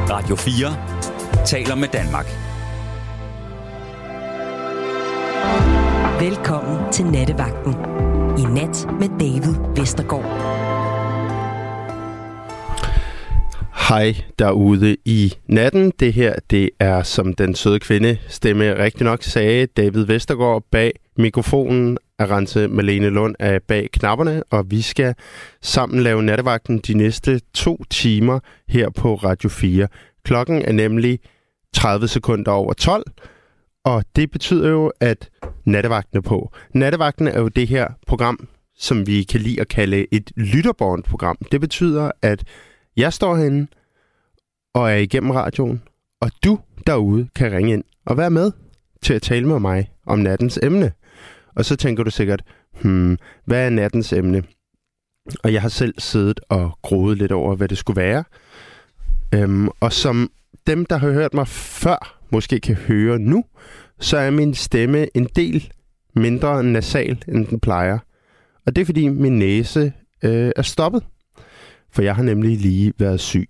Radio 4 taler med Danmark. Velkommen til Nattevagten. I nat med David Vestergaard. Hej derude i natten. Det her, det er, som den søde kvinde stemme rigtig nok sagde, David Vestergaard bag mikrofonen, Arantxe Malene Lund er bag knapperne, og vi skal sammen lave Nattevagten de næste 2 timer her på Radio 4. Klokken er nemlig 30 sekunder over 12, og det betyder jo, at Nattevagten er på. Nattevagten er jo det her program, som vi kan lide at kalde et lytterbåndprogram. Det betyder, at jeg står herinde og er igennem radioen, og du derude kan ringe ind og være med til at tale med mig om nattens emne. Og så tænker du sikkert, hvad er nattens emne? Og jeg har selv siddet og groet lidt over, hvad det skulle være. Og som dem, der har hørt mig før, måske kan høre nu, så er min stemme en del mindre nasal, end den plejer. Og det er, fordi min næse er stoppet. For jeg har nemlig lige været syg.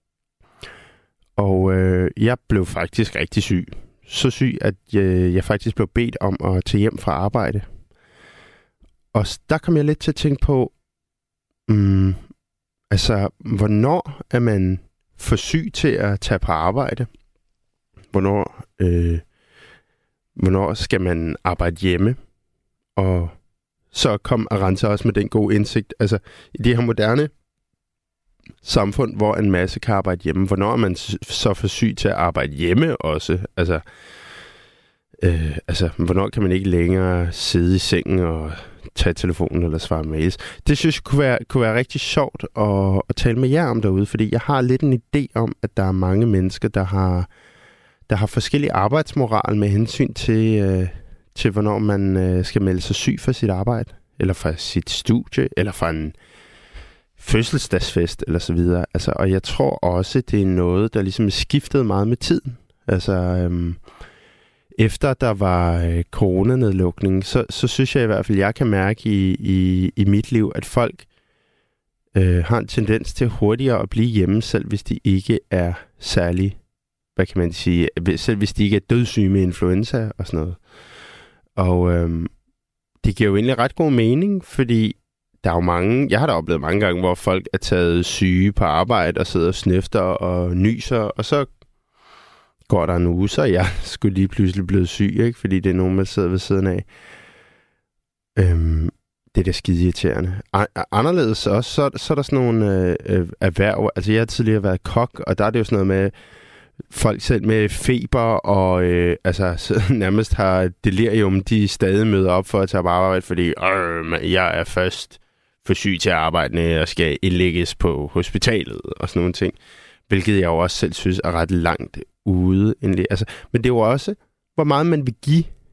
Og jeg blev faktisk rigtig syg. Så syg, at jeg faktisk blev bedt om at tage hjem fra arbejde. Og der kom jeg lidt til at tænke på, hvornår er man for syg til at tage på arbejde? Hvornår skal man arbejde hjemme? Og så kom Arantxe også med den gode indsigt. Altså, i det her moderne samfund, hvor en masse kan arbejde hjemme, hvornår er man så for syg til at arbejde hjemme også? Hvornår kan man ikke længere sidde i sengen og tage telefonen eller svare mails? Det synes jeg kunne være rigtig sjovt at tale med jer om derude, fordi jeg har lidt en idé om, at der er mange mennesker, der har forskellige arbejdsmoral med hensyn til hvornår man skal melde sig syg for sit arbejde, eller fra sit studie, eller fra en fødselsdagsfest, eller så videre. Og jeg tror også, det er noget, der ligesom skiftede meget med tiden. Efter der var coronanedlukning, så synes jeg i hvert fald, jeg kan mærke i mit liv, at folk har en tendens til hurtigere at blive hjemme, selv hvis de ikke er særlig, hvad kan man sige, selv hvis de ikke er dødssyge med influenza og sådan noget. Og det giver jo egentlig ret god mening, fordi der er jo mange, jeg har da oplevet mange gange, hvor folk er taget syge på arbejde og sidder og snøfter og nyser, og så går der en uge, så jeg skulle lige pludselig blive syg, ikke? Fordi det er nogen, man sidder ved siden af. Det er da skide irriterende. Anderledes også, så er der sådan nogle erhverv. Altså, jeg har tidligere været kok, og der er det jo sådan noget med folk selv med feber, og nærmest har delirium, de stadig møder op for at tage på arbejde, fordi jeg er først for syg til at arbejde, og skal indlægges på hospitalet, og sådan nogle ting. Hvilket jeg jo også selv synes er ret langt ude. Men det er jo også, hvor meget man vil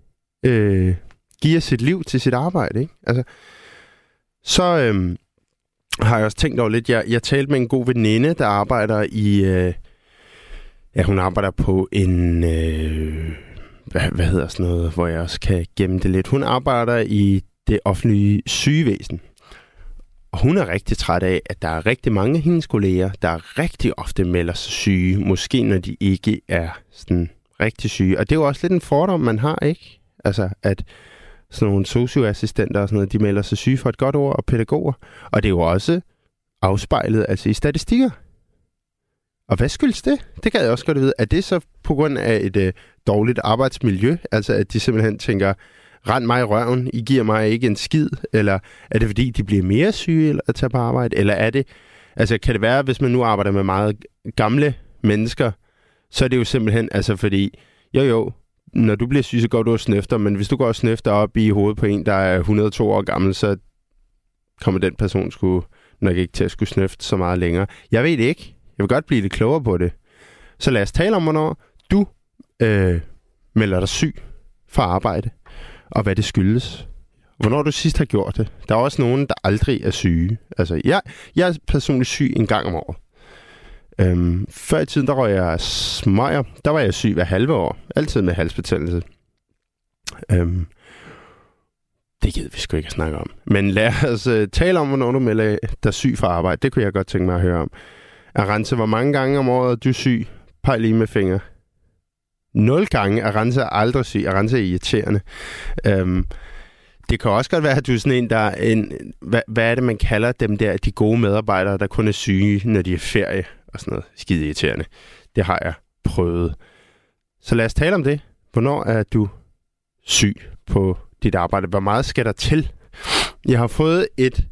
give sit liv til sit arbejde, ikke? Så har jeg også tænkt over lidt, jeg talte med en god veninde, der arbejder i hun arbejder på en hvad hedder sådan noget, hvor jeg også kan gemme det lidt. Hun arbejder i det offentlige sygevæsen. Og hun er rigtig træt af, at der er rigtig mange af hendes kolleger, der rigtig ofte melder sig syge. Måske når de ikke er sådan rigtig syge. Og det er jo også lidt en fordom, man har, ikke? At sådan nogle socioassistenter og sådan noget, de melder sig syge for et godt ord, og pædagoger. Og det er jo også afspejlet i statistikker. Og hvad skyldes det? Det kan jeg også godt vide. Er det så på grund af et dårligt arbejdsmiljø? At de simpelthen tænker, rend mig i røven, I giver mig ikke en skid? Eller er det fordi, de bliver mere syge at tage på arbejde? Eller er det, kan det være, hvis man nu arbejder med meget gamle mennesker, så er det jo simpelthen, fordi, når du bliver syg, så går du og snøfter, men hvis du går og snøfter op i hovedet på en, der er 102 år gammel, så kommer den person nok ikke til at skulle snøfte så meget længere. Jeg ved det ikke. Jeg vil godt blive lidt klogere på det. Så lad os tale om, hvornår du melder dig syg fra arbejde, og hvad det skyldes. Hvornår du sidst har gjort det. Der er også nogen, der aldrig er syge. Jeg er personligt syg en gang om året. Før i tiden, der røg jeg smøger. Der var jeg syg hver halve år. Altid med halsbetændelse. Det gider vi sgu ikke at snakke om. Men lad os tale om, hvornår du melder dig syg fra arbejde. Det kunne jeg godt tænke mig at høre om. Arantxa, hvor mange gange om året er du syg? Pej lige med fingre. 0 gange. Arantxa er aldrig syg. Arantxa er irriterende. Det kan også godt være, at du er sådan en, der er en... Hvad er det, man kalder dem der, de gode medarbejdere, der kun er syge, når de er ferie og sådan noget? Skide irriterende. Det har jeg prøvet. Så lad os tale om det. Hvornår er du syg på dit arbejde? Hvor meget skal der til? Jeg har fået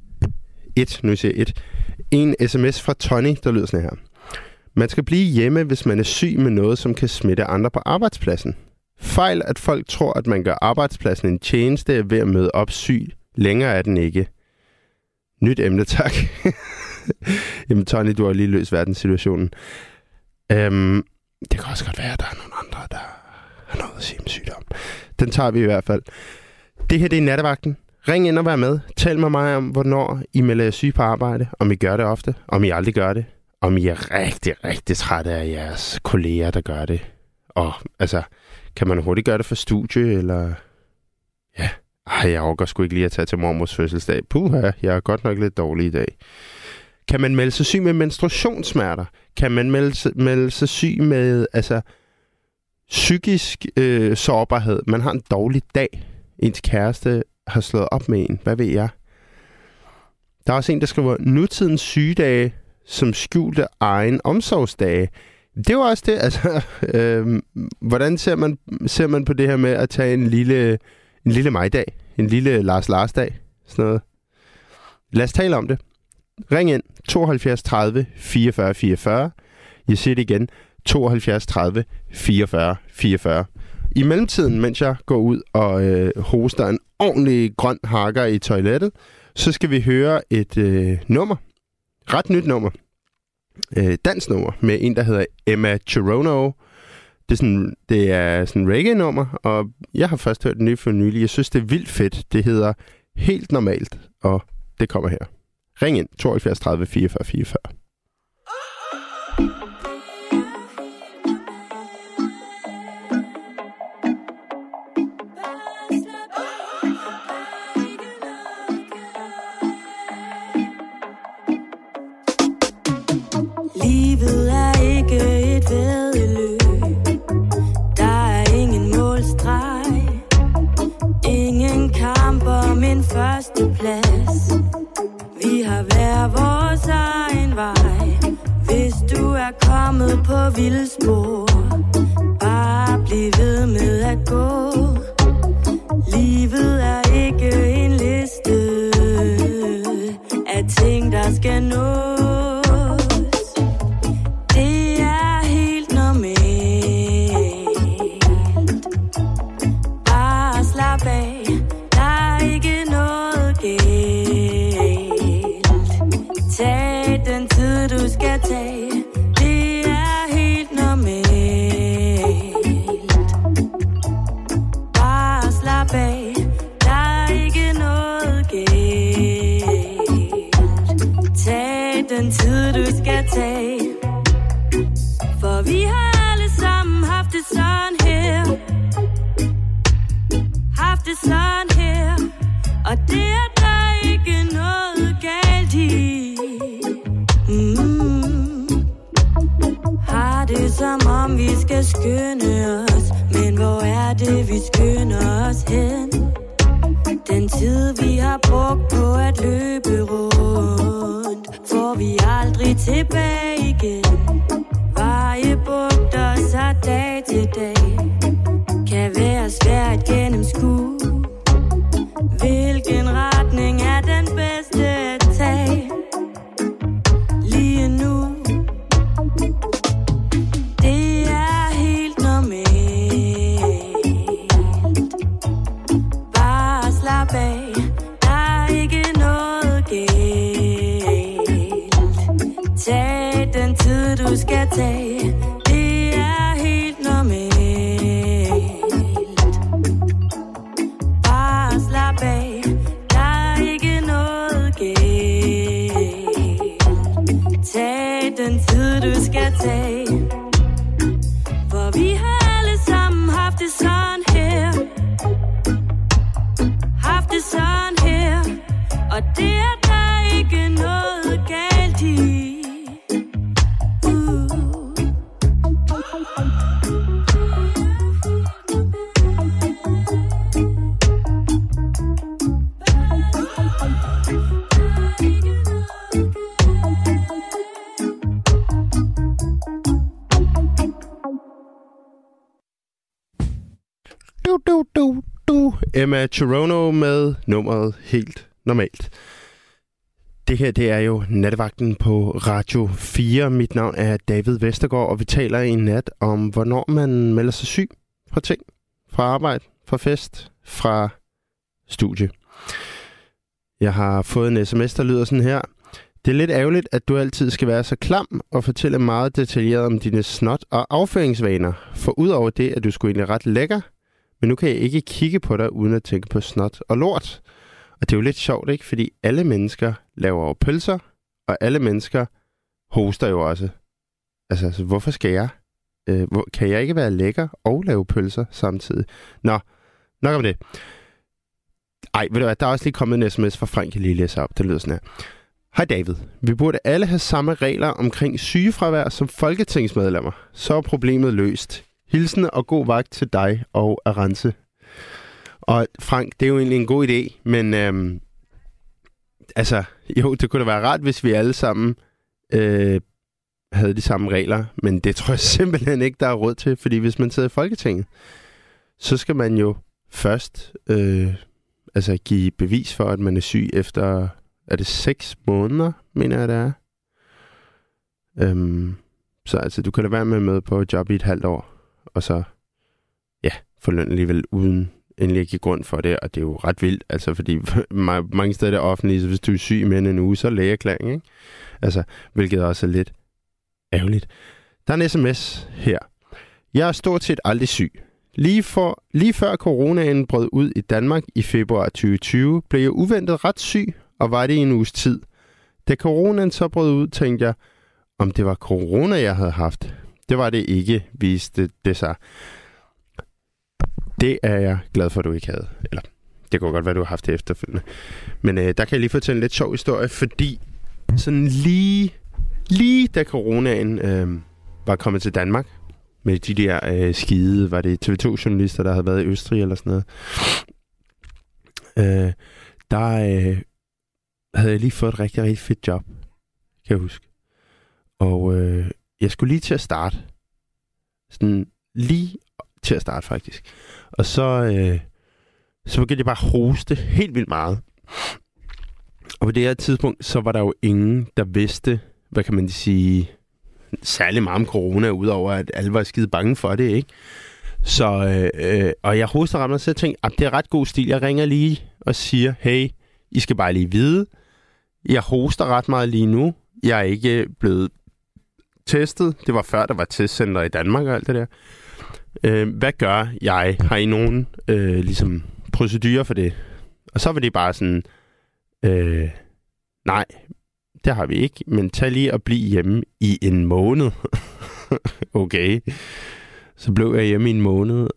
en sms fra Tony, der lyder sådan her. Man skal blive hjemme, hvis man er syg med noget, som kan smitte andre på arbejdspladsen. Fejl, at folk tror, at man gør arbejdspladsen en tjeneste ved at møde op syg. Længere er den ikke. Nyt emne, tak. Jamen, Tony, du har lige løst verdenssituationen. Det kan også godt være, at der er nogle andre, der har noget at sige om sygdom. Den tager vi i hvert fald. Det her, det er Nattevagten. Ring ind og vær med. Tal med mig om, hvornår I melder jer syge på arbejde. Om I gør det ofte. Om I aldrig gør det. Om I er rigtig, rigtig trætte af jeres kolleger, der gør det. Og altså, kan man hurtigt gøre det for studie, eller... Ja, jeg overgår sgu ikke lige at tage til mormors fødselsdag. Puha, jeg er godt nok lidt dårlig i dag. Kan man melde sig syg med menstruationssmerter? Kan man melde sig syg med psykisk sårbarhed? Man har en dårlig dag. Ens kæreste har slået op med en. Hvad ved jeg? Der er også en, der skriver, nutidens sygedage som skjulte egen omsorgsdage. Det var også det. Altså, hvordan ser man på det her med at tage en lille majdag? En lille Lars-dag? Sådan noget. Lad os tale om det. Ring ind 72 30 44 44. Jeg siger det igen. 72 30 44 44. I mellemtiden, mens jeg går ud og hoster en ordentlig grøn hakker i toilettet, så skal vi høre et nummer. Ret nyt nummer. Dansk nummer med en, der hedder Emma Cherono. Det er sådan en reggae-nummer, og jeg har først hørt den for nylig. Jeg synes, det er vildt fedt. Det hedder Helt Normalt, og det kommer her. Ring ind 72 30 44 44. Livet er ikke et væddeløb. Der er ingen målstreg. Ingen kamp om en førsteplads. Vi har hver vores egen vej. Hvis du er kommet på vildspor, bare bliv ved med at gå. Livet er ikke en liste af ting, der skal nås. Det er helt normalt. Bare slap af. Der er ikke noget galt. Tag den tid, du skal tage. Det er helt normalt. Bare slap af. Der er ikke noget galt. Tag den tid, du skal tage. For vi har alle sammen haft det sådan her. Haft det sådan her. Og det er der ikke noget galt i. Har det som om vi skal skynde os. Men hvor er det vi skynder os hen? Den tid vi har brugt på at løbe rundt, får vi aldrig tilbage igen. Veje bugter sig dag til dag, kan være svært gennemskue. Hvilken retning er den bedste at tage lige nu? Det er helt normalt. Bare slap af. Der er ikke noget galt. Tag den tid, du skal tage. Det er helt normalt. Bare slap af. Der er ikke noget galt. Tag den tid, du skal tage. For vi har alle sammen haft det sådan her. Haft det sådan her. Og det er der ikke noget galt i. Emma Toronto med nummeret Helt Normalt. Det her, det er jo Nattevagten på Radio 4. Mit navn er David Vestergaard, og vi taler i nat om, hvornår man melder sig syg fra ting, fra arbejde, fra fest, fra studie. Jeg har fået en sms, der lyder sådan her. Det er lidt ærgerligt, at du altid skal være så klam og fortælle meget detaljeret om dine snot- og afføringsvaner. For udover det, at du skulle egentlig ret lækker, men nu kan jeg ikke kigge på dig, uden at tænke på snot og lort. Og det er jo lidt sjovt, ikke? Fordi alle mennesker laver jo pølser, og alle mennesker hoster jo også. Altså hvorfor skal jeg? Kan jeg ikke være lækker og lave pølser samtidig? Nå, nok om det. Ej, ved du hvad, der er også lige kommet en sms fra Frank, jeg lige læser op. Det lyder sådan her. Hej David. Vi burde alle have samme regler omkring sygefravær som folketingsmedlemmer. Så er problemet løst. Hilsen og god vagt til dig og Arance. Og Frank, det er jo egentlig en god idé, men jo, det kunne da være rart, hvis vi alle sammen havde de samme regler, men det tror jeg simpelthen ikke, der er råd til, fordi hvis man sidder i Folketinget, så skal man jo først give bevis for, at man er syg efter, er det 6 måneder, mener jeg, det er. Så altså, du kan da være med at møde på job i et halvt år, og så, ja, få løn alligevel uden endelig at give grund for det, og det er jo ret vildt, altså, fordi mange steder er det offentlige, så hvis du er syg mere end en uge, så er lægeerklæring, ikke? Altså, hvilket også er lidt ærgerligt. Der er en sms her. Jeg er stort set aldrig syg. Lige før coronaen brød ud i Danmark i februar 2020, blev jeg uventet ret syg, og var det i en uges tid. Da coronaen så brød ud, tænkte jeg, om det var corona, jeg havde haft. Det var det ikke, viste det sig. Det er jeg glad for, at du ikke havde. Eller, det kunne godt være, du har haft det efterfølgende. Men der kan jeg lige fortælle en lidt sjov historie, fordi sådan lige da coronaen var kommet til Danmark, med de der skide, var det TV2-journalister, der havde været i Østrig eller sådan noget, der havde jeg lige fået et rigtig, rigtig fedt job, kan jeg huske. Og jeg skulle lige til at starte. Sådan lige til at starte, faktisk. Og så begyndte jeg bare at hoste helt vildt meget. Og på det her tidspunkt, så var der jo ingen, der vidste, hvad kan man sige, særlig meget om corona, udover at alle var skide bange for det, ikke? Så, og jeg hoster ret meget, så jeg tænkte, at det er ret god stil. Jeg ringer lige og siger, hey, I skal bare lige vide, jeg hoster ret meget lige nu. Jeg er ikke blevet testet. Det var før, der var testcenter i Danmark og alt det der. Hvad gør jeg? Har I nogen ligesom procedurer for det? Og så var det bare sådan, nej, det har vi ikke, men tag lige og bliv hjemme i en måned. Okay. Så blev jeg hjemme i en måned,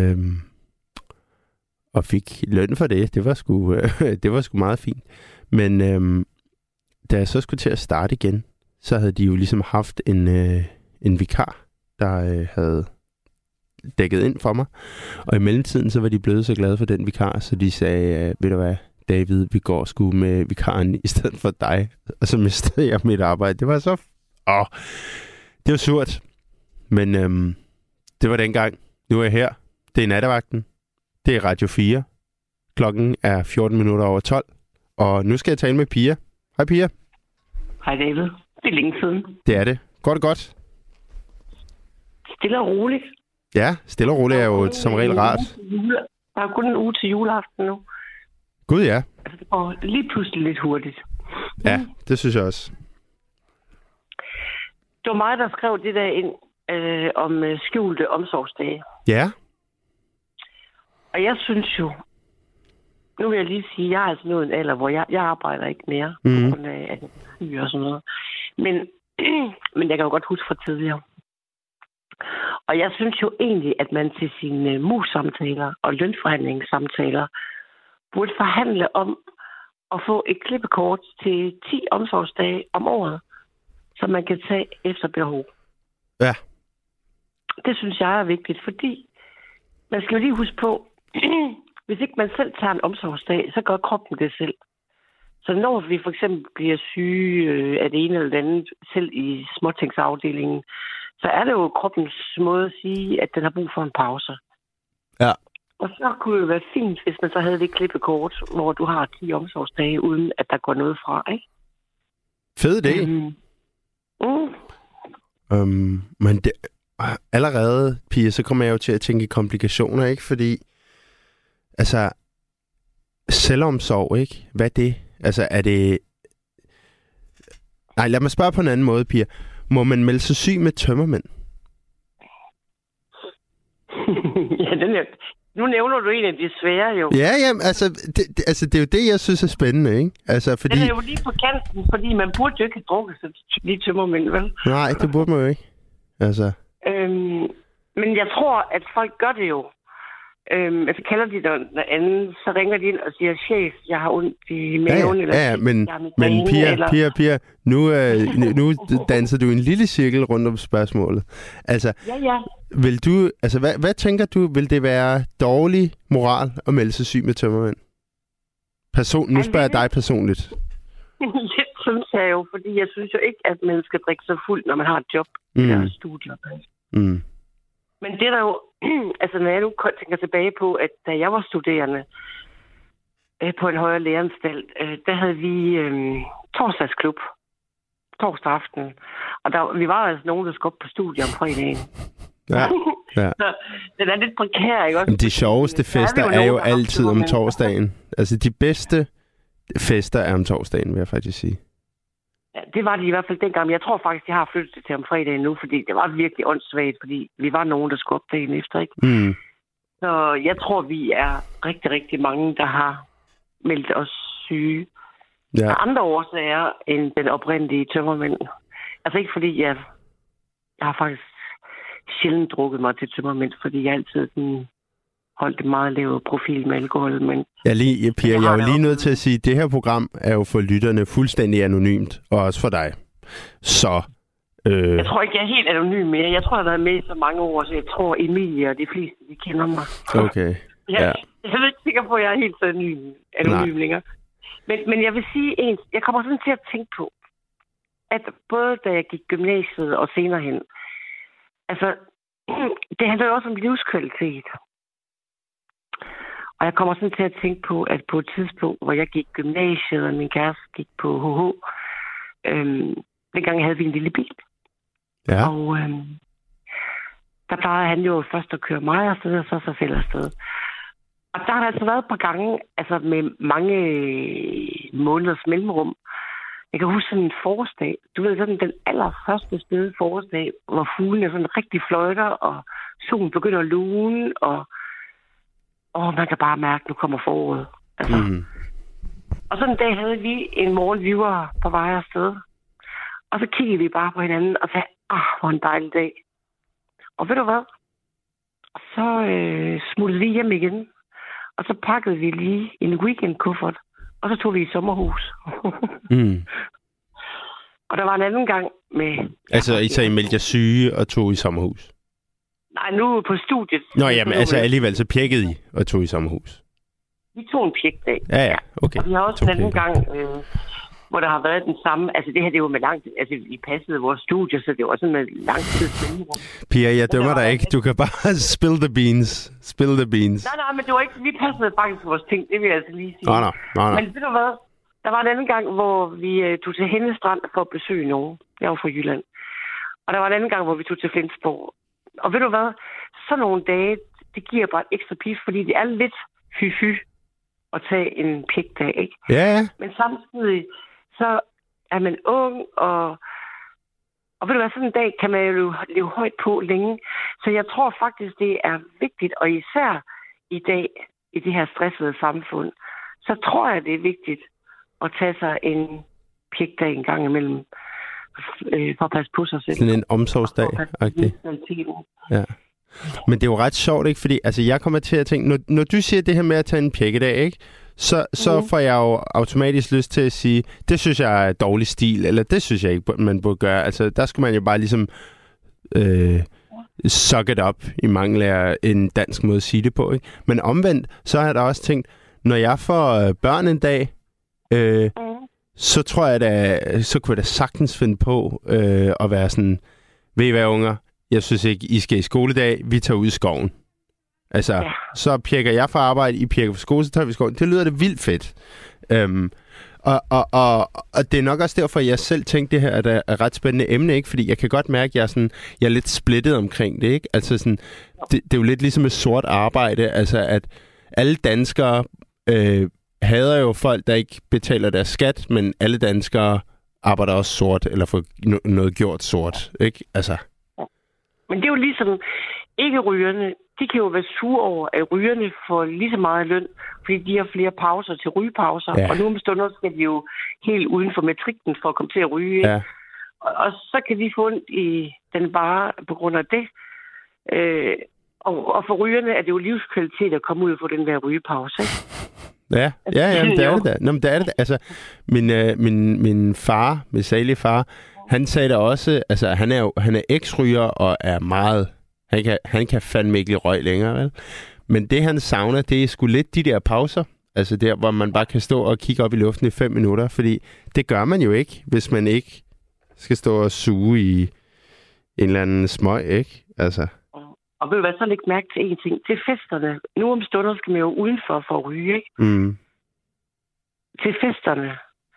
og fik løn for det. Det var sgu meget fint. Men da jeg så skulle til at starte igen, så havde de jo ligesom haft en vikar, der havde dækket ind for mig. Og i mellemtiden, så var de blevet så glade for den vikar, så de sagde, ved du hvad, David, vi går sgu med vikaren i stedet for dig. Og så mistede jeg mit arbejde. Det var så... det var surt. Men det var dengang. Nu er jeg her. Det er Nattevagten. Det er Radio 4. Klokken er 14 minutter over 12. Og nu skal jeg tale med Pia. Hej Pia. Hej David. Det er længe siden. Det er det. Går det godt? Stille og roligt. Ja, stille og roligt er jo som regel rart. Der er kun en uge til juleaften nu. Gud ja. Altså, det går lige pludselig lidt hurtigt. Ja, det synes jeg også. Det var mig, der skrev det der ind om skjulte omsorgsdage. Ja. Og jeg synes jo, nu vil jeg lige sige, jeg er altså nået en alder, hvor jeg arbejder ikke mere, på grund af at jeg er syg og sådan noget. Men jeg kan jo godt huske fra tidligere. Og jeg synes jo egentlig, at man til sine mus-samtaler og lønforhandlingssamtaler burde forhandle om at få et klippekort til 10 omsorgsdage om året, som man kan tage efter behov. Ja. Det synes jeg er vigtigt, fordi man skal jo lige huske på, hvis ikke man selv tager en omsorgsdag, så gør kroppen det selv. Så når vi for eksempel bliver syge af det ene eller det andet, selv i småtingsafdelingen, så er det jo kroppens måde at sige, at den har brug for en pause. Ja. Og så kunne det være fint, hvis man så havde det klippekort, hvor du har 10 omsorgsdage, uden at der går noget fra, ikke? Fed idé. Men det, allerede, Pia, så kommer jeg jo til at tænke i komplikationer, ikke? Fordi, altså, selvomsorg, ikke? Hvad er det? Altså, er det... Nej, lad mig spørge på en anden måde, Pia. Må man melde sig syg med tømmermænd? Ja, nu nævner du en af de svære, jo. Ja, det er jo det, jeg synes er spændende, ikke? Altså, fordi... Den er jo lige på kanten, fordi man burde jo ikke have drukket sig lige tømmermænd, vel? Nej, det burde man jo ikke. Altså... Men jeg tror, at folk gør det jo. Altså kalder de noget andet, så ringer de ind og siger, chef, jeg har ondt i maven. Men Pia, nu danser du en lille cirkel rundt om spørgsmålet. Altså, vil du, altså hvad tænker du, vil det være dårlig moral at melde sig syg med tømmermænd? Nu spørger jeg dig personligt. Det synes jeg jo, fordi jeg synes jo ikke, at man skal drikke sig fuld, når man har et job eller studier. Men det er der jo, altså når jeg nu tænker tilbage på, at da jeg var studerende på en højere læreanstalt, der havde vi torsdagsklub, torsdag aften. Og vi var altså nogen, der skulle op på studie om fredagen. Ja. Så den er lidt prekær, ikke også? Men de sjoveste fester er jo altid om torsdagen. Altså de bedste fester er om torsdagen, vil jeg faktisk sige. Ja, det var det i hvert fald dengang. Jeg tror faktisk, jeg har flyttet det til om fredagen nu, fordi det var virkelig åndssvagt, fordi vi var nogen, der skulle op dagen efter, ikke? Så jeg tror, vi er rigtig, rigtig mange, der har meldt os syge. Ja. Af andre årsager end den oprindelige tømmermænd. Altså ikke fordi, jeg har faktisk sjældent drukket mig til tømmermænd, fordi jeg altid holdt det meget lav profil med alkohol. Men Pia, jeg er jo lige nødt til at sige, at det her program er jo for lytterne fuldstændig anonymt, og også for dig. Så... Jeg tror ikke, jeg er helt anonym mere. Jeg tror, jeg har været med i så mange år, så jeg tror, Emilie og de fleste, de kender mig. Okay. Jeg er ikke sikker på, at jeg er helt så anonym længere. Men jeg vil sige jeg kommer sådan til at tænke på, at både da jeg gik gymnasiet og senere hen, altså, det handler jo også om livskvalitet. Og jeg kommer sådan til at tænke på, at på et tidspunkt, hvor jeg gik gymnasiet, og min kæreste gik på HH, dengang havde vi en lille bil. Ja. Og der plejede han jo først at køre mig afsted, og så selv afsted. Og der har altså været et par gange, altså med mange måneders mellemrum. Jeg kan huske sådan en forårsdag. Du ved, sådan den allerførste spæde forårsdag, hvor fuglene sådan rigtig fløjter, og solen begynder at lune, og man kan bare mærke, at nu kommer foråret. Altså. Og sådan en dag havde vi en morgen, vi var på vej afsted. Og så kiggede vi bare på hinanden og sagde, hvor en dejlig dag. Og ved du hvad? Og så smuttede vi hjem igen. Og så pakkede vi lige en weekendkuffert. Og så tog vi i sommerhus. Og der var en anden gang med... Altså, I meldte jer syge og tog i sommerhus? Nej, nu på studiet. Nå, jamen, altså alligevel så pjekkede I og tog i sommerhus? Vi tog en pjekdag. Ja, okay. Og vi har også en anden gang, hvor der har været den samme... Altså, det her, det var med lang tid... Altså, vi passede vores studier, så det var sådan med lang tid. Pia, jeg dømmer dig ikke. Du kan bare spill the beans. Spill the beans. Nej, men det var ikke... Vi passede faktisk vores ting. Det vil jeg altså lige sige. Nej. Men ved du hvad? Der var en anden gang, hvor vi tog til Hennestrand for at besøge nogen. Jeg var fra Jylland. Og der var en anden gang, hvor vi tog til Flensborg. Og ved du hvad? Så nogle dage, det giver bare et ekstra pif, fordi det er lidt fy at tage en pigdag, ikke? Ja. Men samtidig, så er man ung, og ved du hvad, sådan en dag kan man jo leve højt på længe. Så jeg tror faktisk, det er vigtigt, og især i dag, i det her stressede samfund, så tror jeg, det er vigtigt at tage sig en pigdag en gang imellem, for at passe på sig selv. Sådan en omsorgsdag-agtig. Ja. Men det er jo ret sjovt, ikke? Fordi altså, jeg kommer til at tænke, når du siger det her med at tage en pjekkedag, ikke? Så får jeg jo automatisk lyst til at sige, det synes jeg er dårlig stil, eller det synes jeg ikke, man burde gøre. Altså, der skulle man jo bare ligesom suck it up i mangel af en dansk måde at sige det på, ikke? Men omvendt, så har jeg da også tænkt, når jeg får børn en dag, så tror jeg da, så kunne jeg da sagtens finde på at være sådan, ved I hvad, unger? Jeg synes ikke, I skal i skoledag, vi tager ud i skoven. Altså, så pjekker jeg for arbejde, I pjekker for skole, så tager vi skoven. Det lyder det vildt fedt. Og det er nok også derfor, jeg selv tænkte, det her er et ret spændende emne, ikke? Fordi jeg kan godt mærke, at jeg er lidt splittet omkring det, ikke? Altså sådan, det er jo lidt ligesom et sort arbejde, altså at alle danskere hader jo folk, der ikke betaler deres skat, men alle danskere arbejder også sort, eller får noget gjort sort, ikke? Altså. Men det er jo ligesom ikke-rygerne. De kan jo være sure over, at rygerne får lige så meget løn, fordi de har flere pauser til rygepauser. Ja. Og nu om stunder skal de jo helt uden for matriklen for at komme til at ryge. Ja. Og så kan de få ondt i den bare på grund af det. Og for rygerne er det jo livskvalitet at komme ud og få den der rygepause. Ja, det er det da. Nå, men det er det da. Altså, min far, min salige far, han sagde da også, altså han er eks-ryger og er meget... Han kan fandme ikke lide røg længere, vel? Men det, han savner, det er sgu lidt de der pauser. Altså der, hvor man bare kan stå og kigge op i luften i 5 minutter. Fordi det gør man jo ikke, hvis man ikke skal stå og suge i en eller anden smøg, ikke? Altså. Og vil du hvad, så lægge mærke til en ting. Til festerne. Nu om stunder skal man jo udenfor for at ryge, ikke? Mm. Til festerne.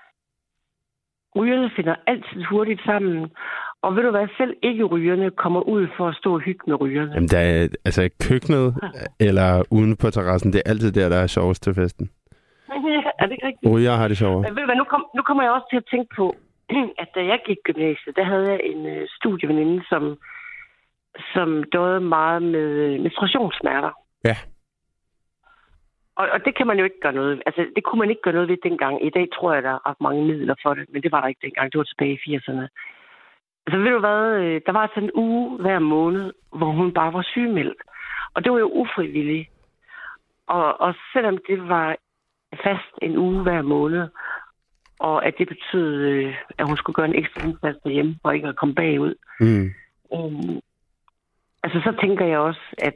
Rygerne finder altid hurtigt sammen. Og ved du hvad, selv ikke-rygerne kommer ud for at stå og hygge med rygerne. Jamen, der er, altså køkkenet eller uden på terrassen, det er altid der er sjovest til festen. Ja, er det ikke rigtigt? Ryger har det sjovere. Men ved du hvad, nu kommer jeg også til at tænke på, at da jeg gik gymnasiet, der havde jeg en studieveninde, som døde meget med menstruationssmerter. Ja. Og det kan man jo ikke gøre noget. Altså, det kunne man ikke gøre noget ved dengang. I dag tror jeg, der er ret mange midler for det, men det var der ikke dengang. Det var tilbage i 80'erne. Altså, ved du hvad? Der var altså en uge hver måned, hvor hun bare var sygemeldt. Og det var jo ufrivilligt. Og selvom det var fast en uge hver måned, og at det betød, at hun skulle gøre en ekstra indsats derhjemme, for ikke at komme bagud. Mm. Altså, så tænker jeg også, at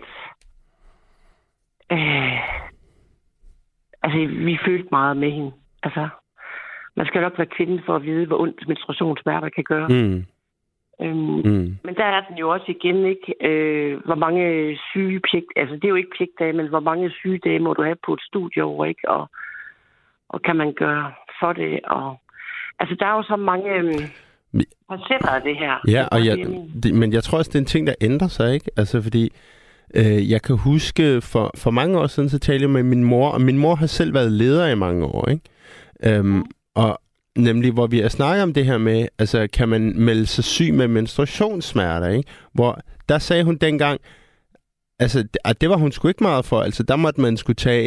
vi følte meget med hende. Altså, man skal nok være kvinde for at vide, hvor ondt menstruationssmerter kan gøre. Mm. Men der er den jo også igen, ikke? Hvor mange altså det er jo ikke pligtdage, men hvor mange sygedage må du have på et studieår, ikke? Og kan man gøre for det? Og altså, der er jo så mange facetter af det her. Ja, men jeg tror også, det er en ting, der ændrer sig, ikke? Altså, fordi jeg kan huske, for mange år siden, så talte jeg med min mor, og min mor har selv været leder i mange år, ikke? Og nemlig, hvor vi har snakket om det her med, altså, kan man melde sig syg med menstruationssmerter, ikke? Hvor der sagde hun dengang, altså, det var hun sgu ikke meget for. Altså, der måtte man skulle tage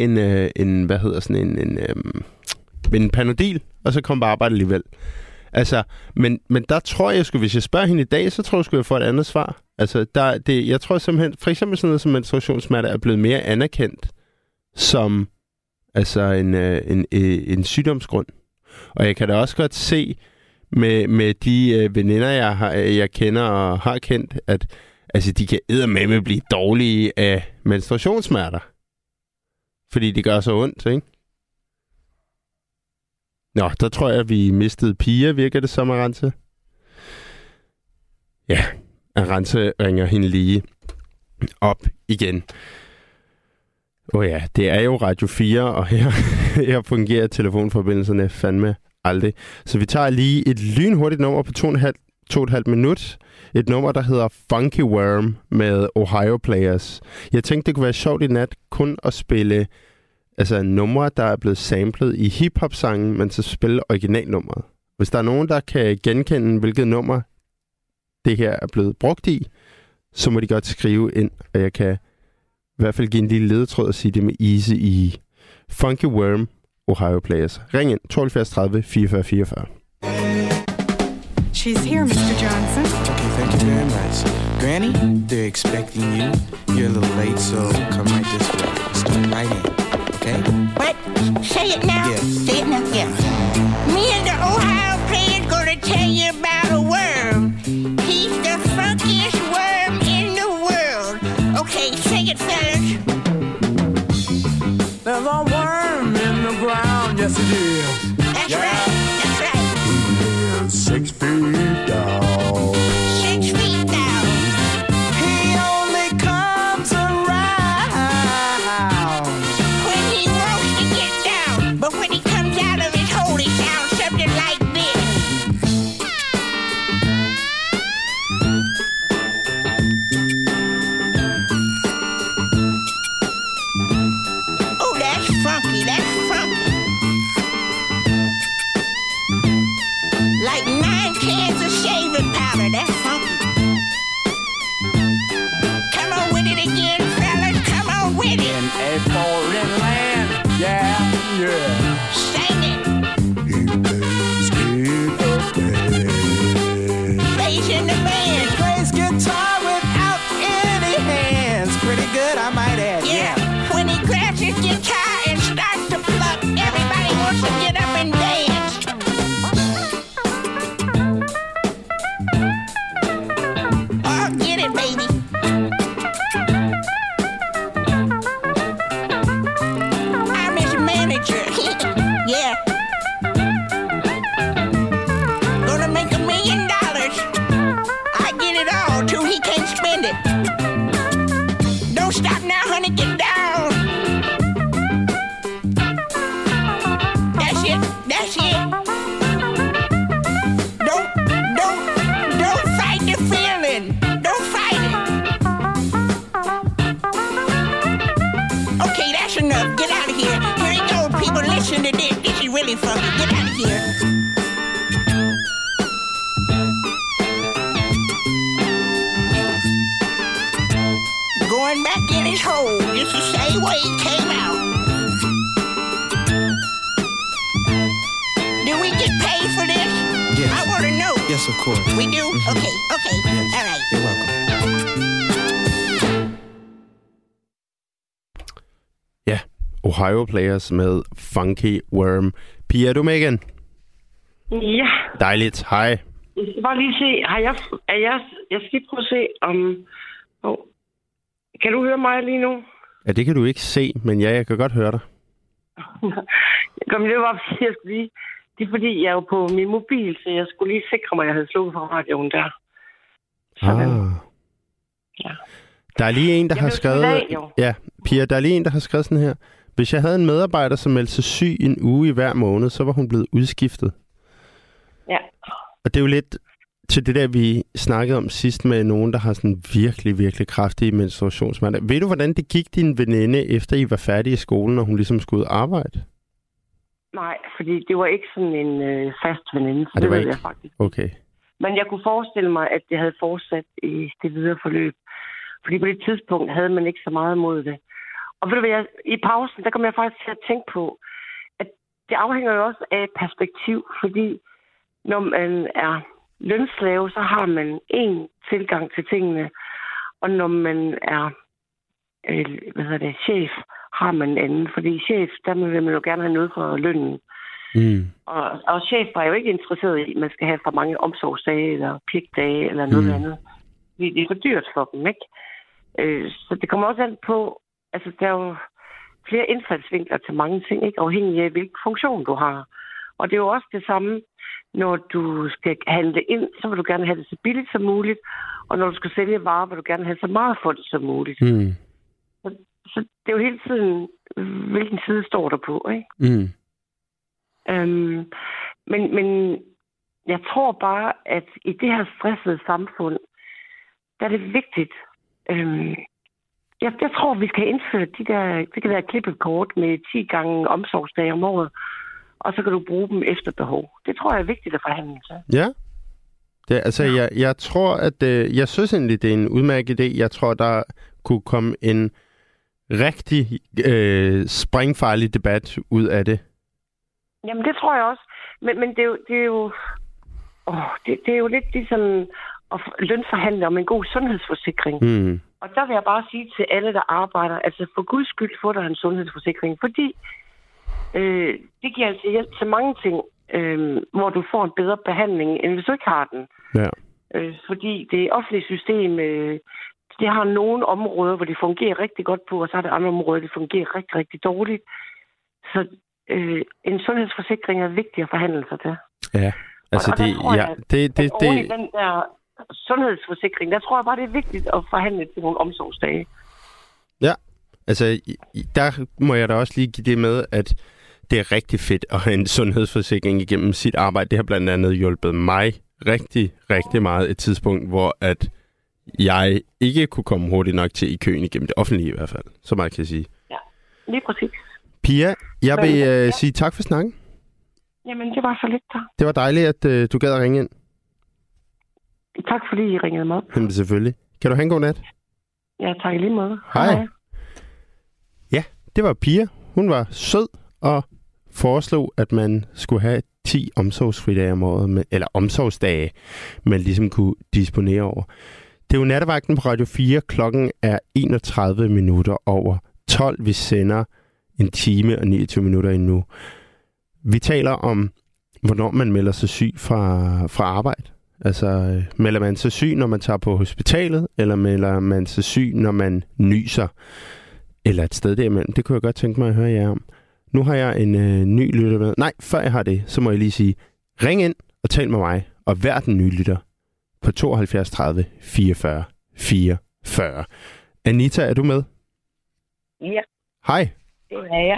en Panodil, og så komme på arbejde alligevel. Altså, men der tror jeg sgu, hvis jeg spørger hende i dag, så tror jeg sgu, jeg får et andet svar. Altså, jeg tror simpelthen, for eksempel sådan noget som menstruationssmerter er blevet mere anerkendt som altså en sygdomsgrund. Og jeg kan da også godt se med de veninder, jeg kender og har kendt, at altså, de kan eddermame blive dårlige af menstruationssmerter. Fordi det gør så ondt, ikke? Nå, der tror jeg, vi mistede Pia, virker det som, Arantxa? Ja, Arantxa ringer hende lige op igen. Ja, det er jo Radio 4, og her fungerer telefonforbindelserne fandme aldrig. Så vi tager lige et lynhurtigt nummer på 2,5 minut. Et nummer, der hedder Funky Worm med Ohio Players. Jeg tænkte, det kunne være sjovt i nat kun at spille altså numre, der er blevet samlet i hip-hop-sangen, men så spille originalnummeret. Hvis der er nogen, der kan genkende, hvilket nummer det her er blevet brugt i, så må de godt skrive ind, og jeg kan i hvert fald give en lille ledetråd og sige det med Easy i Funky Worm, Ohio Players. Ring ind 72 30 44 44. She's here, Mr. Johnson. Okay, thank you very much. Granny, they're expecting you. You're a little late, so come right this way. Start right in, okay? What? Say it now. Yes. Say it now. Yeah. Me and the Ohio Players gonna tell you about a worm. He's the funkiest worm in the world. Okay, sing it, fellas. There's a worm in the ground, yes it is. That's right, that's right. He is 6 feet down. 6 feet down. He only comes around now that's funky. Come on with it again, fellas. Come on with it. In a foreign land, yeah, yeah. Sing it. He plays guitar. Bass in the band. Plays guitar without any hands. Pretty good, I might add. Yeah. When he grabs his guitar and starts to pluck, everybody wants to get up and dance. Oh, get it, baby. I'm his manager. Yeah. Gonna make $1 million. I get it all till he can't spend it. Don't stop now, honey, get down. That's it, that's it. Don't fight the feeling. Don't fight it. Okay, that's enough. Get out of here. Here you go, people. Listen to this. This is really funky. Get out of here. Going back in his hole. It's the same way he came out. Do we get paid for this? Yes. I want to know. Yes, of course. We do? Okay. Yes. All right. You're welcome. Ja, Ohio Players med Funky Worm. Pia, er du med igen? Ja, Dejligt. Hej. jeg skal bare lige se. Jeg skal lige prøve at se om... Kan du høre mig lige nu? Ja, det kan du ikke se, men ja, jeg kan godt høre dig. Kom, det var fordi, jeg skulle lige... Det er fordi, jeg er jo på min mobil, så jeg skulle lige sikre mig, at jeg havde slukket for radioen der. Sådan. Ja. Der er lige en, der har skrevet... Ja, Pia, der er lige en, der har skrevet sådan her. Hvis jeg havde en medarbejder, som meldte sig syg en uge i hver måned, så var hun blevet udskiftet. Ja. Og det er jo lidt til det der, vi snakkede om sidst med nogen, der har sådan virkelig, virkelig kraftige menstruationssmerter. Ved du, hvordan det gik din veninde, efter I var færdige i skolen, og hun ligesom skulle ud og arbejde? Nej, fordi det var ikke sådan en fast veninde, så det var ved ikke? jeg faktisk. Okay. Men jeg kunne forestille mig, at det havde fortsat i det videre forløb. Fordi på det tidspunkt havde man ikke så meget mod det. Og ved du hvad, i pausen, der kom jeg faktisk til at tænke på, at det afhænger jo også af perspektiv, fordi når man er lønslave, så har man en tilgang til tingene, og når man er chef, har man en anden. Fordi chef, der vil man jo gerne have noget for lønnen. Mm. Og chef var jo ikke interesseret i, at man skal have for mange omsorgsdage eller pligtdage eller noget andet. Det er for dyrt for dem, ikke? Så det kommer også an på, altså der er jo flere indfaldsvinkler til mange ting, ikke? Afhængig af, hvilken funktion du har. Og det er jo også det samme, når du skal handle ind, så vil du gerne have det så billigt som muligt. Og når du skal sælge varer, vil du gerne have så meget for det som muligt. Mm. Så det er jo hele tiden, hvilken side står der på, ikke? Mm. Men jeg tror bare, at i det her stressede samfund, der er det vigtigt. Jeg tror, vi skal indføre det kan være klippet kort med 10 gange omsorgsdage om året, og så kan du bruge dem efter behov. Det tror jeg er vigtigt at forhandle sig. Ja. Det, altså, jeg tror, at... jeg synes egentlig, det er en udmærket idé. Jeg tror, der kunne komme en rigtig springfarlig debat ud af det. Jamen, det tror jeg også. Men det er jo lidt ligesom at lønforhandle om en god sundhedsforsikring. Mm. Og der vil jeg bare sige til alle, der arbejder, altså for guds skyld, få dig en sundhedsforsikring, fordi det giver altså hjælp til mange ting, hvor du får en bedre behandling, end hvis du ikke har den. Ja. Fordi det offentlige system, det har nogle områder, hvor det fungerer rigtig godt på, og så er der andre områder, det fungerer rigtig, rigtig dårligt. Så en sundhedsforsikring er vigtig at forhandle sig til. Ja, altså og det den der sundhedsforsikring, der tror jeg bare, det er vigtigt at forhandle til nogle omsorgsdage. Ja, altså der må jeg da også lige give det med, at det er rigtig fedt at have en sundhedsforsikring igennem sit arbejde. Det har blandt andet hjulpet mig rigtig, rigtig meget et tidspunkt, hvor at jeg ikke kunne komme hurtigt nok til i køen igennem det offentlige i hvert fald. Så meget kan jeg sige. Ja, lige præcis. Pia, jeg vil sige tak for snakken. Jamen, det var så lidt der. Det var dejligt, at du gad at ringe ind. Tak tak fordi I ringede mig op. Jamen, selvfølgelig. Kan du have en god nat? Ja, tak i lige måde. Hej. Ja, det var Pia. Hun var sød og foreslog, at man skulle have 10 omsorgsfridage om året, eller omsorgsdage, man ligesom kunne disponere over. Det er jo nattevagten på Radio 4. Klokken er 31 minutter over 12. Vi sender en time og 29 minutter endnu. Vi taler om, hvornår man melder sig syg fra arbejde. Altså, melder man sig syg, når man tager på hospitalet, eller melder man sig syg, når man nyser, eller et sted derimellem? Det kunne jeg godt tænke mig at høre jer om. Nu har jeg en ny lytter med. Nej, før jeg har det, så må jeg lige sige, ring ind og tal med mig, og vær den nye lytter på 72 30 44 44. Anita, er du med? Ja. Hej. Det er jeg.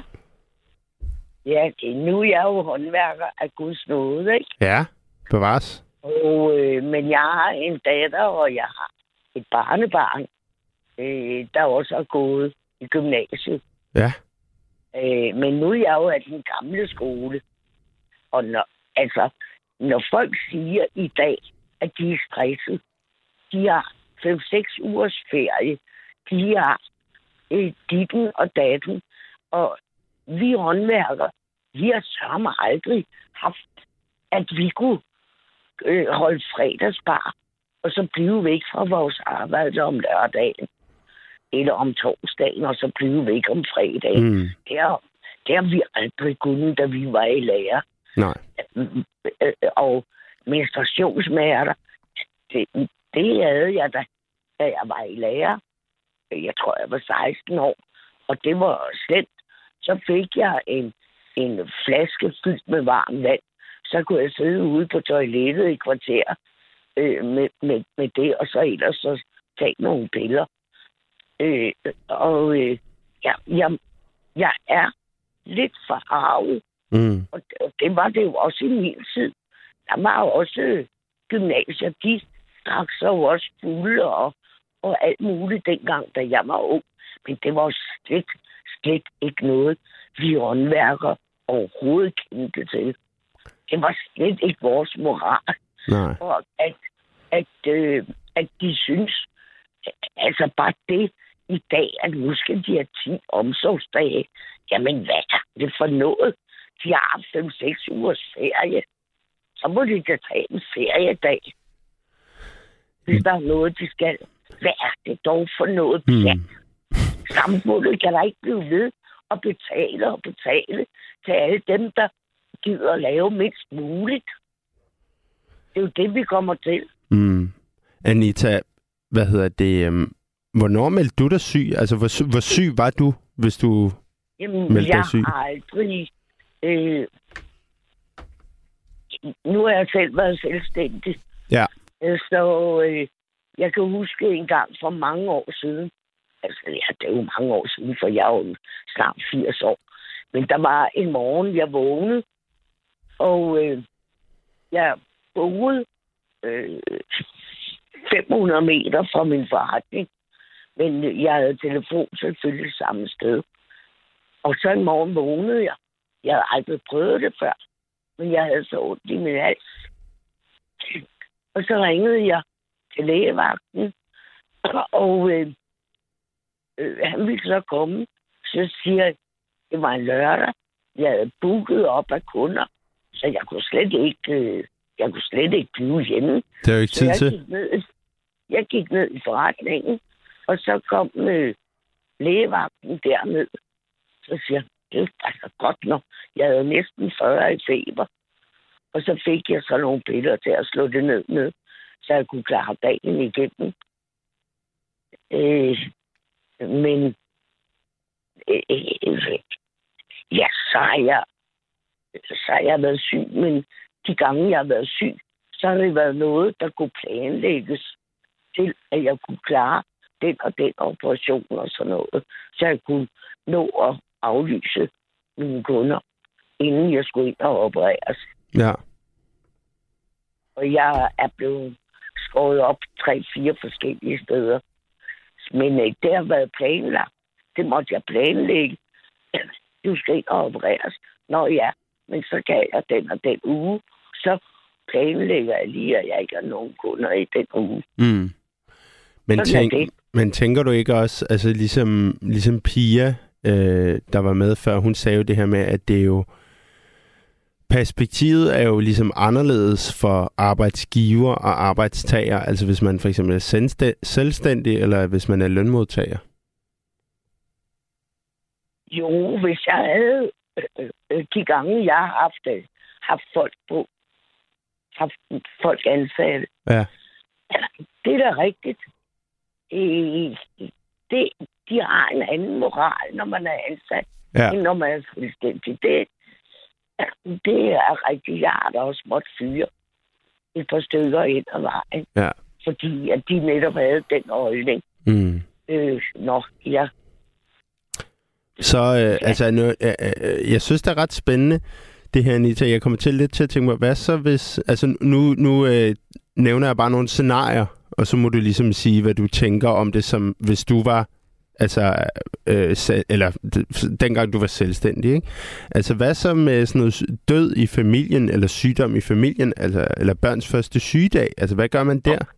Ja, nu er jeg jo håndværker af Guds nåde, ikke? Ja, bevares. Men jeg har en datter, og jeg har et barnebarn, der også er gået i gymnasiet. Ja. Men nu er jeg jo af den gamle skole. Og når folk siger i dag, at de er stresset, de har 5-6 ugers ferie, de har ditten og datten, og vi håndværker, vi har sørme aldrig haft, at vi kunne holde fredagsbar, og så blive væk fra vores arbejde om lørdagen, eller om torsdagen, og så blive væk om fredagen. Det har vi aldrig kunnet, da vi var i lærer. Nej. Og menstruationssmerter, det havde jeg da jeg var i lærer. Jeg tror, jeg var 16 år, og det var slemt. Så fik jeg en flaske fyldt med varmt vand. Så kunne jeg sidde ude på toilettet i kvarter med det, og så ellers så tage nogle piller. Jeg er lidt forarvet. Og det var det jo også i min tid. Der var jo også gymnasier, de drak så også fulde og alt muligt dengang, da jeg var ung. Men det var slet ikke noget, vi håndværker overhovedet kendte til. Det var slet ikke vores moral. Nej. Og at de synes, altså bare det i dag, at nu skal de have 10 omsorgsdage. Jamen, hvad er det for noget? De har haft 5-6 ugers ferie. Så må de da tage en feriedag. Hvis der er noget, de skal. Hvad er det dog for noget pjat? Samfundet kan der ikke blive ved at betale til alle dem, der gider at lave mindst muligt. Det er jo det, vi kommer til. Anita, hvornår meldte du dig syg? Altså, hvor syg var du, hvis du meldte dig syg? Jeg har aldrig... nu har jeg selv været selvstændig. Ja. Så jeg kan huske en gang for mange år siden. Altså, ja, det er jo mange år siden, for jeg er jo snart 80 år. Men der var en morgen, jeg vågnede, og jeg boede 500 meter fra min forretning. Men jeg havde telefon selvfølgelig samme sted. Og så en morgen vågnede jeg. Jeg havde aldrig prøvet det før, men jeg havde så ondt i min hals. Og så ringede jeg til lægevagten, og han ville så komme. Så siger jeg, det var en lørdag. Jeg havde booket op af kunder, så jeg kunne slet ikke blive hjemme. Det er jo ikke tid til. Jeg gik ned i forretningen, og så kom lægevagten derned. Så siger jeg, det er altså godt nok. Jeg havde næsten 40 i feber. Og så fik jeg så nogle piller til at slå det ned med, så jeg kunne klare dagen igennem. Men ja, så har jeg været syg, men de gange, jeg har været syg, så har det været noget, der kunne planlægges til, at jeg kunne klare den og den operation og sådan noget, så jeg kunne nå at aflyse mine kunder, inden jeg skulle ind og opereres. Ja. Og jeg er blevet skåret op 3-4 forskellige steder. Men det har været planlagt. Det måtte jeg planlægge. Du skal ind og opereres. Nå ja, men så gav jeg den og den uge. Så planlægger jeg lige, at jeg ikke har nogen kunder i den uge. Mm. Men tænker du ikke også, altså ligesom Pia, der var med før, hun sagde jo det her med, at det er jo perspektivet er jo ligesom anderledes for arbejdsgiver og arbejdstager, altså hvis man for eksempel er selvstændig, eller hvis man er lønmodtager. Jo, hvis jeg havde de gange, jeg har haft folk ansatte. Ja. Det er da rigtigt. De har en anden moral, når man er ansat, end når man er selvstændig. Det er rigtigt. Jeg har da også måttet fyre et par stykker ind ad vejen. Ja. Fordi at de netop havde den holdning. Mm. Så jeg synes, det er ret spændende, det her, Anita. Jeg kommer lidt til at tænke mig, hvad så hvis... Altså nu nævner jeg bare nogle scenarier, og så må du ligesom sige, hvad du tænker om det, som hvis du var... eller dengang du var selvstændig, ikke? Altså, hvad så med sådan noget død i familien, eller sygdom i familien, altså, eller børns første sygedag? Altså, hvad gør man der?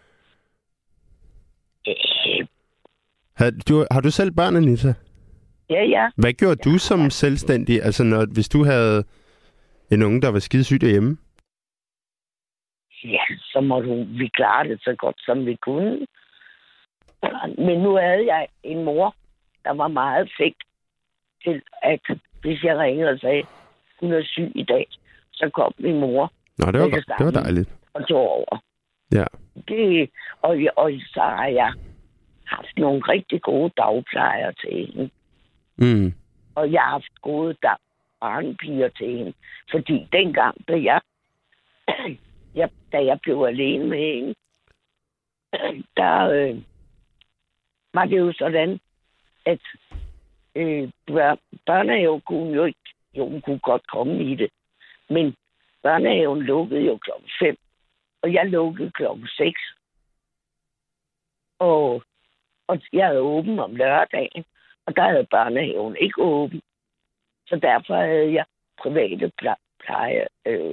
Har du selv børn, Anita? Ja. Hvad gjorde du som selvstændig, altså hvis du havde en unge, der var skidesyg derhjemme? Ja, så måtte vi klare det så godt, som vi kunne. Men nu havde jeg en mor, der var meget fik til, at hvis jeg ringede og sagde, hun er syg i dag, så kom min mor. Nå, det var dejligt. Og tog over. Ja. Og så har jeg haft nogle rigtig gode dagplejere til hende. Mm. Og jeg har haft gode barnepiger til hende. Fordi dengang, da jeg blev alene med hende, der var det jo sådan, at børnehaven kunne jo ikke, hun kunne godt komme i det, men børnehaven lukkede jo 5, og jeg lukkede 6. Og jeg havde åben om lørdagen, og der havde børnehaven ikke åben. Så derfor havde jeg private pleje,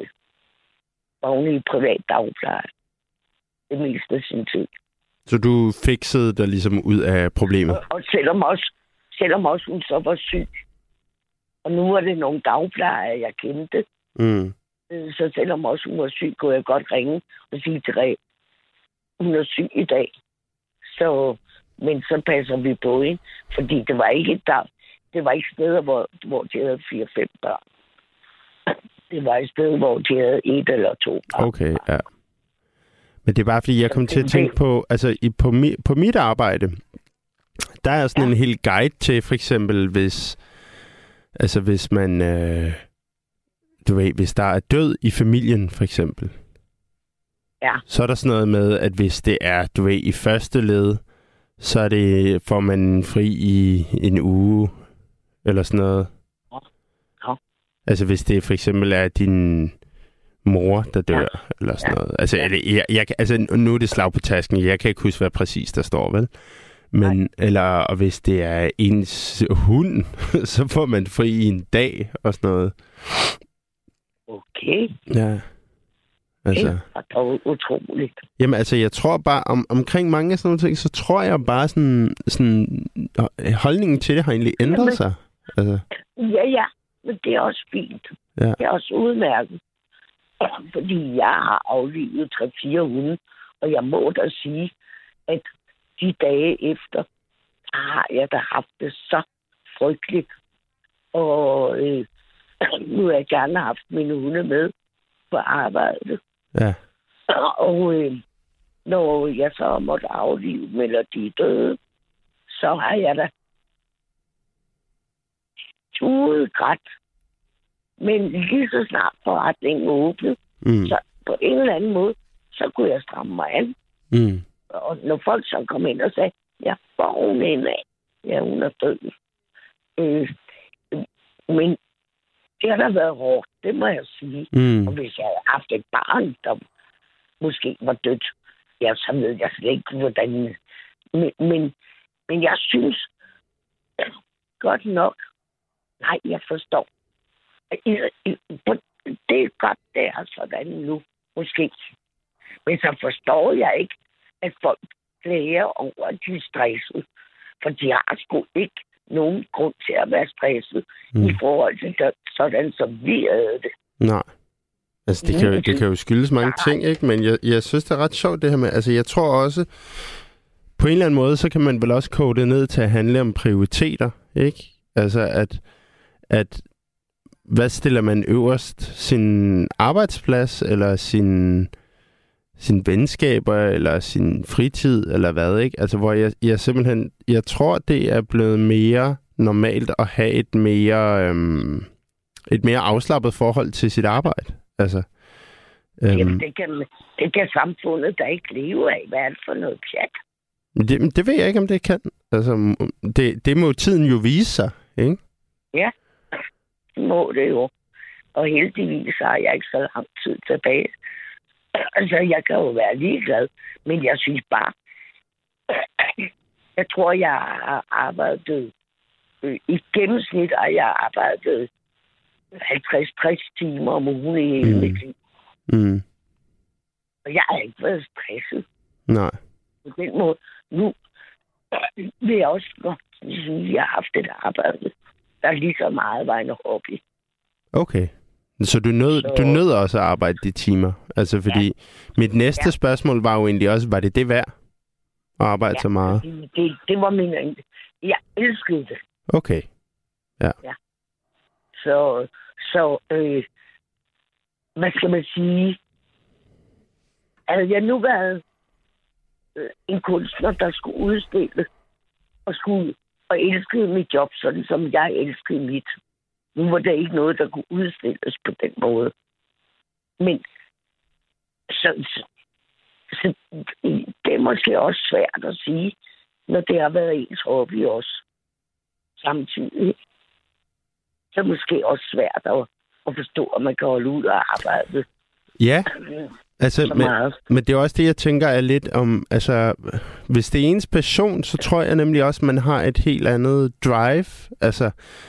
i privat dagpleje. Det meste af sin tid. Så du fiksede dig ligesom ud af problemet? Og selvom også hun så var syg. Og nu var det nogle dagplejere, jeg kendte. Mm. Så selvom også hun var syg, kunne jeg godt ringe og sige til Ræ, hun er syg i dag. Men så passer vi på hende. Fordi det var ikke steder, hvor de havde 4-5 børn. Det var et sted, hvor de havde 1 eller 2 børn. Okay, ja. Men det er bare, fordi jeg kom til at tænke på, altså på mit arbejde, der er sådan en hel guide til, for eksempel, hvis man, hvis der er død i familien, for eksempel. Ja. Så er der sådan noget med, at hvis det er, i første led, så er det, får man fri i en uge, eller sådan noget. Ja. Altså hvis det for eksempel er din mor, der dør, eller sådan noget. Altså, nu er det slag på tasken. Jeg kan ikke huske, hvad præcis der står, vel? Men, og hvis det er ens hund, så får man fri i en dag, og sådan noget. Okay. Ja. Altså. Det er utroligt. Jamen, altså, jeg tror bare, omkring mange af sådan nogle ting, så tror jeg bare sådan holdningen til det har egentlig ændret sig. Altså. Ja, men det er også fint. Ja. Det er også udmærket. Fordi jeg har aflivet 3-4 hunde, og jeg må da sige, at de dage efter, har jeg da haft det så frygteligt. Og nu har jeg gerne haft mine hunde med på arbejdet. Ja. Og når jeg så måtte aflive dem, eller de er døde, så har jeg da tudet grædt. Men lige så snart forretningen åbnede, så på en eller anden måde, så kunne jeg stramme mig an. Mm. Og når folk så kom ind og sagde, jeg får hun en af. Ja, hun er død. Men det har da været hårdt, det må jeg sige. Mm. Og hvis jeg havde haft et barn, der måske var dødt, ja, så ved jeg slet ikke, hvordan. Men jeg synes godt nok, nej, jeg forstår. Det er godt, det er sådan nu. Måske. Men så forstår jeg ikke, at folk klager over, at de er stresset. For de har sgu ikke nogen grund til at være stresset i forhold til det, sådan, som vi havde det. Nej. Altså, det kan jo skyldes mange ting, ikke? Men jeg synes, det er ret sjovt, det her med... Altså, jeg tror også... På en eller anden måde, så kan man vel også koge det ned til at handle om prioriteter, ikke? Altså, at hvad stiller man øverst? Sin arbejdsplads, eller sin venskaber, eller sin fritid, eller hvad, ikke? Altså, hvor jeg simpelthen... Jeg tror, det er blevet mere normalt at have et mere afslappet forhold til sit arbejde. Altså, jamen, det kan samfundet da ikke leve af. Hvad er det for noget pjat? Det ved jeg ikke, om det kan. Altså, det må tiden jo vise sig, ikke? Ja, det må det jo. Og heldigvis har jeg ikke så lang tid tilbage. Altså, jeg kan jo være ligeglad, men jeg synes bare, jeg tror, jeg har arbejdet, i gennemsnit har jeg arbejdet 50-60 timer om ugen i hele mit liv. Mm. Og jeg har ikke været stresset. Nej. På den måde. Nu vil jeg også godt sige, at jeg har haft et arbejde, der lige så meget var en hobby. Okay. Så du nød også at arbejde de timer? Altså, fordi mit næste spørgsmål var jo egentlig også, var det værd at arbejde så meget? Det var min... Jeg elskede det. Okay. Ja. Så hvad skal man sige? Altså, jeg nu været en kunstner, der skulle udstille og elskede mit job, sådan som jeg elskede mit. Nu var der ikke noget, der kunne udstilles på den måde. Men så det er måske også svært at sige, når det har været ens hobby også. Samtidig. Så er det måske også svært at forstå, at man kan holde ud og arbejde. Ja, altså, men det er også det, jeg tænker er lidt om, altså, hvis det er ens passion, så tror jeg nemlig også, at man har et helt andet drive. Altså,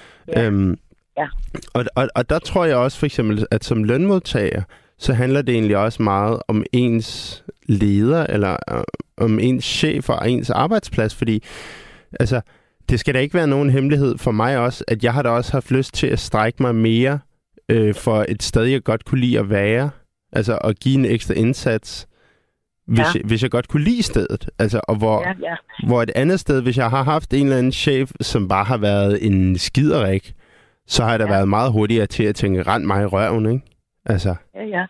og der tror jeg også for eksempel, at som lønmodtager, så handler det egentlig også meget om ens leder, eller om ens chef og ens arbejdsplads, fordi, altså, det skal da ikke være nogen hemmelighed for mig også, at jeg har da også haft lyst til at strække mig mere for et sted, jeg godt kunne lide at være. Altså at give en ekstra indsats, hvis jeg godt kunne lide stedet. Altså, og hvor et andet sted, hvis jeg har haft en eller anden chef, som bare har været en skiderik, så har jeg da været meget hurtigere til at tænke, rend mig i røven, ikke? Altså. Ja.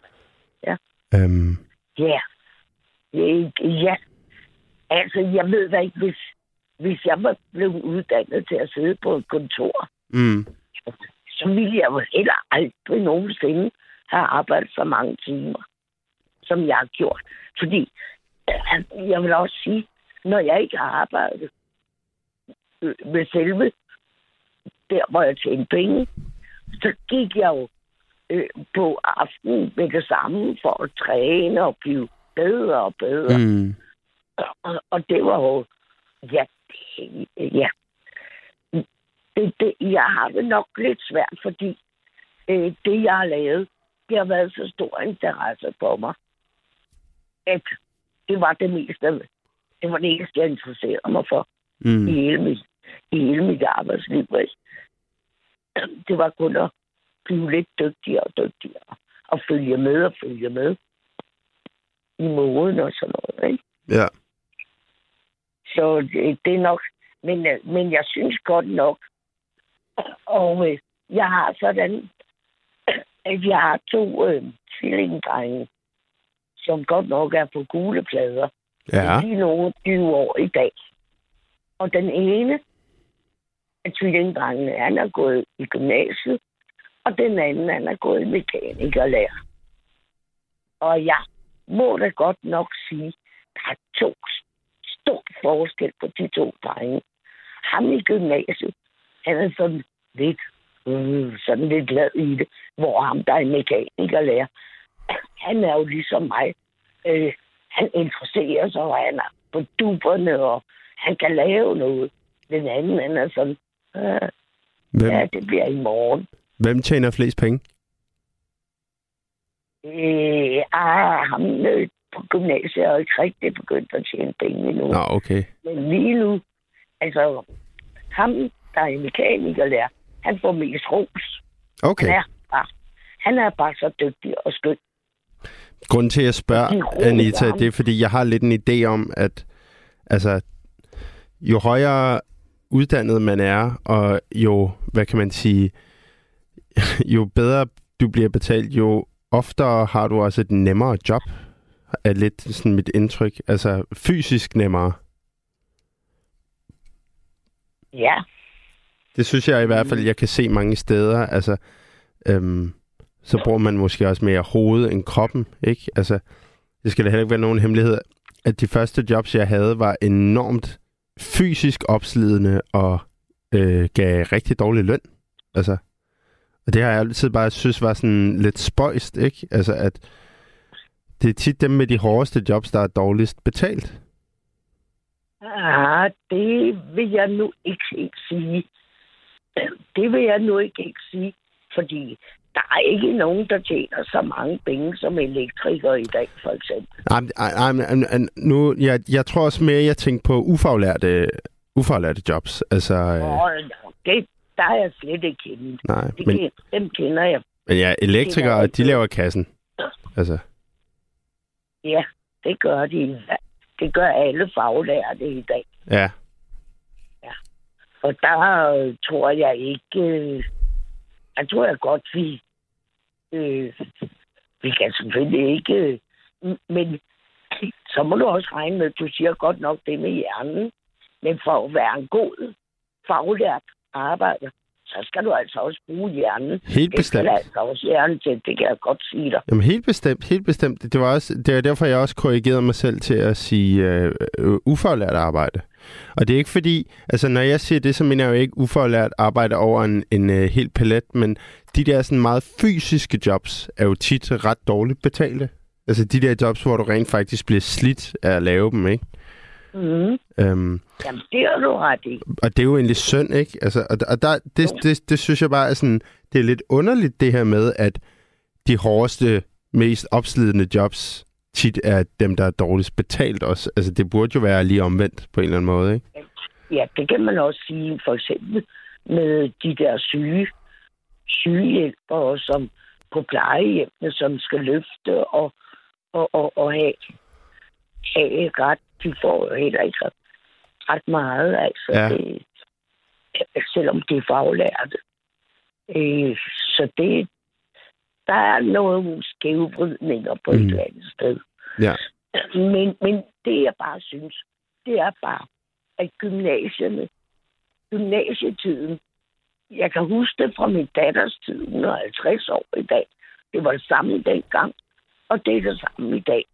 Altså, jeg ved da ikke, hvis jeg var blevet uddannet til at sidde på et kontor, så ville jeg jo heller aldrig nogensinde have arbejdet så mange timer, som jeg har gjort. Fordi, jeg vil også sige, når jeg ikke har arbejdet med selve der, hvor jeg tjente penge, så gik jeg jo på aftenen med det samme for at træne og blive bedre og bedre. Og det var jo, jeg har det nok lidt svært, fordi det, jeg har lavet, det har været så stor interesse for mig, at det var det eneste, jeg interesserede mig for i hele mit arbejdsliv. Det var kun at blive lidt dygtigere og dygtigere, og følge med i moden og sådan noget, ikke? Ja. Så det er nok, men jeg synes godt nok, og jeg har sådan, at jeg har 2 tvillingedrenge, som godt nok er på gule plader. Ja. De er nogle 20 år i dag. Og den ene af tvillingedrengene, han er gået i gymnasiet, og den anden, han er gået i mekanikerlærer. Og jeg må da godt nok sige, der er stor forskel på de 2 drenge. Ham i gymnasiet, han er sådan lidt glad i det, hvor ham, der er mekanikerlærer, han er jo ligesom mig. Han interesserer sig, og han er på duberne, og han kan lave noget. Den anden, han er sådan, det bliver i morgen. Hvem tjener flest penge? Ham på gymnasiet er jo ikke rigtig begyndt at tjene penge endnu. Nå, okay. Men lige nu, altså ham, der er mekanikerlærer, han får mest ros. Okay. Han er bare så dygtig og skøn. Grunden til, at jeg spørger, Anita, det er, fordi jeg har lidt en idé om, at altså, jo højere uddannet man er, og jo, hvad kan man sige, jo bedre du bliver betalt, jo oftere har du også et nemmere job, er lidt sådan mit indtryk. Altså fysisk nemmere. Ja. Det synes jeg i hvert fald, jeg kan se mange steder. Altså, så bruger man måske også mere hovedet end kroppen, ikke? Altså, det skal da heller ikke være nogen hemmelighed, at de første jobs, jeg havde, var enormt fysisk opslidende og gav rigtig dårlig løn. Altså, og det har jeg altid bare synes var sådan lidt spøjst, ikke? Altså, at det er tit dem med de hårdeste jobs, der er dårligst betalt. Det vil jeg nu ikke helt sige. Det vil jeg nu ikke sige, fordi der er ikke nogen, der tjener så mange penge som elektrikere i dag, for eksempel. Nu, jeg tror også mere, jeg tænker på ufaglærte jobs. Altså, der er jeg slet ikke kendt. Nej, dem kender jeg. Men ja, elektrikere, de laver kassen. Altså. Ja, det gør de. Det gør alle faglærte i dag. Ja. Og der tror jeg ikke... Jeg tror jeg godt, vi kan selvfølgelig ikke... Men så må du også regne med, du siger godt nok det med hjernen. Men for at være en god faglært arbejder, så skal du altså også bruge hjernen. Helt bestemt. Det skal altså også hjernen til, det kan jeg godt sige dig. Jamen helt bestemt. Det er derfor, jeg også korrigerede mig selv til at sige ufaglært arbejde. Og det er ikke fordi, altså når jeg siger det, så mener jeg jo ikke ufaglært arbejde over en hel palet, men de der sådan meget fysiske jobs er jo tit ret dårligt betalte. Altså de der jobs, hvor du rent faktisk bliver slidt af at lave dem, ikke? Mm. Jamen, det er du ret i. Og det er jo egentlig synd, ikke? Altså, og der, det synes jeg bare er sådan, det er lidt underligt det her med, at de hårdeste, mest opslidende jobs tit er dem, der er dårligst betalt også. Altså, det burde jo være lige omvendt på en eller anden måde, ikke? Ja, det kan man også sige, for eksempel med de der sygehjælpere, som på plejehjemmene, som skal løfte og have ret. De får jo heller ikke ret meget, altså. Ja. Selvom det er faglærte. Så der er nogle skævvridninger på et eller andet sted. Ja. Men det, jeg bare synes, det er bare, at gymnasietiden, jeg kan huske det fra min datters tid, 150 år i dag. Det var det samme dengang, og det er det samme i dag.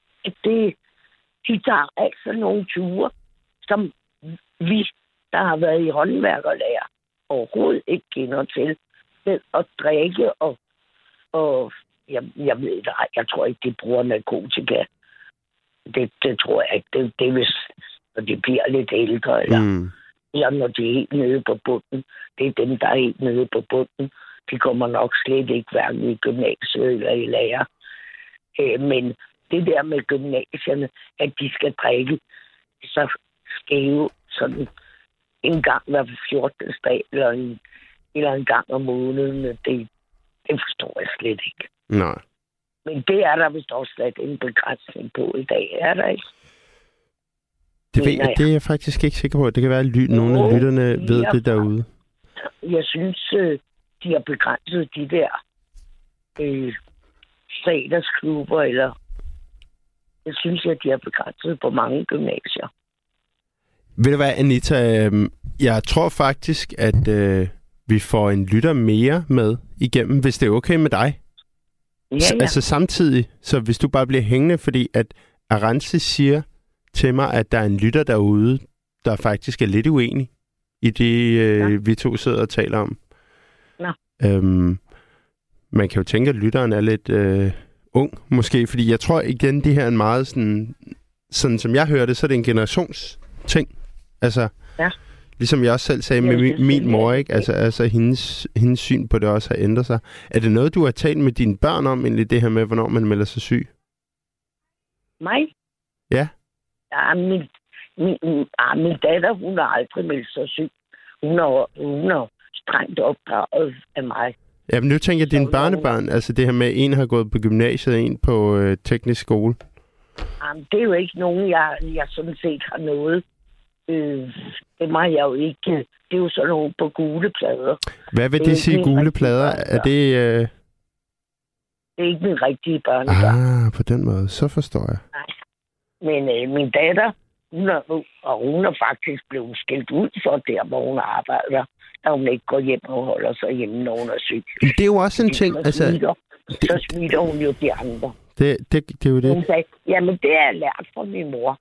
De tager altså nogle ture, som vi, der har været i håndværkerlærer, overhovedet ikke kender til. Ved at drikke og jeg ved det, jeg tror ikke, de bruger narkotika. Det tror jeg ikke. Det er hvis, når de bliver lidt ældre, eller når de er helt nede på bunden. Det er dem, der er helt nede på bunden. De kommer nok slet ikke hverken i gymnasiet eller i lærer. Men det der med gymnasierne, at de skal drikke så skæve sådan en gang hver 14. dag, eller en gang om måneden, det forstår jeg slet ikke. Nej. Men det er der vist også slet en begrænsning på i dag, er der ikke? Det er jeg faktisk ikke sikker på. Det kan være, at nogle af lytterne ved det derude. Jeg synes, de har begrænset de der fredagsklubber, eller jeg synes, at de har begrænset på mange gymnasier. Ved du hvad, Anita? Jeg tror faktisk, at vi får en lytter mere med igennem, hvis det er okay med dig. Ja. Altså samtidig, så hvis du bare bliver hængende, fordi at Arantxe siger til mig, at der er en lytter derude, der faktisk er lidt uenig i det, vi to sidder og taler om. Man kan jo tænke, at lytteren er lidt ung, måske, fordi jeg tror igen, det her er en meget sådan som jeg hører det, så er det en generationsting. Altså, Ligesom jeg også selv sagde med min mor, ikke? Altså hendes syn på det også har ændret sig. Er det noget, du har talt med dine børn om, egentlig det her med, hvornår man melder sig syg? Mig? Ja. Ja, min datter, hun har aldrig meldt sig syg. Hun er strengt opdraget af mig. Ja, men nu tænker jeg dine børnebørn, altså det her med, en har gået på gymnasiet, en på teknisk skole. Jamen, det er jo ikke nogen, jeg sådan set har noget. Det må jeg jo ikke. Det er jo sådan nogle på gule plader. Hvad vil det sige, gule plader? Er det... Det er ikke min rigtige børnebørn. På den måde. Så forstår jeg. Nej. Men min datter, hun er faktisk blevet skilt ud for der, hvor hun arbejder. Da hun ikke går hjem og holder sig hjemme, når hun er syg. Men det er jo også en ting, Så smitter hun jo de andre. Det er jo det. Hun sagde, jamen det er jeg lært fra min mor.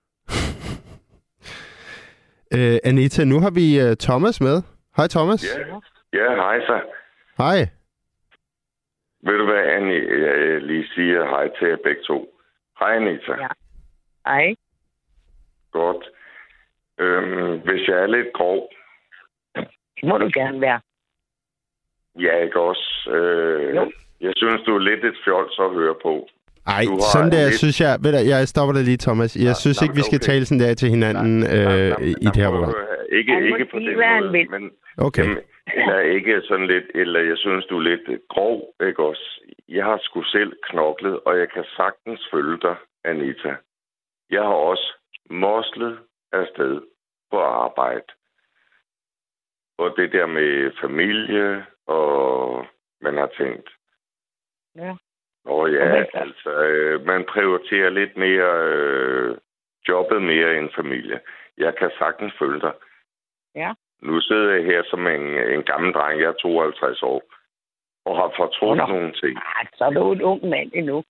Anita, nu har vi Thomas med. Hej Thomas. Ja, hej så. Hej. Ved du hvad, Annie, jeg lige siger hej til jer begge to. Hej Anita. Ja. Hej. Godt. Hvis jeg er lidt grov. Det må du gerne være. Ja, ikke også? Jeg synes, du er lidt et fjols at høre på. Ej, sådan der synes jeg... Ved du, jeg stopper dig lige, Thomas. Jeg synes ikke, vi skal tale sådan der til hinanden i det her program. Ikke på den måde, men... Okay. Eller ikke sådan lidt... Eller jeg synes, du er lidt grov, ikke også? Jeg har sgu selv knoklet, og jeg kan sagtens følge dig, Anita. Jeg har også moslet afsted på arbejde. Og det der med familie, og man har tænkt... Ja. Altså, man prioriterer lidt mere jobbet mere end familie. Jeg kan sagtens følge dig. Ja. Nu sidder jeg her som en gammel dreng, jeg er 52 år, og har fortrudt nogle ting. Så er du en ung mand endnu.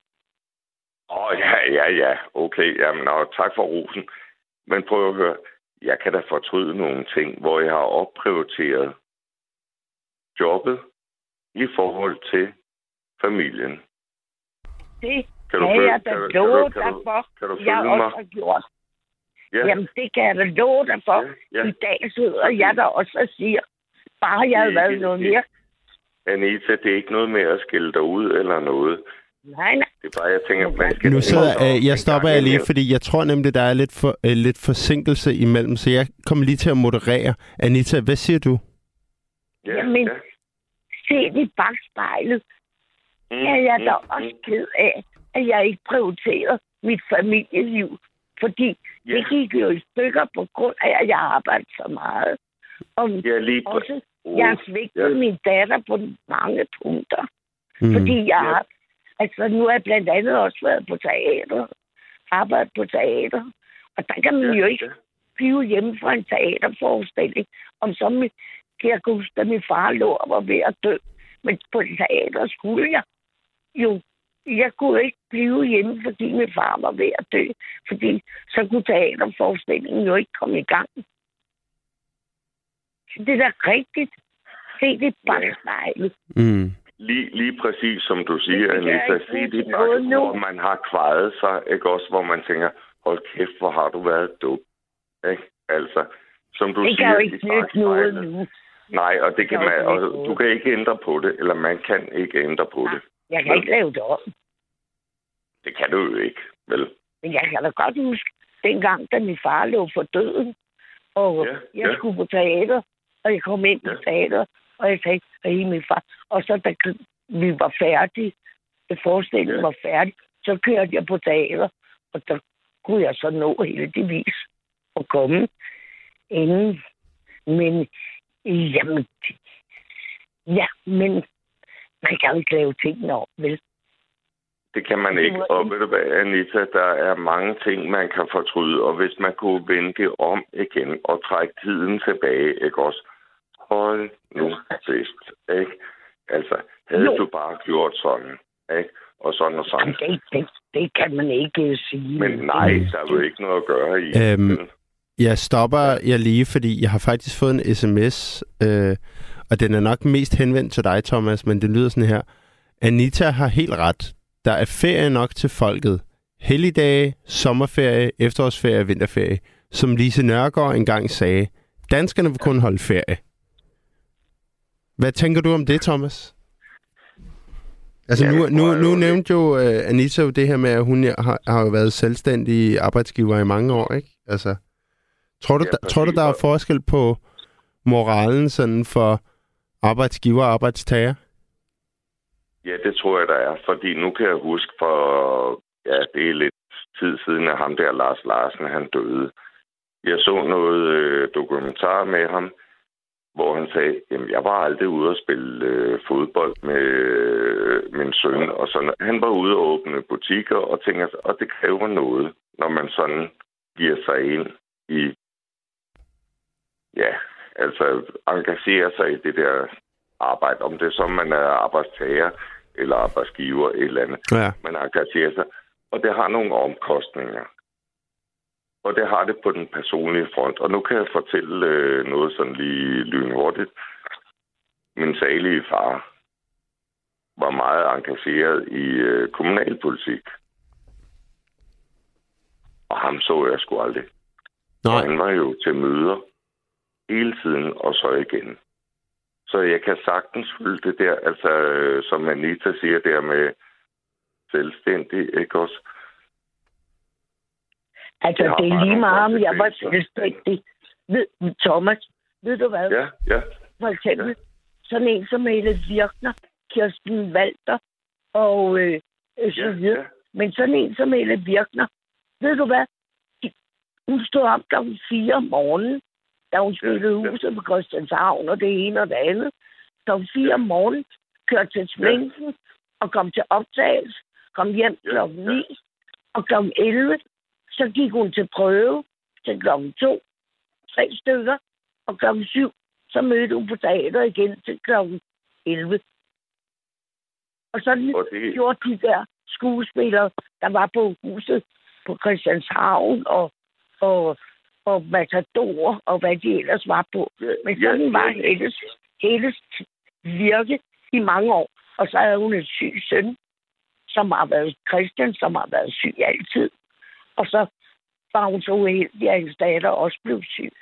Ja, okay. Jamen, tak for rosen. Men prøv at høre, jeg kan da fortryde nogle ting, hvor jeg har opprioriteret jobbet i forhold til familien. Det kan jeg da love dig for, jeg også har gjort. Ja. Jamen, det kan jeg da love dig for. Ja. I dag sidder jeg der også og siger, bare jeg havde været noget mere. Anita, det er ikke noget med at skille dig ud eller noget. Nej. Det er bare, jeg tænker, man skal... Nu jeg stopper jeg lige, fordi jeg tror nemlig, der er lidt forsinkelse imellem, så jeg kommer lige til at moderere. Anita, hvad siger du? Jamen, se i bagspejlet. Er jeg da også ked af, at jeg ikke prioriterer mit familieliv. Fordi det gik jo i stykker på grund af, at jeg arbejder så meget. Og også, jeg har svigtet min datter på mange punkter. Fordi jeg har... Altså, nu har jeg blandt andet også været på teater. Arbejdet på teater. Og der kan man jo ikke blive hjemme fra en teaterforestilling. Om så jeg kunne huske, at min far lå og var ved at dø. Men på teater skulle jeg jo... Jeg kunne ikke blive hjemme, fordi min far var ved at dø. Fordi så kunne teaterforestillingen jo ikke komme i gang. Så det er da rigtigt. Se det bagspejlet. Lige præcis som du siger, Anita. Se det bagspejlet, hvor man har kvaret sig. Ikke også, hvor man tænker, hold kæft, hvor har du været dum. Ikke? Altså, som du det siger, kan jo ikke nytte noget nu. Nej, og det kan man, og du kan ikke ændre på det, eller man kan ikke ændre på det. Jeg kan ikke lave det om. Det kan du jo ikke, vel? Men jeg kan da godt huske, dengang, da min far lå for døden, og jeg skulle på teater, og jeg kom ind på teater, og jeg sagde, hey, min far. Og så da vi var færdige, da forestillingen var færdig, så kørte jeg på teater, og der kunne jeg så nå heldigvis at komme inden. Men, jamen, men man kan jo ikke lave tingene om, vel? Det kan man ikke. Og ved du hvad, Anita, der er mange ting, man kan fortryde. Og hvis man kunne vende det om igen og trække tiden tilbage, ikke også? Hold nu fest, ikke? Altså, havde du bare gjort sådan, ikke? Og sådan og sådan. Det kan man ikke sige. Men nej, der er jo ikke noget at gøre i. Jeg stopper jer lige, fordi jeg har faktisk fået en sms, og den er nok mest henvendt til dig, Thomas, men det lyder sådan her. Anita har helt ret. Der er ferie nok til folket. Helligdage, sommerferie, efterårsferie og vinterferie. Som Lise Nørgaard engang sagde, danskerne vil kun holde ferie. Hvad tænker du om det, Thomas? Altså nu nævnte jo Anita jo det her med, at hun har jo været selvstændig arbejdsgiver i mange år, ikke? Altså, tror du, der er forskel på moralen sådan for arbejdsgiver og arbejdstager? Ja, det tror jeg, der er. Fordi nu kan jeg huske det er lidt tid siden, at ham der, Lars Larsen, han døde. Jeg så noget dokumentar med ham, hvor han sagde, jamen, jeg var aldrig ude at spille fodbold med min søn. Og sådan. Han var ude at åbne butikker og tænker, og det kræver noget, når man sådan giver sig ind i, engagerer sig i det der arbejde. Om det er som man er arbejdstager eller arbejdsgiver eller andet. Ja. Man engagerer sig, og det har nogle omkostninger. Og det har det på den personlige front. Og nu kan jeg fortælle noget sådan lige lynhurtigt. Min salige far var meget engageret i kommunalpolitik. Og ham så jeg sgu aldrig. Nej. Og han var jo til møder hele tiden, og så igen. Så jeg kan sagtens følge det der, altså som Anita siger der med selvstændig, ikke også? Altså, det er lige meget, om jeg var selvstændig. Thomas, ved du hvad? Ja. For eksempel, sådan en som Helle Virkner, Kirsten Walter og så videre. Ja. Men sådan en som Helle Virkner, ved du hvad? Hun stod op kl. 4 om morgenen, da hun flyttede huset på Christianshavn, og det ene og det andet. Kl. 4 om morgenen, kørte til sminken og kom til optagelse, kom hjem kl. 9, og kl. 11, så gik hun til prøve til kl. 2, 3 stykker, og kl. 7, så mødte hun på teater igen til kl. 11. Og sådan gjorde de der skuespillere, der var på huset på Christianshavn og Matador og hvad de ellers var på. Men sådan var Helles virke i mange år. Og så havde hun en syg søn, som har været Christian, som har været syg altid. Og så var hun så uheldig, at hendes datter også blev syg.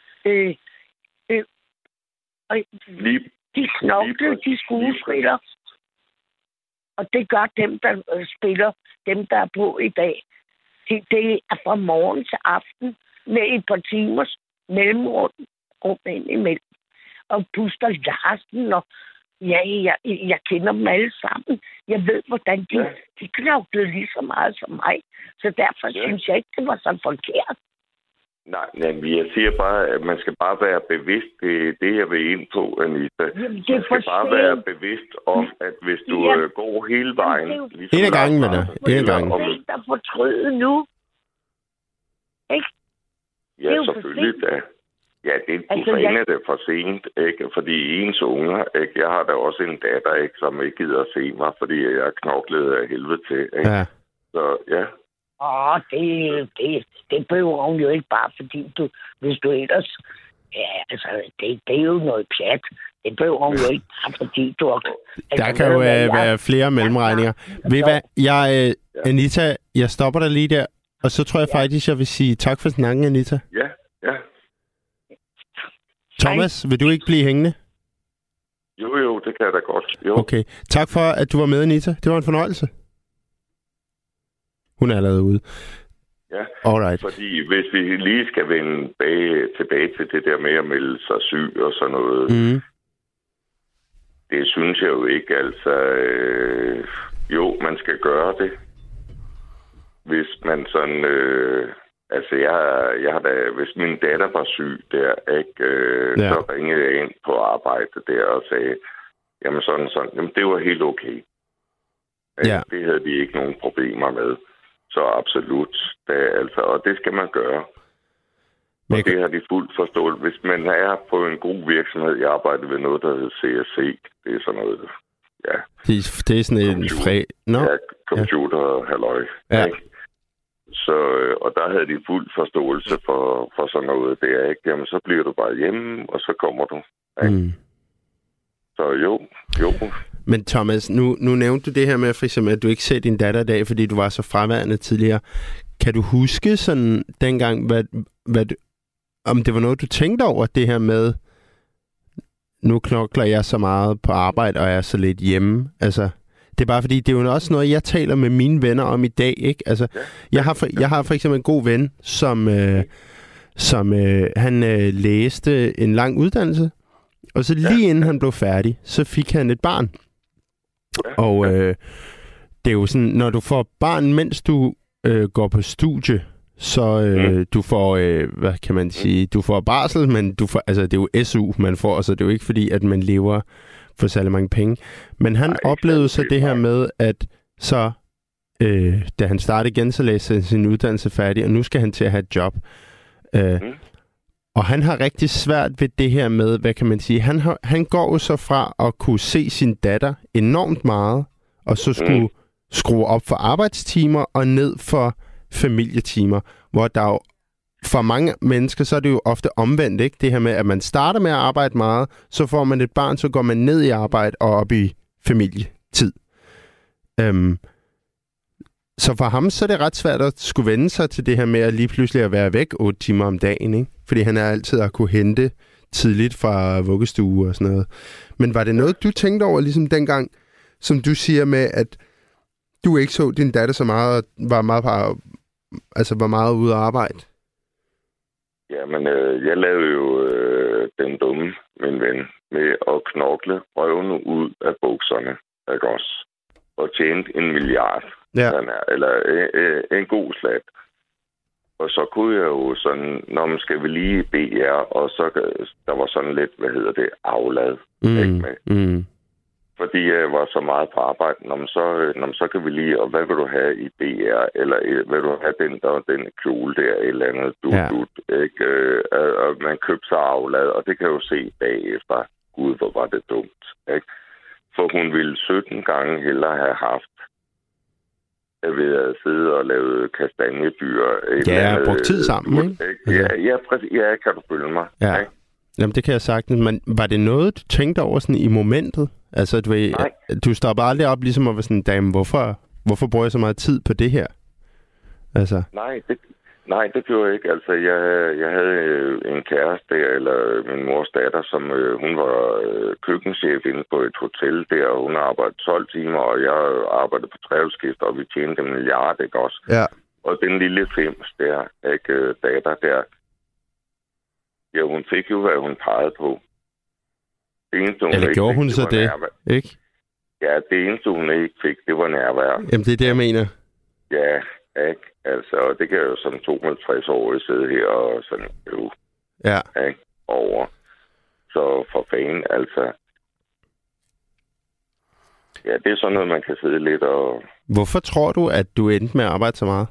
Og de knoklede, de skuespillere. Og det gør dem, der spiller, dem, der er på i dag. Det er fra morgen til aften med et par timers mellemrum ind imellem. Og Buster Larsen, og jeg kender dem alle sammen. Jeg ved, hvordan de knoklede lige så meget som mig. Så derfor synes jeg ikke, det var så forkert. Nej, jeg siger bare, at man skal bare være bevidst. Det jeg vil ind på, Anita. Jamen, man skal bare være bevidst om, at hvis du går hele vejen... En af gangen, med det. En af gangen. Det er ikke der fortryde nu. Ikke? Ja, selvfølgelig da. Ja, det er det for sent, ikke? Fordi ens unger, ikke? Jeg har da også en datter, ikke, som ikke gider at se mig, fordi jeg knoklede af helvede til, ikke? Ja. Så, ja. Det behøver hun jo ikke bare, fordi hvis du ellers... Ja, altså, det er jo noget pjat. Det behøver hun jo ikke bare, fordi du... Altså, der kan jo være flere mellemregninger. Ved hvad? Anita, jeg stopper dig lige der, og så tror jeg faktisk, jeg vil sige tak for snakken, Anita. Ja. Thomas, vil du ikke blive hængende? Jo, det kan jeg da godt. Jo. Okay. Tak for, at du var med, Anita. Det var en fornøjelse. Hun er allerede ude. Ja, alright. Fordi hvis vi lige skal vende tilbage til det der med at melde sig syg og sådan noget, det synes jeg jo ikke. Altså, jo, man skal gøre det. Hvis man sådan... Altså, jeg har da... Hvis min datter var syg der, ikke, så ringede jeg ind på arbejdet der og sagde, jamen sådan, jamen det var helt okay. Ja. Det havde de ikke nogen problemer med. Så absolut. Og det skal man gøre. Og det har de fuldt forstået. Hvis man er på en god virksomhed, jeg arbejder ved noget, der hedder CSC. Det er sådan noget, ja. Det er sådan en computer-halløj. Ja. Ikke? Så, og der havde de fuld forståelse for sådan noget. Det er ikke, jamen så bliver du bare hjemme, og så kommer du. Så jo. Men Thomas, nu nævnte du det her med, for eksempel, at du ikke ser din datter i dag, fordi du var så fraværende tidligere. Kan du huske sådan dengang, om det var noget, du tænkte over, det her med, nu knokler jeg så meget på arbejde, og jeg er så lidt hjemme. Altså, det er bare fordi, det er jo også noget, jeg taler med mine venner om i dag, ikke? Altså, jeg har for eksempel en god ven, som han læste en lang uddannelse, og så lige inden han blev færdig, så fik han et barn. Og det er jo sådan, når du får barn, mens du går på studie, så du får, hvad kan man sige, du får barsel, men det er jo SU, man får, så det er jo ikke fordi, at man lever for særlig mange penge. Men han oplevede så det her med, at så, da han startede igen, så læste han sin uddannelse færdig, og nu skal han til at have et job. Og han har rigtig svært ved det her med, hvad kan man sige, han går jo så fra at kunne se sin datter enormt meget, og så skulle skrue op for arbejdstimer og ned for familietimer, hvor der jo for mange mennesker, så er det jo ofte omvendt, ikke? Det her med, at man starter med at arbejde meget, så får man et barn, så går man ned i arbejde og op i familietid. Så for ham, så er det ret svært at skulle vende sig til det her med at lige pludselig at være væk 8 timer om dagen, ikke? Fordi han er altid at kunne hente tidligt fra vuggestue og sådan noget. Men var det noget, du tænkte over ligesom dengang, som du siger med, at du ikke så din datter så meget, og var meget ude at arbejde? Jamen, jeg lavede jo den dumme, min ven, med at knokle røvene ud af bukserne, ikke også? Og tjente 1 milliard. Ja. Eller en god slat. Og så kunne jeg jo sådan, når man skal vi lige BR, og så der var sådan lidt, aflad. Ikke med. Fordi jeg var så meget på arbejde, så kan vi lige, og hvad vil du have i BR, eller vil du have den kjole der, et eller andet, ikke? Og man købte sig aflad, og det kan jeg jo se bagefter. Gud, hvor var det dumt, ikke? For hun ville 17 gange hellere have haft ved at sidde og lave kastanjedyr. Ja, brugt tid sammen, ikke? Ja, kan du følge mig? Ja. Ikke? Jamen, det kan jeg sagtens. Men var det noget, du tænkte over sådan i momentet? Altså, du stopper aldrig op ligesom at være sådan, dame, hvorfor bruger jeg så meget tid på det her? Altså. Nej, det gjorde jeg ikke. Altså, jeg havde en kæreste, eller min mors datter, som hun var køkkenchef inde på et hotel der, og hun arbejdede 12 timer, og jeg arbejdede på trævelskift, og vi tjente 1 milliard, ikke også? Ja. Og den lille fems der, ikke, datter der, ja, hun fik jo, hvad hun pegede på. Det eneste, hun eller gjorde hun så det, ikke? Ja, det eneste, hun ikke fik, det var nærvær. Jamen, det er det, jeg mener. Ja, ikke? Altså, det kan jo som 52 år sidde her og sådan, ikke? Over. Så for fanden, altså. Ja, det er sådan noget, man kan sidde lidt og... Hvorfor tror du, at du endte med at arbejde så meget?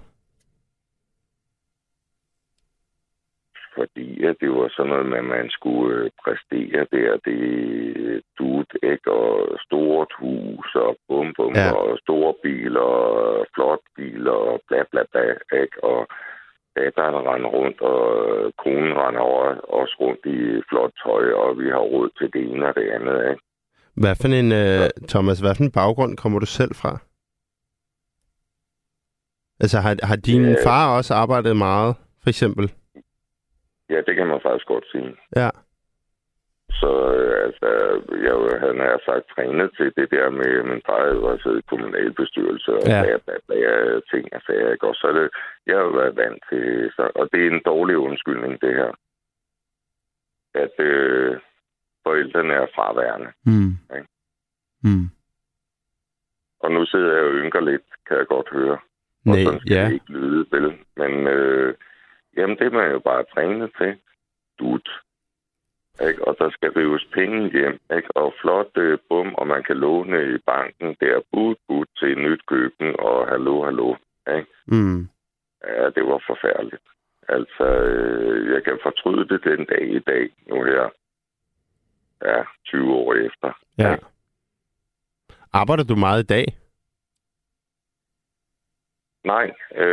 Fordi at det var sådan noget med, at man skulle præstere der. Det duede, ikke? Og stort hus og bum, og store biler og flot biler og bla bla bla, ikke? Og datteren render rundt, og konen render også rundt i flot tøj, og vi har råd til det ene og det andet, ikke? Thomas, hvad for en baggrund kommer du selv fra? Altså, har din far også arbejdet meget, for eksempel? Ja, det kan man faktisk godt sige. Ja. Så jeg havde nær sagt trænet til det der med, min far var siddet i kommunalbestyrelse og bla ting og sager, ikke? Og så det, jeg har jo været vant til, og det er en dårlig undskyldning, det her. At forældrene er fraværende. Ikke? Og nu sidder jeg jo ynker lidt, kan jeg godt høre. Og sådan skal det ikke lyde, vel? Men jamen, det er man jo bare trænet til. Ikke? Og der skal rives penge hjem, ikke? Og flot bum, og man kan låne i banken der, bud til et nyt køkken, og hallo, ikke? Ja, det var forfærdeligt. Altså, jeg kan fortryde det den dag i dag, nu her. Ja, 20 år efter. Ja. Ikke? Arbejder du meget i dag? Nej,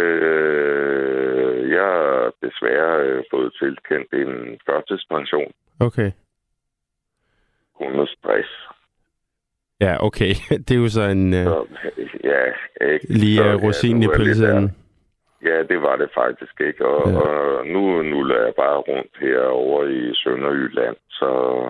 jeg har desværre fået tilkendt en førtidspension. Okay. Under stress. Ja, okay. Det er jo så en... ja, ikke? Lige rosinen i pølsen. Ja, det var det faktisk ikke. Og nu nuller jeg bare rundt herovre i Sønderjylland, så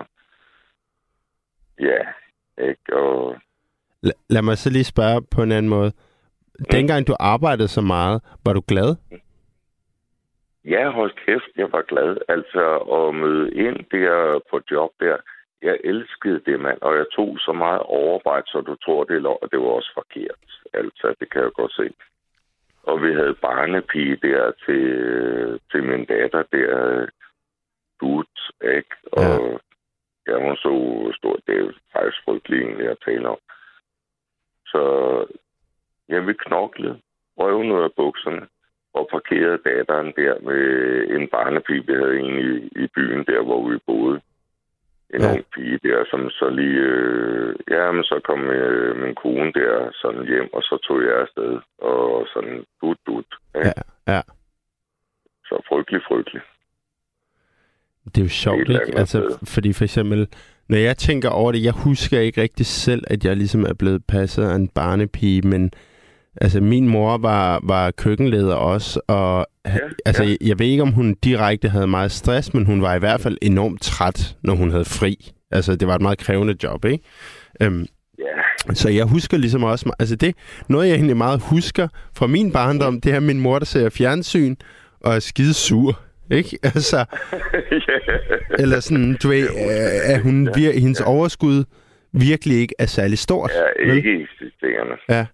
ja, ikke? Og Lad mig så lige spørge på en anden måde. Dengang du arbejdede så meget, var du glad? ja, hold kæft, jeg var glad. Altså at møde ind der på job der, jeg elskede det, mand, og jeg tog så meget overarbejde, så du tror, det var også forkert. Altså, det kan jeg godt se. Og vi havde barnepige der til min datter der, Dut, ikke? Og jeg var så stor, det er faktisk frygteligt egentlig at tale om. Så vi knoklede, røv noget af bukserne, og parkerede datteren der med en barnepige, vi havde en i byen der, hvor vi boede. En ung pige der, som så lige... men så kom min kone der sådan hjem, og så tog jeg afsted. Og sådan dut. Ja. Så frygtelig. Det er jo sjovt, ikke? Altså, fordi for eksempel, når jeg tænker over det, jeg husker ikke rigtig selv, at jeg ligesom er blevet passet af en barnepige, men altså, min mor var køkkenleder også, og jeg ved ikke, om hun direkte havde meget stress, men hun var i hvert fald enormt træt, når hun havde fri. Altså, det var et meget krævende job, ikke? Så jeg husker ligesom også, altså det, noget jeg egentlig meget husker fra min barndom, det er min mor, der ser fjernsyn og er skide sur, ikke? Altså, eller sådan, du ved, at hendes overskud virkelig ikke er særlig stort. Ja, ikke eksisterende. Ja.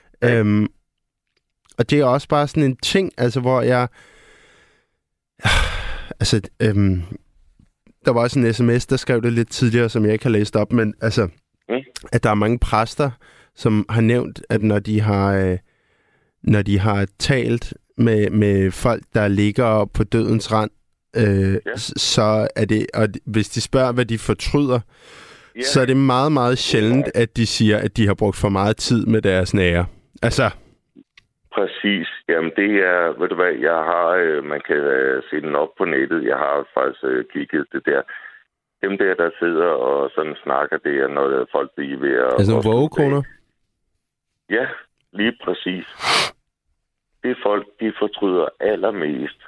Og det er også bare sådan en ting, altså hvor jeg... Altså, der var også en sms, der skrev det lidt tidligere, som jeg ikke har læst op, men altså, at der er mange præster, som har nævnt, at når de har talt med folk, der ligger på dødens rand, så er det... Og hvis de spørger, hvad de fortryder, så er det meget, meget sjældent, at de siger, at de har brugt for meget tid med deres nære. Altså... Præcis. Jamen det er, ved du hvad, jeg har, man kan se den op på nettet. Jeg har faktisk kigget det der. Dem der sidder og sådan snakker, det er noget, folk de er ved at... Altså vågekoner? Ja, lige præcis. Det folk, de fortryder allermest.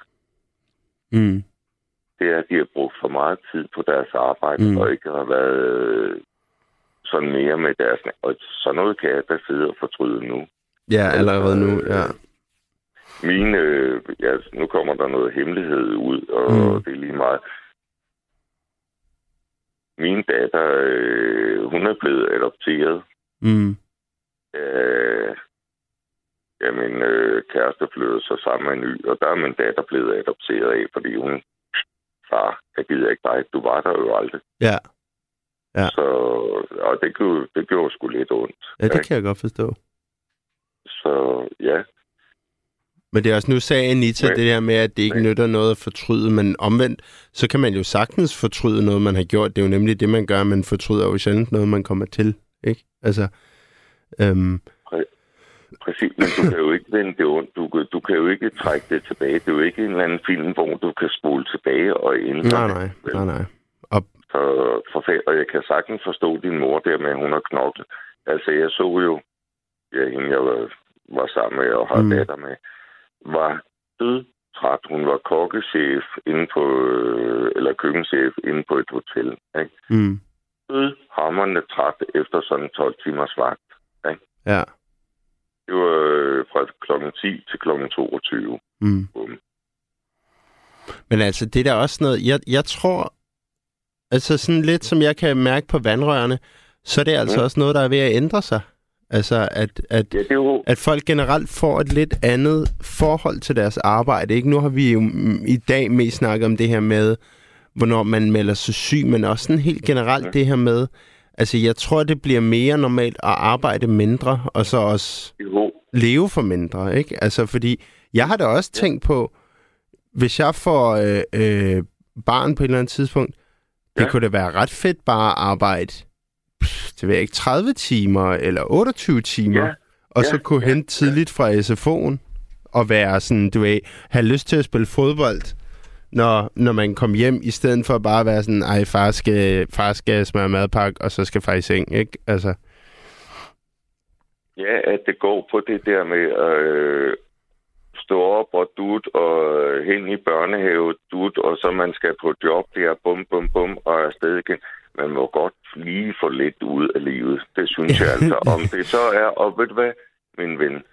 Det er, at de har brugt for meget tid på deres arbejde, og ikke har været sådan mere med deres... Og sådan noget kan jeg da sidde og fortryde nu. Ja, allerede nu, ja. Nu kommer der noget hemmelighed ud, og det er lige meget. Min datter, hun er blevet adopteret. Min kæreste flyttede så sammen med en ny, og der er min datter blevet adopteret af, fordi hun, far, jeg gider ikke dig, du var der jo aldrig. Ja. Så, og det gjorde sgu lidt ondt. Ja, det kan jeg godt forstå. Så, ja. Men det er også, nu sagde Anita det der med, at det ikke nytter noget at fortryde, men omvendt, så kan man jo sagtens fortryde noget, man har gjort. Det er jo nemlig det, man gør, man fortryder jo sjældent noget, man kommer til, ikke? Altså, Præcis, men du kan jo ikke vende det ondt. Du kan jo ikke trække det tilbage. Det er jo ikke en eller anden film, hvor du kan spole tilbage og ændre. Nej. Og jeg kan sagtens forstå din mor der med, at hun har knoklet. Altså, jeg så jo, hende jeg var sammen med og har datter med, var dødtræt. Hun var kokkechef inde på, eller køkkenchef inde på et hotel. Ikke? Dødhamrende træt efter sådan 12 timers vagt. Ikke? Ja. Det var fra klokken 10 til klokken 22. Men altså, det er da også noget... Jeg tror, altså sådan lidt som jeg kan mærke på vandrørene, så er det altså også noget, der er ved at ændre sig. Altså, at folk generelt får et lidt andet forhold til deres arbejde. Ikke? Nu har vi jo i dag mest snakket om det her med, hvornår man melder sig syg, men også sådan helt generelt det her med, altså, jeg tror, det bliver mere normalt at arbejde mindre, og så også leve for mindre, ikke? Altså, fordi jeg har da også tænkt på, hvis jeg får barn på et eller andet tidspunkt, det kunne da være ret fedt bare at arbejde, det ved jeg ikke, 30 timer eller 28 timer, og så kunne hente tidligt fra SFO'en, og være sådan, du ved, have lyst til at spille fodbold, når man kom hjem, i stedet for bare at være sådan, ej, far skal smøre madpakke, og så skal far i seng, ikke? Altså. Ja, at det går på det der med at stå op og dut og hen i børnehave. Du og så man skal på job der, bum, bum, bum, og afsted igen. Man må godt lige få lidt ud af livet. Det synes jeg altså. Om det så er, og ved du hvad, min ven?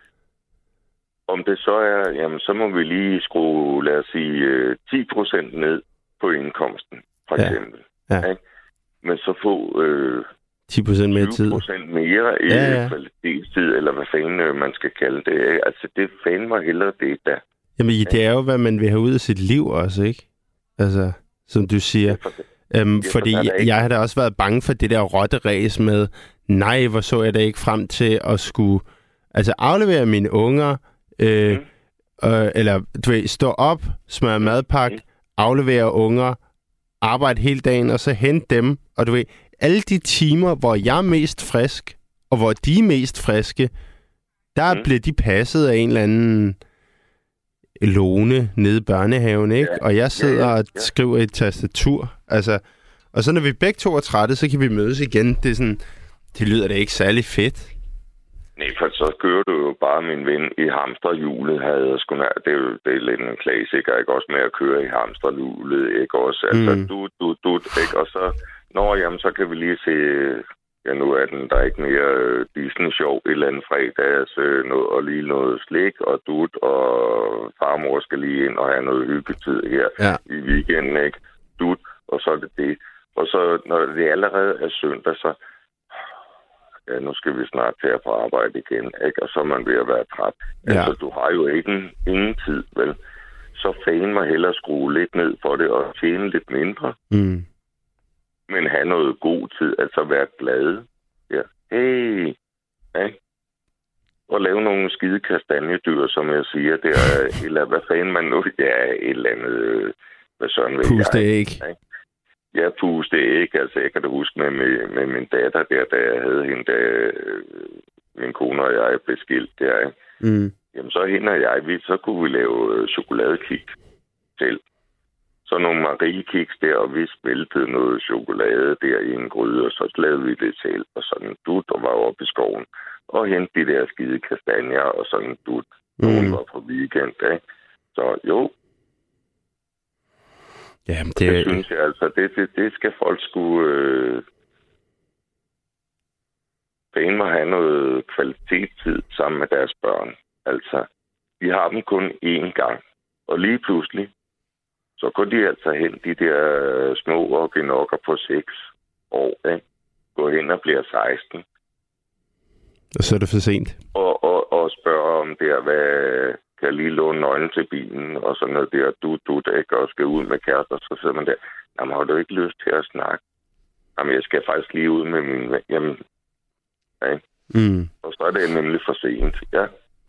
Om det så er, jamen så må vi lige skrue, lad os sige, 10% ned på indkomsten, for eksempel. Ja. Ikke? Men så få 10% mere tid. 20% mere i kvalitetstid, eller hvad fanden man skal kalde det. Altså, det fanden mig hellere det der. Jamen, det er jo, hvad man vil have ud af sit liv også, ikke? Altså, som du siger. Fordi jeg har da også været bange for det der rotteræs med, nej, hvor så jeg da ikke frem til at skulle aflevere mine unger, eller du ved, stå op, smøre madpakke, aflevere unger, arbejde hele dagen, og så hente dem. Og du ved, alle de timer, hvor jeg er mest frisk, og hvor de er mest friske, der bliver de passet af en eller anden Lone nede i børnehaven, ikke? Og jeg sidder og skriver i et tastatur. Altså, og så når vi begge to er trætte, så kan vi mødes igen. Det er sådan, det lyder da ikke særlig fedt. Nej, for så kører du jo bare, min ven, i hamsterhjulet. Det er lidt en klassiker, ikke? Også med at køre i hamsterhjulet, ikke? Også, altså, ikke? Og så, jamen, så kan vi lige se, nu er der er ikke mere Disney-show et eller andet fredags, og lige noget slik, og og farmor skal lige ind og have noget hyggetid her i weekenden, ikke? Og så er det. Og så, når det allerede er søndag, så nu skal vi snart til at på arbejde igen, ikke? Og så er man ved at være træt. Ja. Altså, du har jo ikke ingen tid, vel? Så fanden mig hellere skrue lidt ned for det og tjene lidt mindre. Men have noget god tid, altså være glad. Ja. Hey! Ikke? Og lave nogle skide kastanjedyr, som jeg siger, det er, eller hvad fanden man nu, et eller andet, hvad sådan vil puste æg. Ja, puste æg. Altså, jeg kan da huske med min datter der, da jeg havde hende, da min kone og jeg blev skilt der, ikke? Jamen, så hende og jeg, så kunne vi lave chokoladekiks selv. Så nogle Marie-kiks der, og vi smeltede noget chokolade der i en gryde, og så lavede vi det selv, og sådan og var oppe i skoven, og hentede de der skide kastanjer, og sådan nogen var på weekend, ikke? Så jo. Jamen, det synes jeg altså, det skal folk skulle fandme have noget kvalitetstid sammen med deres børn. Altså, de har dem kun én gang, og lige pludselig, så går de altså hen, de der små orginokker på 6 år, ikke? Går hen og bliver 16. Og så er det for sent. Og spørger om der, hvad kan jeg lige låne nøglen til bilen, og sådan noget der, du ikke, og skal ud med kærester, så sidder man der, jamen har du ikke lyst til at snakke? Jamen jeg skal faktisk lige ud med min ven. Jamen, ikke? Og så er det nemlig for sent, ja.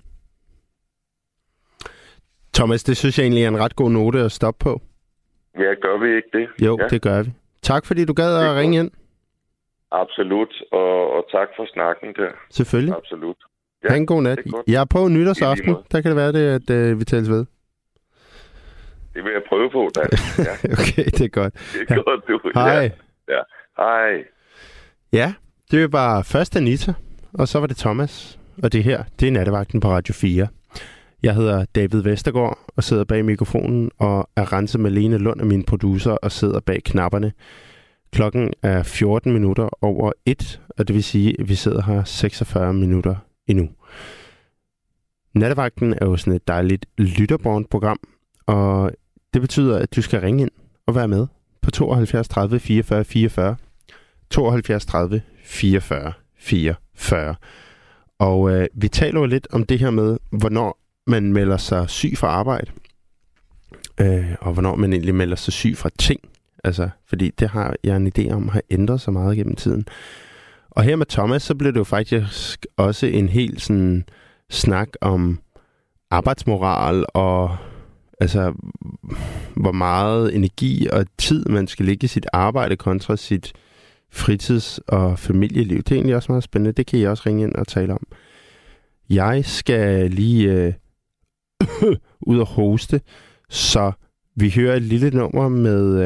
Thomas, det synes jeg egentlig er en ret god note at stoppe på. Ja, gør vi ikke det? Jo, det gør vi. Tak fordi du gad at ringe ind. Absolut, og tak for snakken der. Selvfølgelig. Absolut. Ja, ha' en god nat. Jeg er på nytårsaften. Der kan det være, at vi tales ved. Det vil jeg prøve på, da. Ja. Okay, det er godt. Det er godt, du. Hej. Ja. Hej. Ja, det var først Anita, og så var det Thomas. Og det her, det er Nattevagten på Radio 4. Jeg hedder David Vestergaard og sidder bag mikrofonen, og Arantxa Malene Lund er min producer og sidder bag knapperne. Klokken er 14 minutter over 1, og det vil sige, at vi sidder her 46 minutter endnu. Nattevagten er jo sådan et dejligt lytterbånd-program, og det betyder, at du skal ringe ind og være med på 72 30 44 44. 72 30 44 44. Og vi taler jo lidt om det her med, hvornår man melder sig syg fra arbejde, og hvornår man egentlig melder sig syg fra ting. Altså, fordi det har jeg en idé om, har ændret sig meget gennem tiden. Og her med Thomas, så blev det jo faktisk også en helt sådan snak om arbejdsmoral, og altså, hvor meget energi og tid man skal lægge i sit arbejde kontra sit fritids- og familieliv. Det er egentlig også meget spændende. Det kan I også ringe ind og tale om. Jeg skal lige ud og hoste, så vi hører et lille nummer med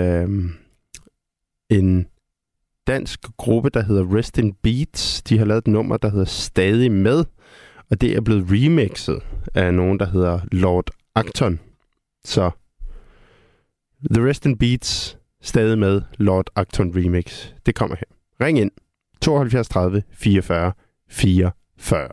en dansk gruppe, der hedder Rest in Beats. De har lavet et nummer, der hedder Stadig Med, og det er blevet remixet af nogen, der hedder Lord Acton. Så The Rest in Beats, stadig med Lord Acton Remix. Det kommer her. Ring ind. 72 30 44 44.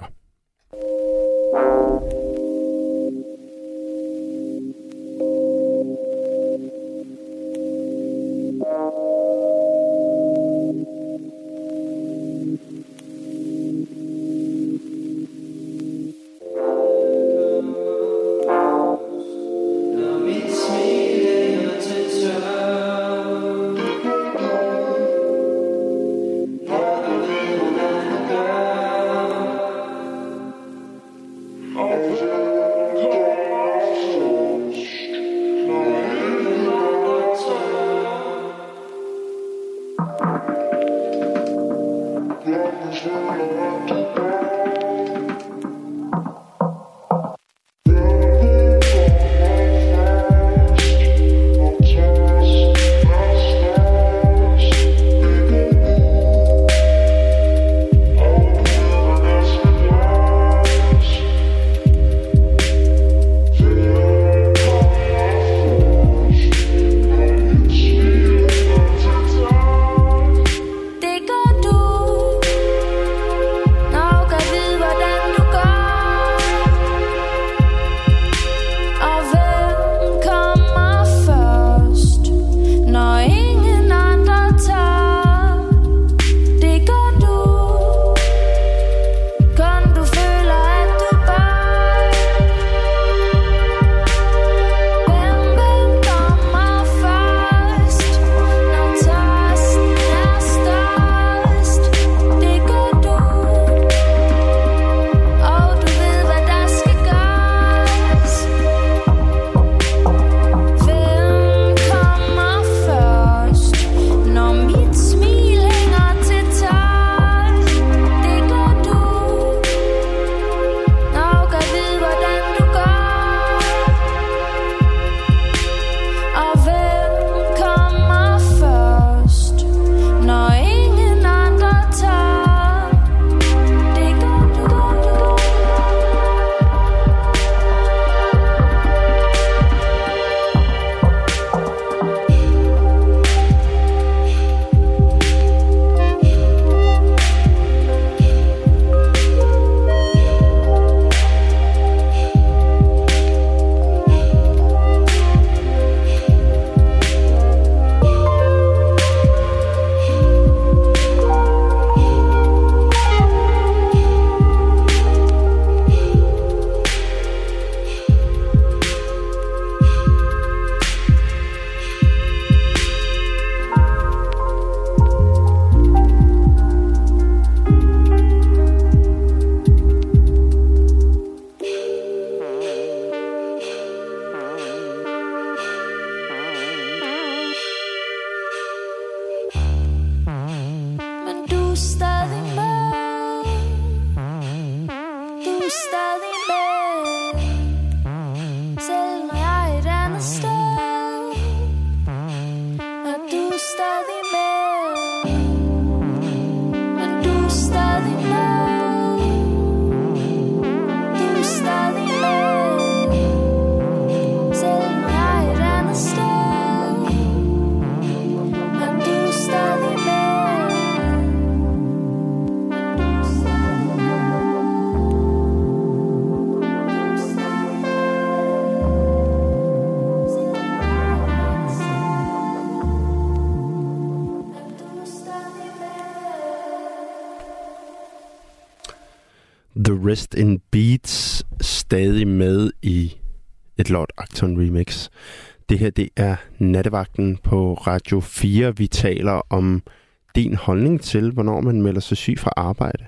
The Rest in Beats, stadig med i et Lord Acton remix. Det her, det er Nattevagten på Radio 4. Vi taler om din holdning til, hvornår man melder sig syg fra arbejde.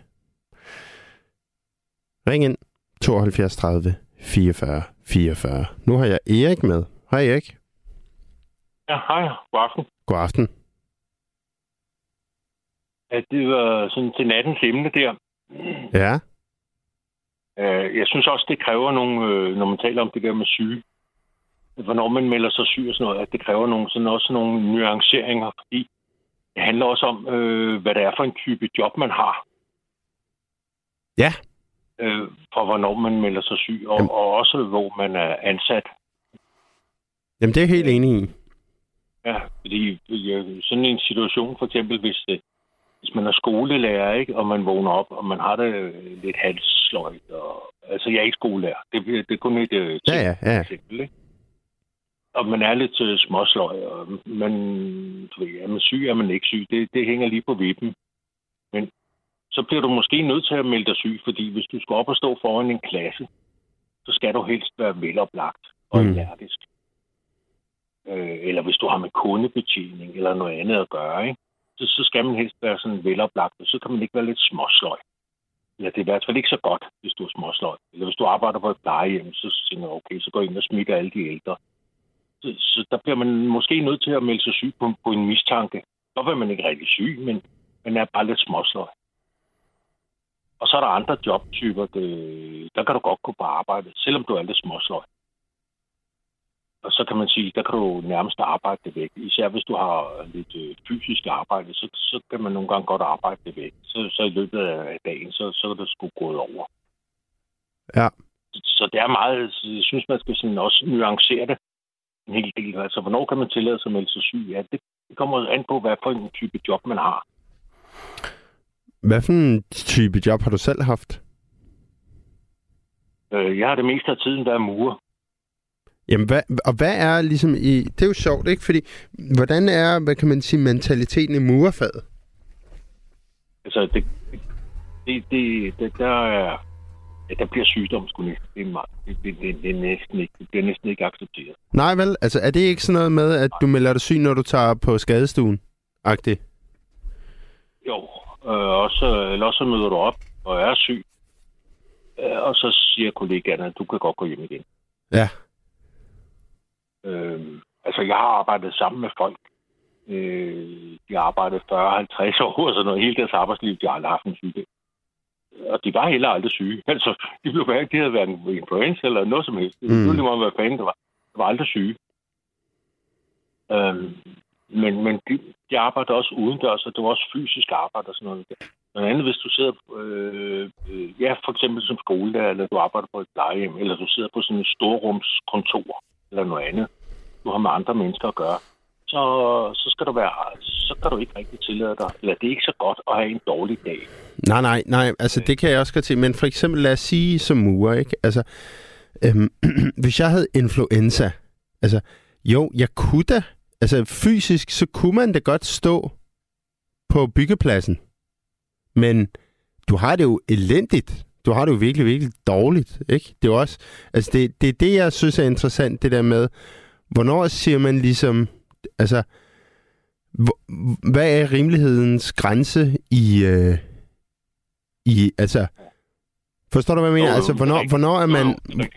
Ring ind 72 30 44 44. Nu har jeg Erik med. Hej Erik. Ja, hej. God aften. God aften. Ja, det var sådan til nattens emne der. Ja. Jeg synes også, det kræver nogle, når man taler om det der med syge, hvornår man melder sig syg og sådan noget, at det kræver også nogle nuanceringer, fordi det handler også om, hvad det er for en type job, man har. Ja. For hvornår man melder sig syg, og også hvor man er ansat. Jamen, det er jeg helt enig i. Fordi sådan en situation, for eksempel, hvis man er skolelærer, ikke, og man vågner op, og man har det lidt halssløjt, altså jeg er ikke skolelærer, det er kun et eksempel, ikke? Og man er lidt småsløj, og er man syg, er man ikke syg, det hænger lige på vippen. Men så bliver du måske nødt til at melde dig syg, fordi hvis du skal op og stå foran en klasse, så skal du helst være veloplagt og energisk. Eller hvis du har med kundebetjening eller noget andet at gøre, ikke? Så skal man helst være sådan veloplagt, og så kan man ikke være lidt småsløj. Eller det er i hvert fald ikke så godt, hvis du er småsløj. Eller hvis du arbejder på et plejehjem, så tænker du, okay, så går ind og smitter alle de ældre. Så der bliver man måske nødt til at melde sig syg på en mistanke. Så er man ikke rigtig syg, men man er bare lidt småsløj. Og så er der andre jobtyper, der kan du godt gå på arbejde, selvom du er lidt småsløj. Og så kan man sige, der kan du nærmest arbejde det væk. Især hvis du har lidt fysisk arbejde, så kan man nogle gange godt arbejde det væk. Så i løbet af dagen, så er det sgu gået over. Ja. Så det er meget, jeg synes, man skal sådan også nuancere det en hel del. Altså, hvornår kan man tillade sig at melde sig syg? Ja, det kommer an på, hvad for en type job man har. Hvad for en type job har du selv haft? Jeg har det meste af tiden været murer. Jamen, hvad er ligesom i... Det er jo sjovt, ikke? Fordi, hvordan er, hvad kan man sige, mentaliteten i murerfaget? Altså, der bliver sygdom, sgu næsten. Det er næsten ikke accepteret. Nej, vel? Altså, er det ikke sådan noget med, at du melder dig syg, når du tager på skadestuen-agtigt? Jo, eller også møder du op og er syg, og så siger kollegaerne, at du kan godt gå hjem igen. Ja. Altså, jeg har arbejdet sammen med folk. De har arbejdet 40-50 år, og sådan noget. Hele deres arbejdsliv, de har aldrig haft en sygdom. Og de var heller aldrig syge. Altså, de havde været en influenza eller noget som helst. Det var lige meget, hvad fanden det var. De var aldrig syge. Men de arbejder også udendørs, og det var også fysisk arbejde og sådan noget. Blandt andet, hvis du sidder for eksempel som skolelærer, eller du arbejder på et plejehjem, eller du sidder på sådan et storrumskontor, eller noget andet, du har med andre mennesker at gøre, så kan du ikke rigtig tillade dig, eller det er ikke så godt at have en dårlig dag. Nej, altså det kan jeg også godt til, men for eksempel lad os sige som murer, ikke? Altså, hvis jeg havde influenza, altså, jo, jeg kunne da, altså fysisk, så kunne man da godt stå på byggepladsen, men du har det jo elendigt. Du har det jo virkelig, virkelig dårligt, ikke? Det er jo også, altså det er det, jeg synes er interessant, det der med, hvornår siger man ligesom, altså, hvad er rimelighedens grænse i altså, forstår du, hvad jeg mener? Altså, hvornår er man,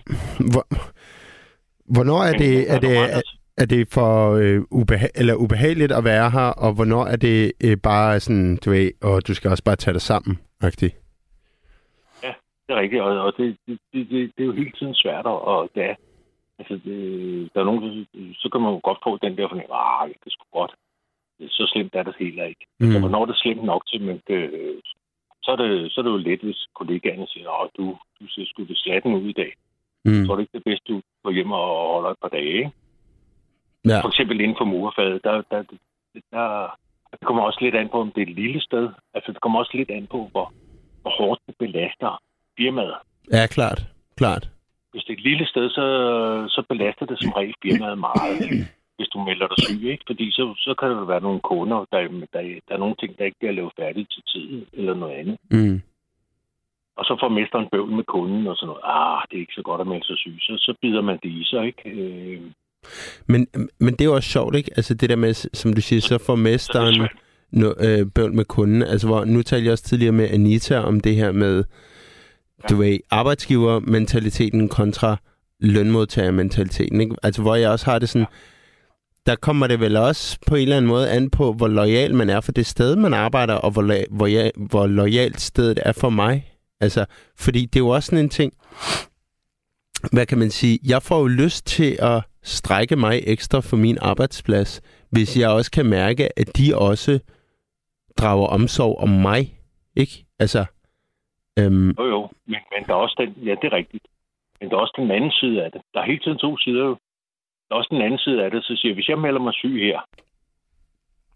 hvornår er det for ubehageligt at være her, og hvornår er det bare sådan, du ved, og du skal også bare tage dig sammen, agtigt? Ja, det er rigtigt, og det er jo hele tiden svært, og det er, altså, der er nogen, så kan man jo godt få den der fornemmelse, det er sgu godt. Så slemt er det heller ikke. Så hvornår er det slemt nok til, men så er det jo let, hvis kollegaerne siger, du ser sgu det slatten ud i dag. Så er det ikke det bedste, du går hjem og holder et par dage, ikke? Ja. For eksempel inden for murerfaget, det kommer også lidt an på, om det er et lille sted. Altså, det kommer også lidt an på, hvor hårdt det belaster firmaet. Ja, klart. Hvis det er et lille sted, så belaster det som regel firmaet meget, hvis du melder dig syg, ikke? Fordi så kan der være nogle kunder, der er nogle ting, der ikke bliver lavet færdigt til tiden, eller noget andet. Og så får mesteren bøvl med kunden, og sådan noget. Det er ikke så godt at melde sig syg. Så bider man det i sig, ikke? Men det er jo også sjovt, ikke? Altså det der med, som du siger, så får mesteren bøvl med kunden. Altså hvor, nu talte jeg også tidligere med Anita om det her med, du ved, arbejdsgivermentaliteten kontra lønmodtagermentaliteten, ikke? Altså hvor jeg også har det sådan, der kommer det vel også på en eller anden måde an på, hvor lojal man er for det sted, man arbejder, og hvor lojalt stedet er for mig. Altså, fordi det er jo også sådan en ting, hvad kan man sige, jeg får jo lyst til at strække mig ekstra for min arbejdsplads, hvis jeg også kan mærke, at de også drager omsorg om mig, ikke? Altså, Jo, men der er også den, ja, det er rigtigt, men der er også den anden side af det. Der er hele tiden to sider jo. Der er også den anden side af det, så siger jeg, hvis jeg melder mig syg her,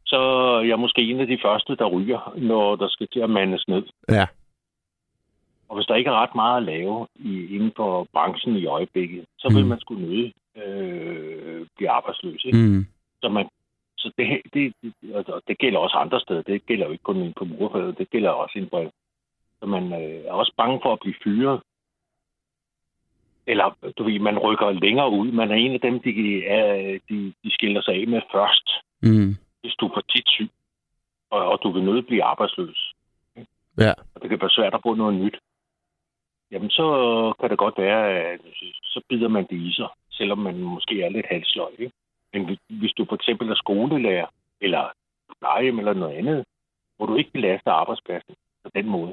så er jeg måske en af de første, der ryger, når der skal til at mandes ned. Ja. Og hvis der ikke er ret meget at lave inden for branchen i øjeblikket, så vil man sgu nødt blive arbejdsløs. Ikke? Mm. Så det gælder også andre steder. Det gælder jo ikke kun inden på murfaget. Det gælder også inden på... Så man er også bange for at blive fyret. Eller, du ved, man rykker længere ud. Man er en af dem, de skiller sig af med først. Mm. Hvis du er for tit syg, og du vil nødt blive arbejdsløs. Ja. Og det kan være svært at få noget nyt. Jamen, så kan det godt være, at så bider man det i sig, selvom man måske er lidt halsløj. Ikke? Men hvis du for eksempel er skolelærer, eller plejehjem eller noget andet, hvor du ikke belaster arbejdspladsen på den måde,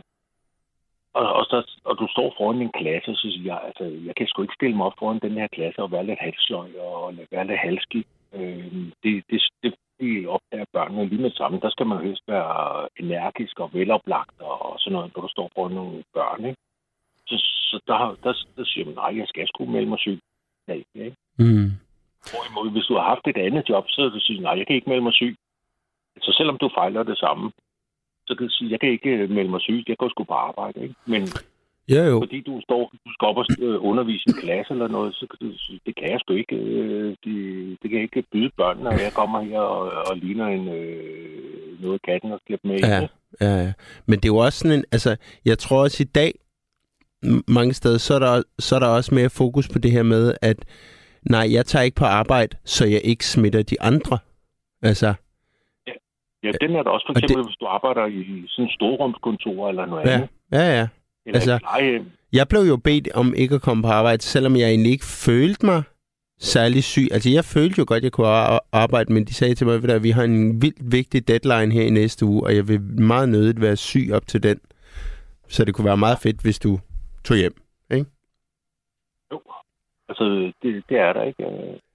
og du står foran en klasse, så siger jeg, altså, jeg kan sgu ikke stille mig op foran den her klasse og være lidt halsløj og være lidt halskig. Det opdager børnene lige med sammen. Der skal man helst være energisk og veloplagt og sådan noget, når du står foran nogle børn. Ikke? Så der siger man, nej, jeg skal sgu melde mig syg. Nej, ikke? Mm. Hvorimod, hvis du har haft et andet job, så vil du sige, nej, jeg kan ikke melde mig syg. Så selvom du fejler det samme, så kan du sige, jeg kan ikke melde mig syg, jeg går sgu på arbejde. Ikke? Men fordi du skal op og undervise en klasse eller noget, så kan du sige, det kan jeg sgu ikke. Det kan jeg ikke byde børnene, når jeg kommer her og ligner noget katten og slipper med. Ja. Men det er jo også sådan en, altså, jeg tror også i dag, mange steder, så er der også mere fokus på det her med, at nej, jeg tager ikke på arbejde, så jeg ikke smitter de andre. Altså. Ja, den er der også. For eksempel, hvis du arbejder i sådan en storrumskontor eller noget andet. Ja. Altså, jeg blev jo bedt om ikke at komme på arbejde, selvom jeg egentlig ikke følte mig særlig syg. Altså, jeg følte jo godt, at jeg kunne arbejde, men de sagde til mig, at vi har en vildt vigtig deadline her i næste uge, og jeg vil meget nødigt være syg op til den. Så det kunne være meget fedt, hvis du tog hjem, ikke? Jo, altså, det er der ikke.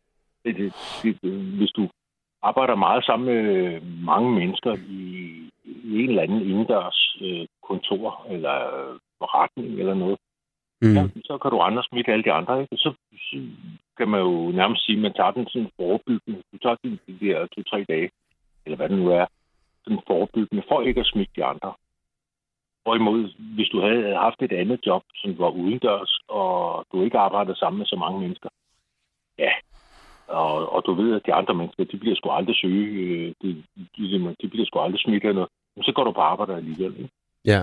Hvis du arbejder meget sammen med mange mennesker i en eller anden indendørs kontor eller forretning eller noget, så kan du andre smitte alle de andre. Ikke? Så kan man jo nærmest sige, at man tager den sådan forebyggende. Du tager den de der 2-3 dage, eller hvad det nu er, sådan forebyggende for ikke at smitte de andre. Hvorimod, hvis du havde haft et andet job, som var udendørs, og du ikke arbejdede sammen med så mange mennesker, ja, og du ved, at de andre mennesker, de bliver sgu aldrig syge, de bliver sgu aldrig smittet eller noget, så går du på arbejde alligevel. Ikke? Ja.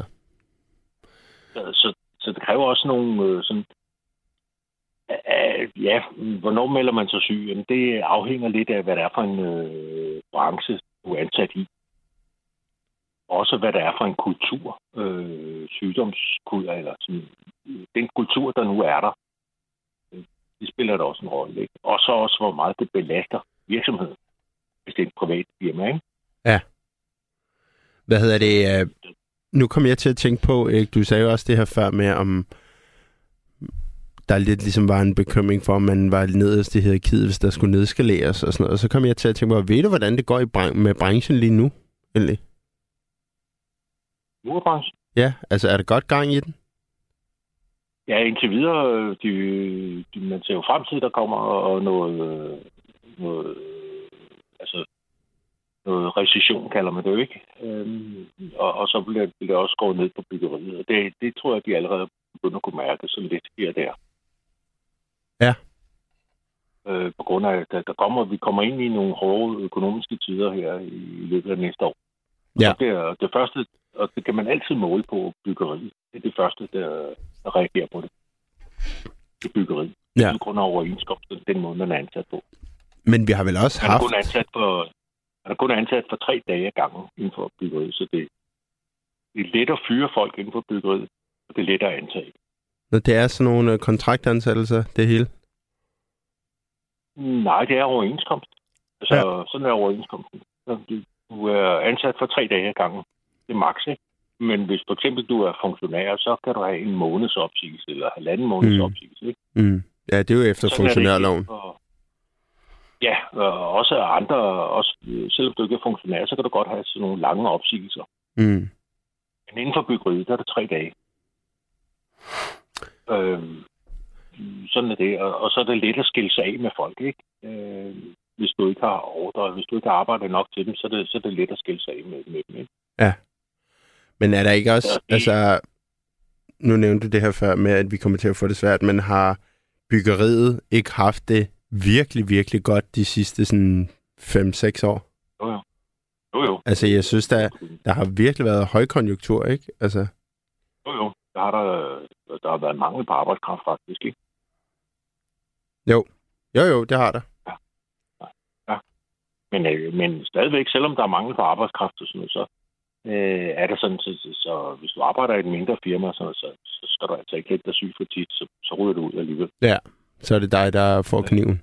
Så det kræver også nogle sådan... hvornår melder man sig syg? Jamen, det afhænger lidt af, hvad det er for en branche, du er ansat i. Også hvad det er for en kultur, sygdomskultur, eller sådan, den kultur, der nu er der. Det spiller der også en rolle, ikke? Og så også, hvor meget det belaster virksomheden, hvis det er et privat firma, ikke? Ja. Hvad hedder det? Nu kom jeg til at tænke på, ikke? Du sagde jo også det her før med, om der lidt ligesom var en bekymring for, om man var nederst i hierarkiet, hvis der skulle nedskaleres og sådan noget. Og så kom jeg til at tænke på, ved du, hvordan det går med branchen lige nu, egentlig? Murbranchen? Ja, altså er der godt gang i den? Ja, indtil videre, man ser jo frem til, der kommer noget recession, kalder man det jo ikke. Og så bliver det også gået ned på byggeriet. Og det tror jeg, de allerede begynder at kunne mærke, så lidt sker der. Ja. På grund af, at vi kommer ind i nogle hårde økonomiske tider her i løbet af næste år. Ja. Og det første, og det kan man altid måle på byggeriet. Det er det første, der reagerer på det. Det byggeriet. Ja. Det er grund af overenskomsten, den måde, man er ansat på. Men vi har vel også haft... Han er kun ansat for 3 dage ad gangen inden for byggeriet, så det er let at fyre folk inden for byggeriet, og det er let at ansætte. Når det er sådan nogle kontraktansættelser, det hele? Nej, det er overenskomst. Altså, sådan er overenskomsten. Du er ansat for 3 dage ad gangen. Det er maks, ikke? Men hvis for eksempel du er funktionær, så kan du have en måneds opsigelse, eller 1,5 måneds opsigelse, ikke? Mm. Ja, det er jo efter funktionærloven. Ja, og også andre, også, selvom du ikke er funktionær, så kan du godt have sådan nogle lange opsigelser. Mm. Men inden for byggeriet, der er det 3 dage. Sådan er det, og så er det let at skille sig af med folk, ikke? hvis du ikke har ordre, hvis du ikke har arbejdet nok til dem, så er det let at skille sig af med dem. Ikke? Ja. Men er der ikke også, altså, nu nævnte du det her før med, at vi kommer til at få det svært, men har byggeriet ikke haft det virkelig, virkelig godt de sidste sådan 5-6 år? Jo. Altså, jeg synes, der har virkelig været højkonjunktur, ikke? Altså. Jo. Der har været mangel på arbejdskraft, faktisk, ikke? Jo, det har der. Ja. Men stadigvæk, selvom der er mangel på arbejdskraft og sådan noget, så er der sådan, så hvis du arbejder i et mindre firma, så skal du altså ikke lægge dig syg for tit, så ryger du ud alligevel. Ja, så er det dig, der får kniven.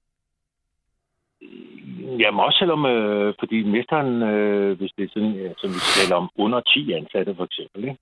Jamen også selvom, fordi mesteren, hvis det er sådan, som vi taler om under 10 ansatte for eksempel, ikke?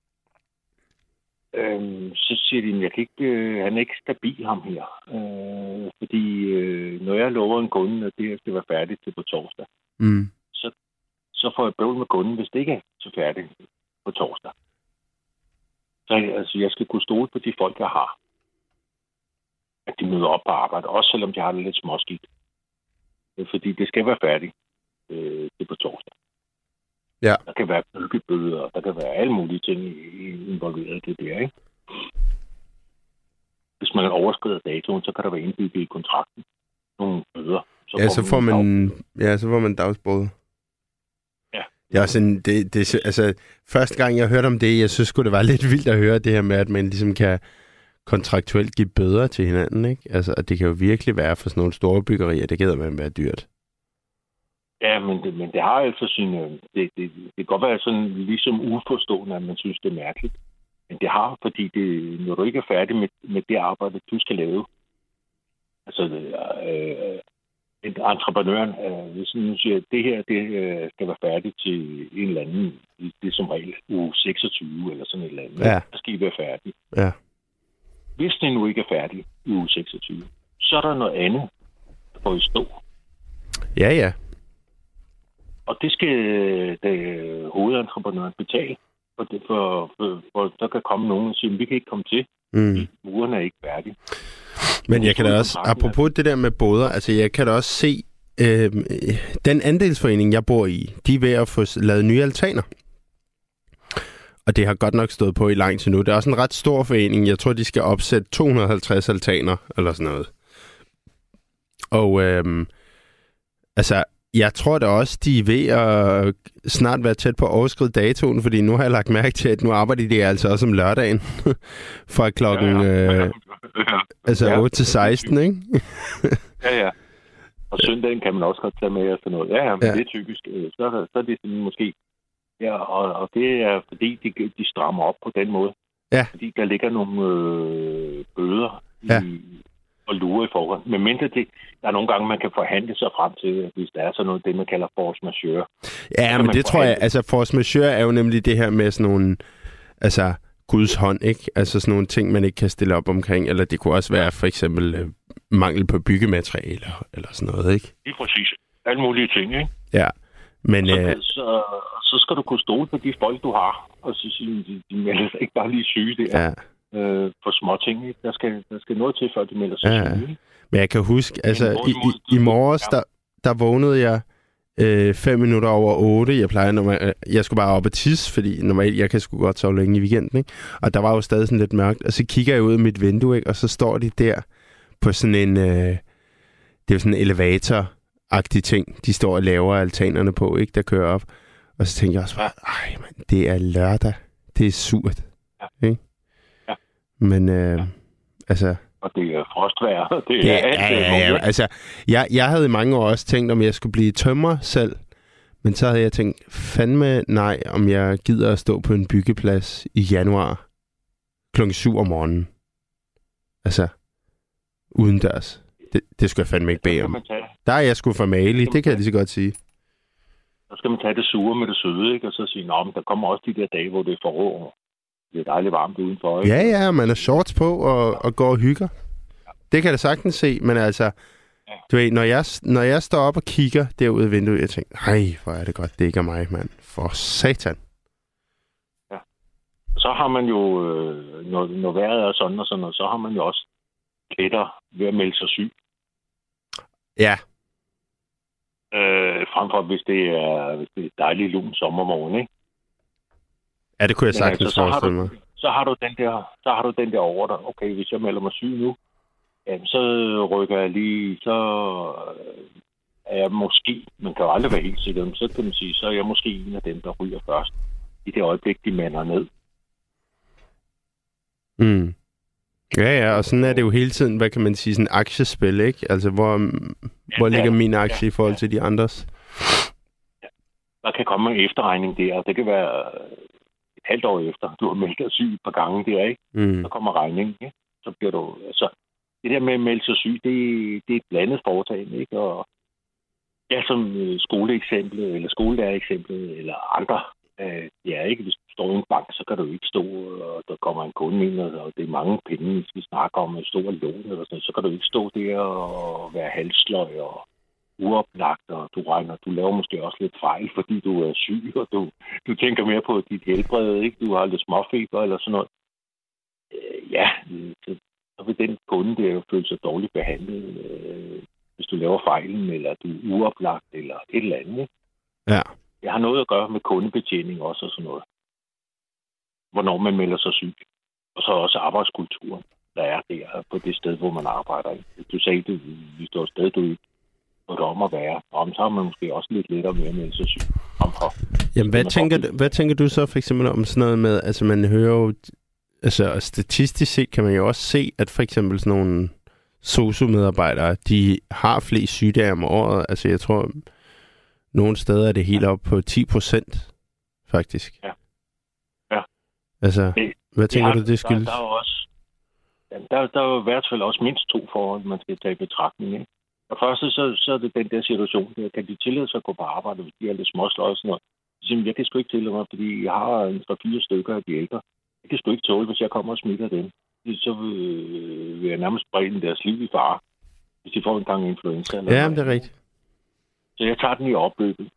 Så siger de, jeg kan ikke, han er ikke stabil ham her. Fordi når jeg lover en kunde, at det her skal være færdigt til på torsdag, så får jeg bøvl med kunden, hvis det ikke er så færdigt på torsdag. Så altså, jeg skal kunne stole på de folk, jeg har. At de møder op på arbejde, også selvom de har det lidt småskidt. Fordi det skal være færdigt til på torsdag. Ja. Der kan være byggebøder, der kan være alle mulige ting involveret i det der, ikke? Hvis man overskrider datoen, så kan der være indbygget i kontrakten nogle bøder. Så får man dagsbøde. Ja. Det er også altså, første gang jeg hørte om det, jeg synes det var lidt vildt at høre det her med, at man ligesom kan kontraktuelt give bøder til hinanden, ikke? Altså, at det kan jo virkelig være for sådan nogle store byggerier, det gider man være dyrt. Ja, men det har altså sin... Det kan godt være sådan ligesom uforstående, at man synes, det er mærkeligt. Men det har, fordi når du ikke er færdig med det arbejde, du skal lave. Altså, entreprenøren, hvis nu siger, at det her det skal være færdigt til en eller anden, det er som regel uge 26 eller sådan et eller andet. Ja. Der skal I være færdige. Ja. Hvis det nu ikke er færdigt i uge 26, så er der noget andet, der får i stå. Ja. Og det skal hovedentreprenøren betale. For der kan komme nogen og sige, at vi kan ikke komme til. Murene er ikke færdige. Men jeg kan da også, apropos det der med boder, altså jeg kan da også se, den andelsforening, jeg bor i, de er ved at få lavet nye altaner. Og det har godt nok stået på i lang tid nu. Det er også en ret stor forening. Jeg tror, de skal opsætte 250 altaner, eller sådan noget. Og altså, jeg tror da også, de er ved at snart være tæt på at overskride datoen, fordi nu har jeg lagt mærke til, at nu arbejder de altså også om lørdagen. Fra klokken 8 til 16, ikke? Ja. Og søndagen kan man også godt tage med og sådan noget. Ja, men det er typisk. Så er det sådan måske... Ja, og det er fordi, de strammer op på den måde. Ja. Fordi der ligger nogle bøder og lurer i forhold. Men mindre der er nogle gange, man kan forhandle sig frem til, hvis der er sådan noget, det man kalder force majeure. Ja, men det tror jeg, altså force majeure er jo nemlig det her med sådan nogle, altså Guds hånd, ikke? Altså sådan nogle ting, man ikke kan stille op omkring, eller det kunne også være for eksempel mangel på byggematerialer, eller sådan noget, ikke? Det er præcis. Alle mulige ting, ikke? Ja. Men, så skal du kunne stole på de folk, du har, og så sige, de melder sig ikke bare lige syge der. Ja. For små ting. Der skal noget til, før de melder sig syge. Men jeg kan huske, altså i morges, der vågnede jeg 5 minutter over 8. Jeg skulle bare op og tisse, fordi normalt, jeg kan sgu godt sove længe i weekenden, ikke? Og der var jo stadig sådan lidt mørkt, og så kigger jeg ud af mit vindue, ikke? Og så står de der på sådan en, det er jo sådan en elevator-agtig ting, de står og laver altanerne på, ikke? Der kører op. Og så tænker jeg også bare, det er lørdag. Det er surt. Ja. Ikke? Ja. Men altså... Og det er frostvejr. Det er alt. Altså, jeg havde i mange år også tænkt, om jeg skulle blive tømrer selv. Men så havde jeg tænkt, fandme nej, om jeg gider at stå på en byggeplads i januar klokken 7 om morgenen. Altså, udendørs. Det skulle jeg fandme ikke bede om. Der er jeg sgu for malig, det kan jeg lige så godt sige. Så skal man tage det sure med det søde, ikke? Og så sige, men der kommer også de der dage, hvor det er forår. Det er dejligt varmt udenfor, ikke? Ja, man har shorts på og går og hygger. Ja. Det kan jeg da sagtens se, men altså, du ved, når jeg står op og kigger derude i vinduet, jeg tænker, hvor er det godt, det ikke er mig, mand. For satan. Ja. Så har man jo, når vejret er sådan og sådan noget, så har man jo også lettere ved at melde sig syg. Ja. Frem for, hvis det er dejlig lun sommermorgen, ikke? Ja, det kunne jeg sagtens forestille mig. Så har du den der over dig. Okay, hvis jeg melder mig syg nu, så rykker jeg lige, så er jeg måske, man kan jo aldrig være helt sikker, men så kan man sige, så er jeg måske en af dem, der ryger først. I det øjeblik, de mander ned. Mm. Ja, og sådan er det jo hele tiden, hvad kan man sige, sådan aktiespil, ikke? Altså, hvor ligger min aktie i forhold til de andres? Ja. Der kan komme en efterregning der, og det kan være et halvt år efter, du har meldt dig syg et par gange der, ikke? Så kommer regningen, ikke? Så bliver du, altså, det der med at melde sig syg, det er et blandet foretagende, ikke? Og ja, som skoleeksemplet, eller skolelæreraksemplet, eller andre, ja, ikke? Hvis du står i en bank, så kan du ikke stå, og der kommer en kunde ind, og det er mange penge, vi skal snakke om, en stor lån, eller sådan, så kan du ikke stå der og være halsløg og uoplagt, og du laver måske også lidt fejl, fordi du er syg, og du tænker mere på dit helbred, ikke? Du har lidt småfeber eller sådan noget. Ja, så vil den kunde der jo føle sig dårligt behandlet, hvis du laver fejlen, eller du er uoplagt, eller et eller andet, ikke? Ja. Jeg har noget at gøre med kundebetjening også og sådan noget. Hvornår man melder sig syg. Og så også arbejdskulturen, der er der på det sted, hvor man arbejder. Du sagde, hvis du er et sted, du ikke får om at være. Og så har man måske også lidt lettere med at melde sig syg. Jamen, hvad tænker du så for eksempel om sådan noget med, altså man hører jo, altså statistisk set kan man jo også se, at for eksempel sådan nogle sosu-medarbejdere, de har flest sygedage om året. Altså jeg tror, nogle steder er det helt op på 10%, faktisk. Ja. Altså, hvad tænker du, det skyldes? Der er jo i hvert fald også mindst 2 forhold, man skal tage i betragtning, ikke? Og først så er det den der situation, der kan de tillade sig at gå på arbejde, hvis de er lidt småsløj og sådan noget. Så jeg kan sgu ikke tillade mig, fordi jeg har 3-4 stykker af de ældre. Jeg kan sgu ikke tåle, hvis jeg kommer og smitter dem. Så vil jeg nærmest sprede deres liv i fare, hvis de får en gang influenza. Ja, det er rigtigt. Så jeg tager den i opløbet.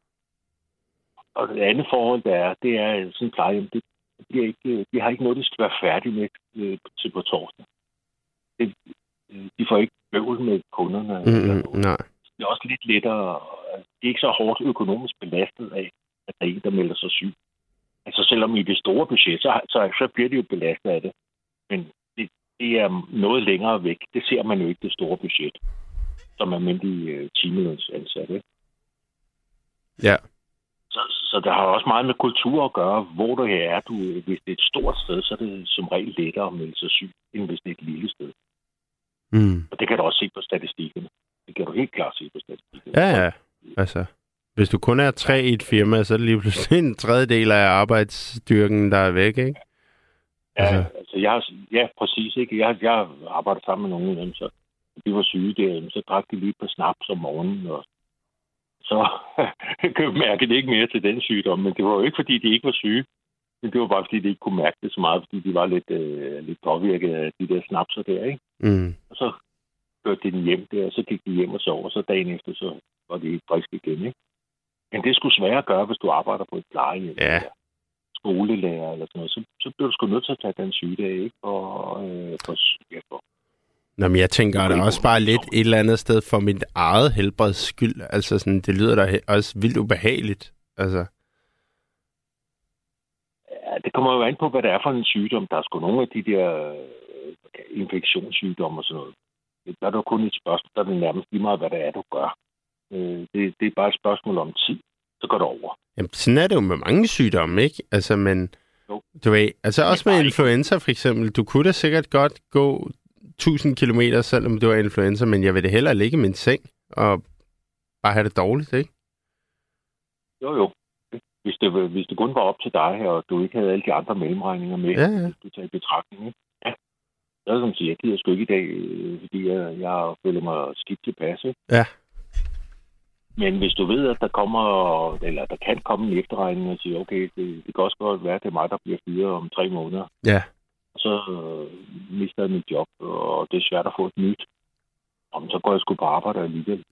Og det andet forhold, det er sådan plejehjem. De har ikke noget, de skal være færdige med til på torsdag. De får ikke bøvl med kunderne. Nej. Det er også lidt lettere. Det er ikke så hårdt økonomisk belastet af, at der er en, der melder sig syg. Altså selvom i det store budget, så bliver de jo belastet af det. Men det er noget længere væk. Det ser man jo ikke, det store budget, som almindelige timelønsansatte. Ja. Så der har også meget med kultur at gøre, hvor du er. Hvis det er et stort sted, så er det som regel lettere at melde sig syg, end hvis det er et lille sted. Og det kan du også se på statistikken. Det kan du helt klart se på statistikken. Ja. Altså, hvis du kun er 3 i et firma, så er det lige pludselig en tredjedel af arbejdsstyrken, der er væk, ikke? Ja, præcis. Ikke? Jeg arbejder sammen med nogle af dem, så de var syge der, så drak de lige på snaps om morgenen, og så mærkede det ikke mere til den sygdom. Men det var jo ikke, fordi de ikke var syge. Men det var bare, fordi de ikke kunne mærke det så meget, fordi de var lidt påvirket af de der snapser der, ikke? Og så kørte de den hjem der, og så gik de hjem og sov, og så dagen efter, så var de helt friske igen, ikke? Men det skulle svært at gøre, hvis du arbejder på et plejehjem, eller skolelærer eller sådan noget. Så bliver du sgu nødt til at tage den sygedag, ikke? Nå, men jeg tænker da også bare lidt et eller andet sted for mit eget helbreds skyld. Altså sådan, det lyder da også vildt ubehageligt. Altså. Ja, det kommer jo an på, hvad det er for en sygdom. Der er sgu nogle af de der infektionssygdomme og sådan noget. Der er jo kun et spørgsmål, der er det nærmest lige meget, hvad det er, du gør. Det er bare et spørgsmål om tid, så går det over. Jamen, sådan er det jo med mange sygdomme, ikke? Altså, men du ved, altså også med influenza for eksempel. Du kunne da sikkert godt gå 1000 kilometer, selvom du har influenza, men jeg vil det hellere ligge i min seng og bare have det dårligt, ikke? Jo. Hvis det kun var op til dig, og du ikke havde alle de andre mellemregninger med, du tager i betragtning, ikke? Ja. Så kan man sige, jeg gider sgu ikke i dag, fordi jeg føler mig skidt tilpas, ikke? Ja. Men hvis du ved, at der kan komme en efterregning og sige, okay, det kan også godt være, at det er mig, der bliver fyret om 3 måneder. Ja. Og så mister jeg mit job, og det er svært at få et nyt. Så går jeg sgu på arbejde alligevel.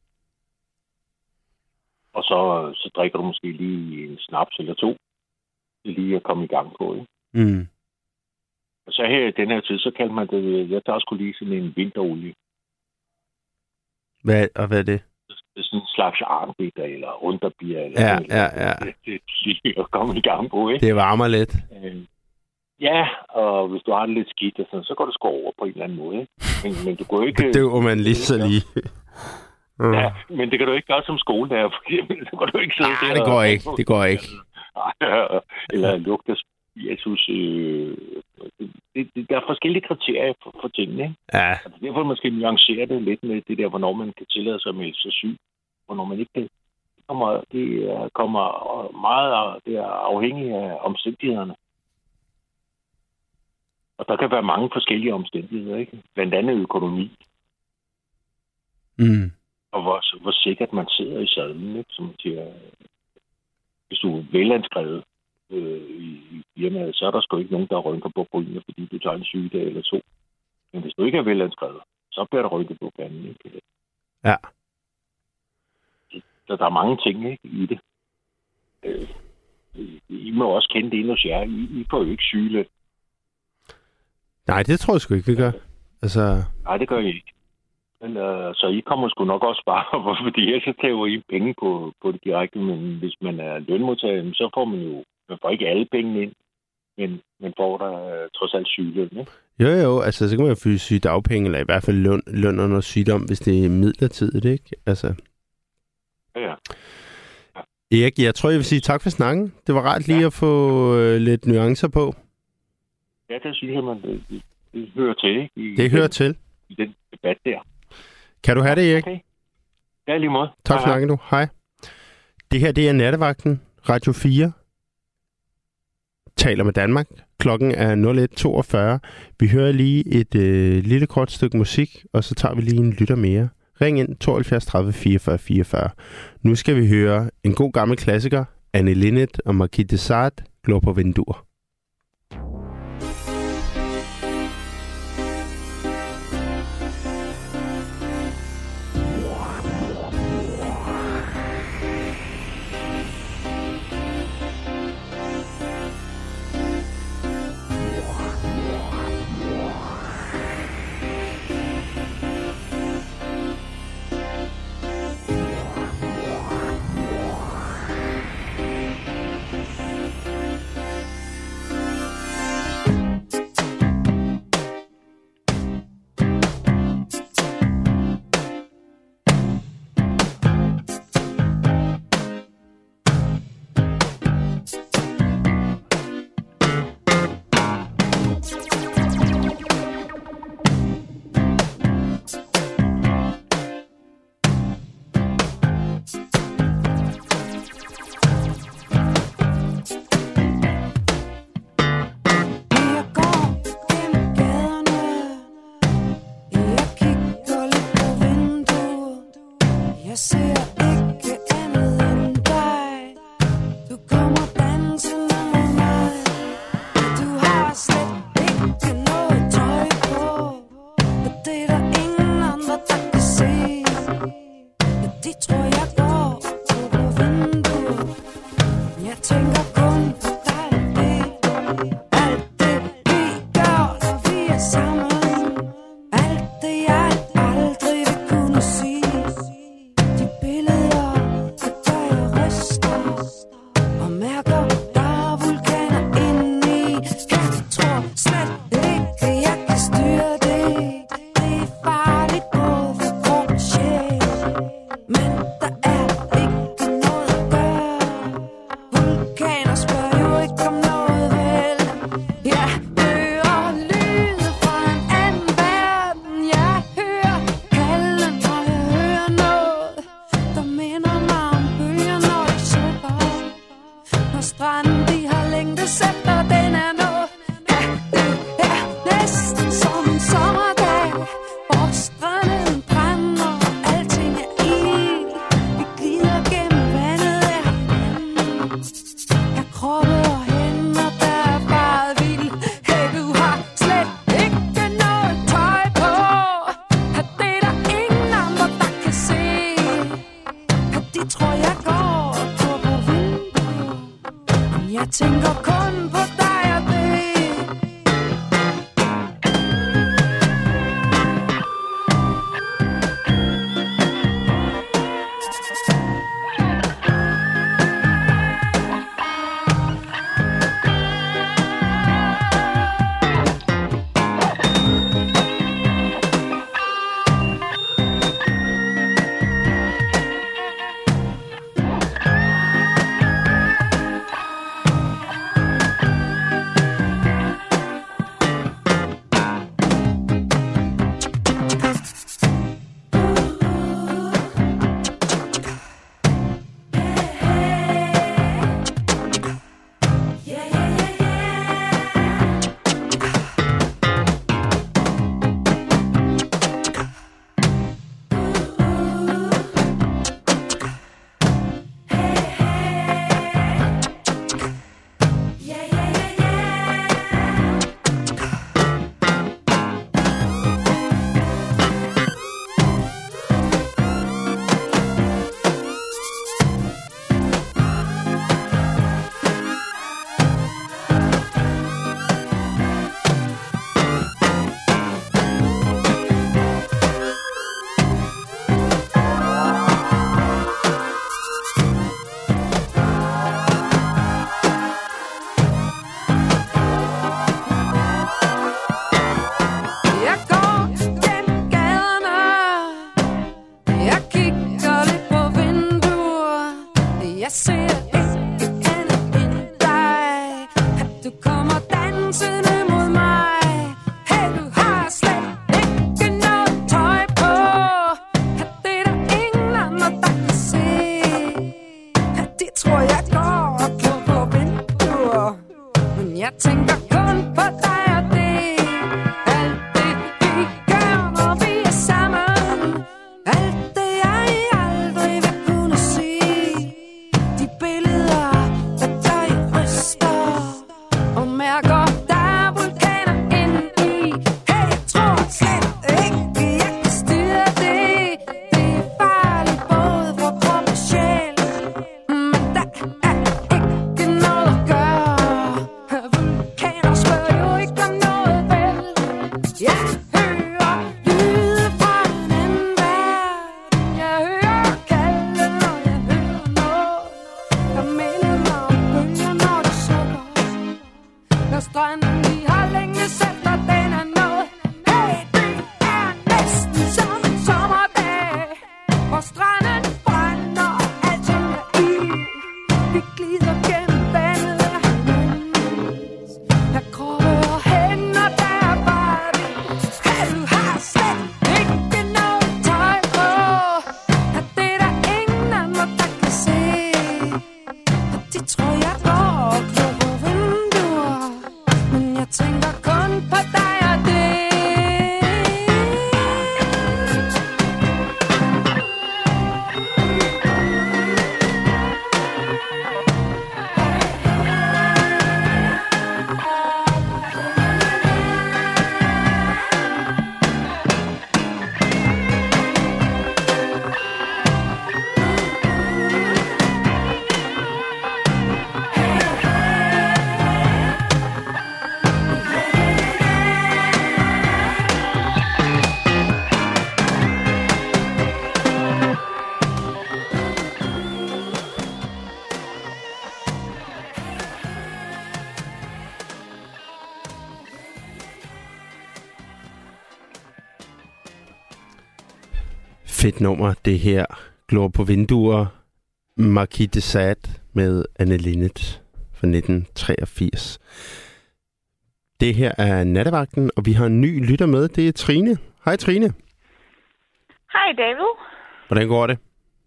Og så drikker du måske lige en snaps eller 2. Det er lige at komme i gang på, ikke? Og så her i den her tid, så kalder man det, jeg tager sgu lige sådan en vinterolie. Hvad er det? Det er sådan en slags armbitter eller underbier. Eller Ja. Det er at komme i gang på, ikke? Det varmer lidt. Ja, og hvis du har det lidt skidt, så går det sgu over på en eller anden måde, ikke? Men du går ikke... Det var man lige så lige. Ja, men det kan du ikke gøre som skolelærer, for eksempel. Så kan du ikke sidde der. Det går ikke. Eller lugte Jesus. Der er forskellige kriterier for tingene, ikke? Ja. Altså, derfor måske nuancere det lidt med det der, hvornår man kan tillade sig at melde sig syg, hvornår man ikke kan. Det kommer meget, det er afhængigt af omstændighederne. Og der kan være mange forskellige omstændigheder, ikke? Blandt andet økonomi. Og hvor sikkert man sidder i sadlen, ikke? Som siger, hvis du er velanskrevet i firmaet, så er der sgu ikke nogen, der rynker på brynene, fordi du tager en sygedag eller 2. Men hvis du ikke er velanskrevet, så bliver der rynket på panden, ikke? Ja. Så der er mange ting, ikke, i det. I må også kende det endnu jer. I får jo ikke sygeløn. Nej, det tror jeg sgu ikke, vi gør. Altså... Nej, det gør I ikke. Men, så I kommer sgu nok også bare, fordi ellers så tager I penge på det direkte, men hvis man er lønmodtager, så får man får ikke alle penge ind, men man får der trods alt sygeløn, ikke? Jo, altså så kan man jo få sygedagpenge, eller i hvert fald løn under sygdom, hvis det er midlertidigt, ikke? Altså... Ja. Erik, jeg tror, jeg vil sige tak for snakken. Det var rart lige at få lidt nuancer på. Ja, det synes jeg, det hører til, ikke? Det hører til. I den debat der. Kan du have det, Erik? Okay. Ja, lige måde. Tak for snakken, du. Hej. Det her, det er Nattevagten, Radio 4. Taler med Danmark. Klokken er 01.42. Vi hører lige et lille kort stykke musik, og så tager vi lige en lytter mere. Ring ind 72 30 44 44. Nu skal vi høre en god gammel klassiker, Anne Linnet og Marquis de Sade, Glor på vinduer. Du kommer dansende mod mig. Hey, du har slet ikke noget tøj på. Det er der ingen andre, der kan se. Det tror jeg går og klog på vinduer. Men jeg tænker kun på dig og det. Alt det vi gør, når vi er sammen. Alt det jeg aldrig vil kunne se. De billeder, der gør i ryster. Og mærker, der er vulkaner inde i. Hey, jeg tror slet ikke, jeg kan styre det. Det er farligt både for krop og sjæl. Men der er ikke noget at gøre. Vulkaner spørger jo ikke om noget, vel? Jeg hører lyde fra en anden verden. Jeg hører kalde, når jeg hører noget. Der minder mig om bølger, når det sukker. Når stranden lige har længes efter den er nået. Hey, det er næsten som en sommerdag, hvor stranden brænder og alting er ild. Vi glider gennem vandet af hinandens. Der kroppe og hænder, der er bare vildt. Hey, du har slet ikke noget tøj på. Det er der ingen andre, der kan se. Og de tror jeg går og klog på vinduer. Men jeg tænker kun på dig og det. Fedt nummer, det her. Glor på vinduer. Marquis de Sade med Anne Linnet fra 1983. Det her er Nattevagten, og vi har en ny lytter med. Det er Trine. Hej Trine. Hej David. Hvordan går det?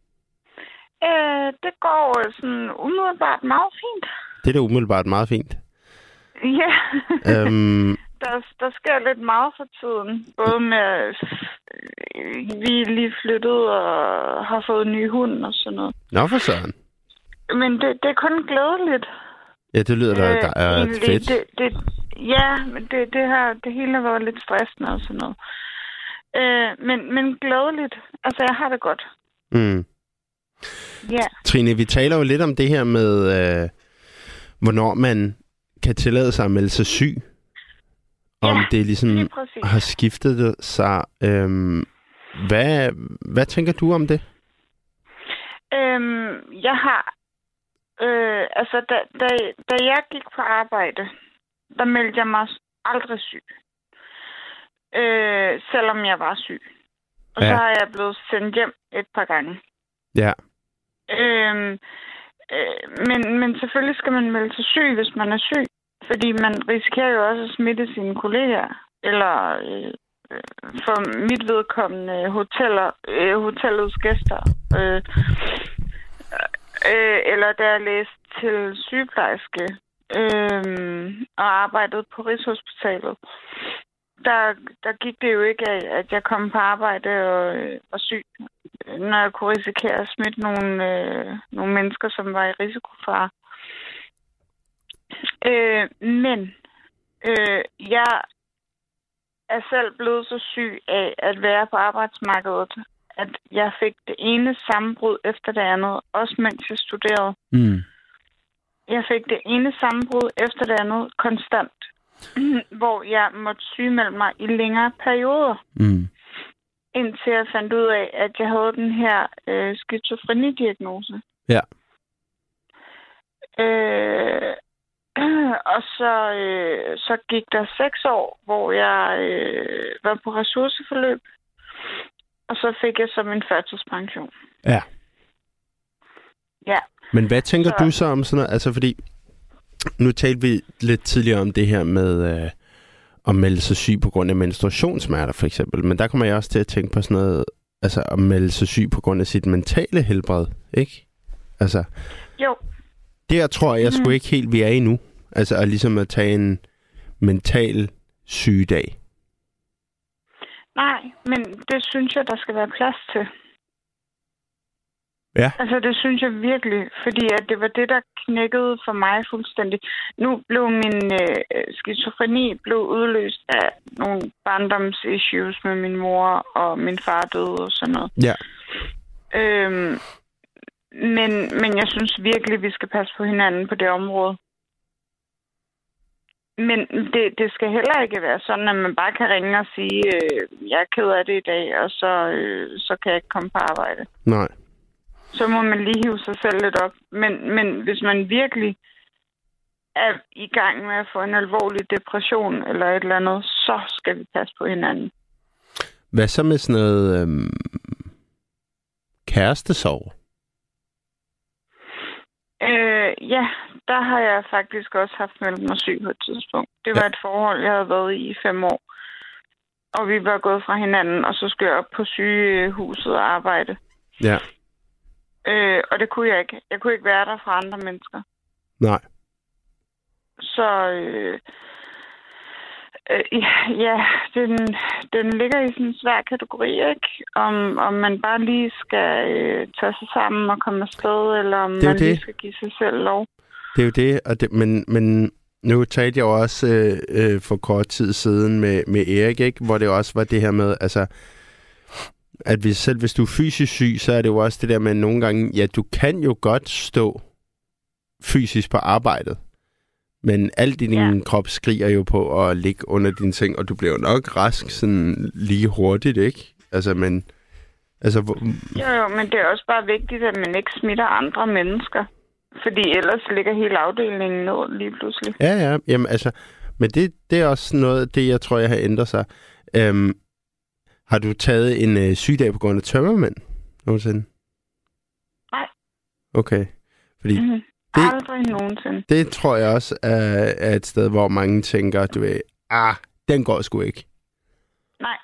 Det går sådan umiddelbart meget fint. Det er da umiddelbart meget fint. Ja. Der sker lidt meget for tiden. Både med, vi er lige flyttet og har fået en ny hund og sådan noget. Nå for søren. Men det er kun glædeligt. Ja, det lyder der er fedt. Men det hele har været lidt stressende og sådan noget. Men glædeligt. Altså, jeg har det godt. Mm. Ja. Trine, vi taler jo lidt om det her med, hvornår man kan tillade sig at melde sig syg. Om det ligesom har skiftet sig. Hvad tænker du om det? Jeg har... da jeg gik på arbejde, der meldte jeg mig aldrig syg. Selvom jeg var syg. Og så har jeg blevet sendt hjem et par gange. Ja. Men selvfølgelig skal man melde sig syg, hvis man er syg. Fordi man risikerer jo også at smitte sine kollegaer. Eller for mit vedkommende hotellets gæster. Eller da jeg læste til sygeplejerske og arbejdede på Rigshospitalet. Der gik det jo ikke af, at jeg kom på arbejde og var syg, når jeg kunne risikere at smitte nogle mennesker, som var i risikofare. Men jeg er selv blevet så syg af at være på arbejdsmarkedet, at jeg fik det ene sammenbrud efter det andet, også mens jeg studerede. Mm. Jeg fik det ene sammenbrud efter det andet konstant, hvor jeg måtte sygemelde mig i længere perioder. Mm. Indtil jeg fandt ud af, at jeg havde den her skizofreni-diagnose. Ja. Og så gik der 6 år, hvor jeg var på ressourceforløb. Og så fik jeg så min førtidspension. Ja. Ja. Men hvad tænker du så om sådan noget? Altså fordi, Nu talte vi lidt tidligere om det her med at melde sig syg på grund af menstruationssmerter, for eksempel. Men der kommer jeg også til at tænke på sådan noget, altså at melde sig syg på grund af sit mentale helbred, ikke? Altså, jo. Der tror jeg sgu ikke helt, vi er endnu. Altså at ligesom at tage en mental sygedag. Nej, men det synes jeg, der skal være plads til. Ja. Altså, det synes jeg virkelig, fordi at det var det, der knækkede for mig fuldstændig. Nu blev min skizofreni udløst af nogle barndomsissues med min mor, og min far døde og sådan noget. Ja. Men jeg synes virkelig, vi skal passe på hinanden på det område. Men det skal heller ikke være sådan, at man bare kan ringe og sige, jeg er ked af det i dag, og så kan jeg ikke komme på arbejde. Nej. Så må man lige hive sig selv lidt op. Men hvis man virkelig er i gang med at få en alvorlig depression eller et eller andet, så skal vi passe på hinanden. Hvad så med sådan noget kærestesorg? Ja, der har jeg faktisk også haft meldt mig syg på et tidspunkt. Det var et forhold, jeg havde været i 5 år. Og vi var gået fra hinanden, og så skulle jeg op på sygehuset og arbejde. Ja. Og det kunne jeg ikke. Jeg kunne ikke være der for andre mennesker. Nej. Så ja, den ligger i sådan en svær kategori, ikke? Om man bare lige skal tage sig sammen og komme afsted, eller om man lige skal give sig selv lov. Det er jo det, og men nu talte jeg jo også for kort tid siden med Erik, ikke? Hvor det også var det her med, altså, at hvis du er fysisk syg, så er det jo også det der med nogle gange, ja, du kan jo godt stå fysisk på arbejdet, men alt i din krop skriger jo på at ligge under din seng, og du bliver jo nok rask sådan lige hurtigt, ikke? Altså, men... Altså, Jo, men det er også bare vigtigt, at man ikke smitter andre mennesker, fordi ellers ligger hele afdelingen ned lige pludselig. Ja, jamen altså... Men det er også noget, det jeg tror, jeg har ændret sig. Har du taget en sygdag på grund af tømmermænd nogensinde? Nej. Okay. Fordi aldrig nogensinde. Det tror jeg også er et sted, hvor mange tænker, du ved, den går sgu ikke. Nej.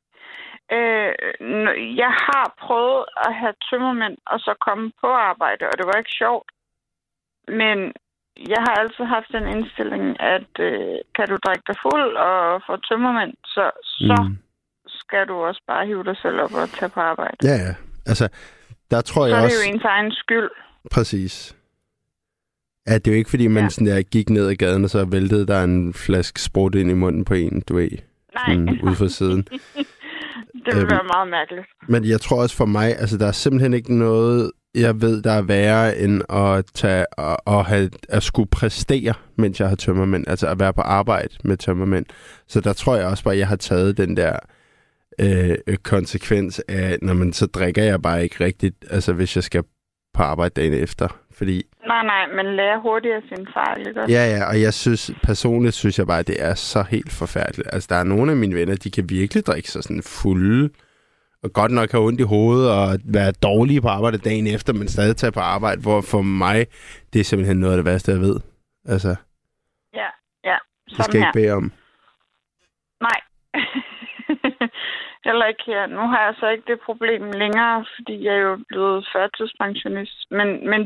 Jeg har prøvet at have tømmermænd og så komme på arbejde, og det var ikke sjovt. Men jeg har altid haft den indstilling, at kan du drikke dig fuld og få tømmermænd, så skal du også bare hive dig selv op og tage på arbejde. Ja. Altså, der tror jeg også... Så er det jo ens egen skyld. Præcis. Ja, det er jo ikke, fordi man sådan der gik ned ad gaden, og så væltede der en flaske sprut ind i munden på en, du ved. Nej. Ude fra siden. Det vil være meget mærkeligt. Men jeg tror også for mig, altså der er simpelthen ikke noget, jeg ved, der er værre end at tage at skulle præstere, mens jeg har tømmermænd. Altså at være på arbejde med tømmermænd. Så der tror jeg også bare, at jeg har taget den der konsekvens af, når man så drikker jeg bare ikke rigtigt, altså hvis jeg skal på arbejde dagen efter. Fordi... Nej, man lærer hurtigt af sin fejl, ikke også? Ja, og jeg personligt synes jeg bare, at det er så helt forfærdeligt. Altså, der er nogle af mine venner, de kan virkelig drikke sig sådan fulde, og godt nok have ondt i hovedet, og være dårlige på arbejde dagen efter, men stadig tage på arbejde, hvor for mig, det er simpelthen noget af det værste, jeg ved. Altså, ja. Det skal jeg ikke bede om. Nej. Heller ikke her. Nu har jeg så ikke det problem længere, fordi jeg er jo blevet førtidspensionist. Men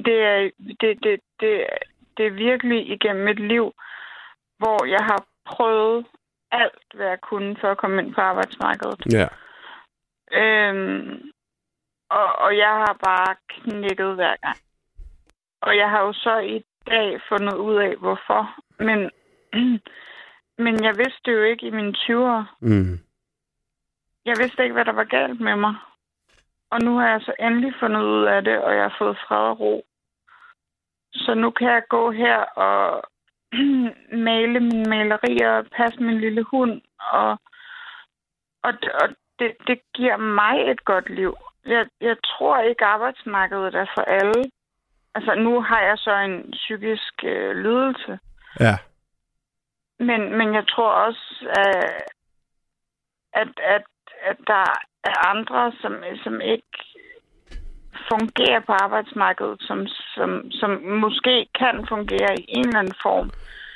det er virkelig igennem et liv, hvor jeg har prøvet alt, hvad jeg kunne for at komme ind på arbejdsmarkedet. Ja. Og jeg har bare knækket hver gang. Og jeg har jo så i dag fundet ud af, hvorfor. Men jeg vidste det jo ikke i mine 20'ere. Jeg vidste ikke, hvad der var galt med mig. Og nu har jeg så endelig fundet ud af det, og jeg har fået fred og ro. Så nu kan jeg gå her og male mine malerier, passe min lille hund, og det giver mig et godt liv. Jeg tror ikke, arbejdsmarkedet er for alle. Altså, nu har jeg så en psykisk lidelse. Ja. Men jeg tror også, at der er andre, som ikke fungerer på arbejdsmarkedet, som måske kan fungere i en eller anden form.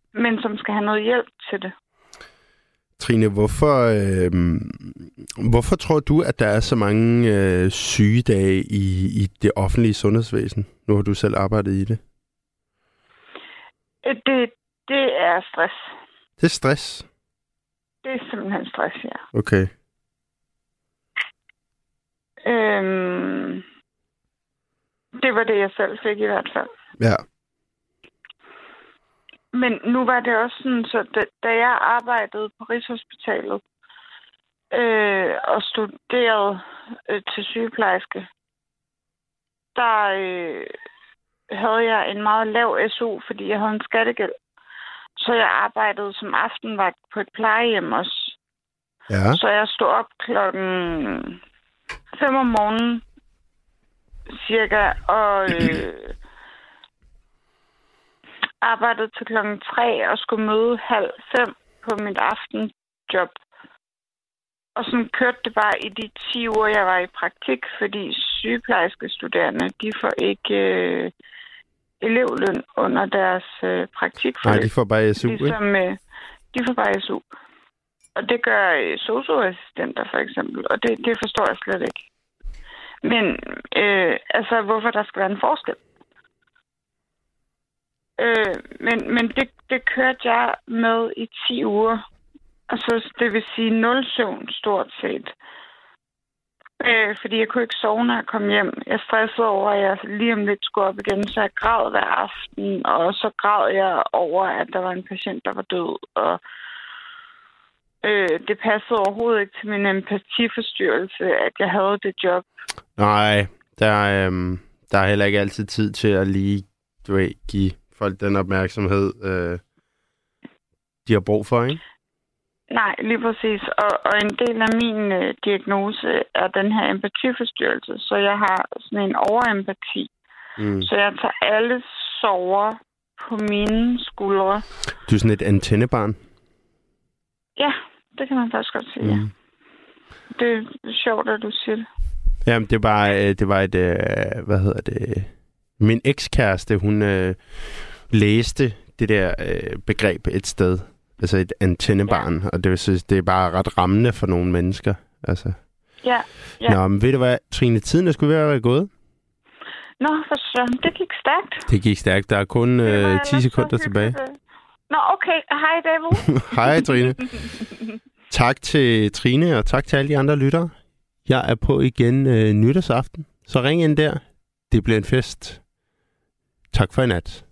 men som skal have noget hjælp til det. Trine, hvorfor tror du, at der er så mange sygedage i det offentlige sundhedsvæsen? Nu har du selv arbejdet i det. Det er stress. Det er stress? Det er simpelthen stress, ja. Okay. Det var det, jeg selv fik i hvert fald. Ja. Men nu var det også sådan, så da jeg arbejdede på Rigshospitalet og studerede til sygeplejerske, der havde jeg en meget lav SU, fordi jeg havde en skattegæld. Så jeg arbejdede som aftenvagt på et plejehjem også. Ja. Så jeg stod op 5 om morgenen cirka, og arbejdede til 3 og skulle møde 4:30 på mit aftenjob. Og sådan kørte det bare i de 10 uger, jeg var i praktik, fordi sygeplejerske studerende, de får ikke elevløn under deres praktikforløb. Nej, de får bare SU, ligesom, de får bare SU. Og det gør sosu-assistenter for eksempel, og det forstår jeg slet ikke. Men hvorfor der skal være en forskel? Men det kørte jeg med i 10 uger. Altså, det vil sige 0 søvn stort set. Fordi jeg kunne ikke sove, når jeg kom hjem. Jeg stressede over, at jeg lige om lidt skulle op igen, så jeg græd hver aften. Og så græd jeg over, at der var en patient, der var død. Og det passede overhovedet ikke til min empatiforstyrrelse, at jeg havde det job. Nej, der er heller ikke altid tid til at lige give folk den opmærksomhed, de har brug for, ikke? Nej, lige præcis. Og en del af min diagnose er den her empatiforstyrrelse, så jeg har sådan en overempati. Så jeg tager alle sorger på mine skuldre. Du er sådan et antennebarn? Ja, det kan man faktisk godt sige, ja. Det er sjovt, at du siger det. Jamen, det var et, min ekskæreste, hun læste det der begreb et sted. Altså et antennebarn, og det er bare ret rammende for nogle mennesker. Altså. Ja. Nå, men ved du hvad, Trine, tiden er sgu ved at være gået. Nå, for søren, det gik stærkt. Det gik stærkt. Der er kun 10 sekunder tilbage. Nå, okay. Hej, David. Hej, Trine. Tak til Trine, og tak til alle de andre lyttere. Jeg er på igen nytårsaften, så ring ind der. Det bliver en fest. Tak for i nat.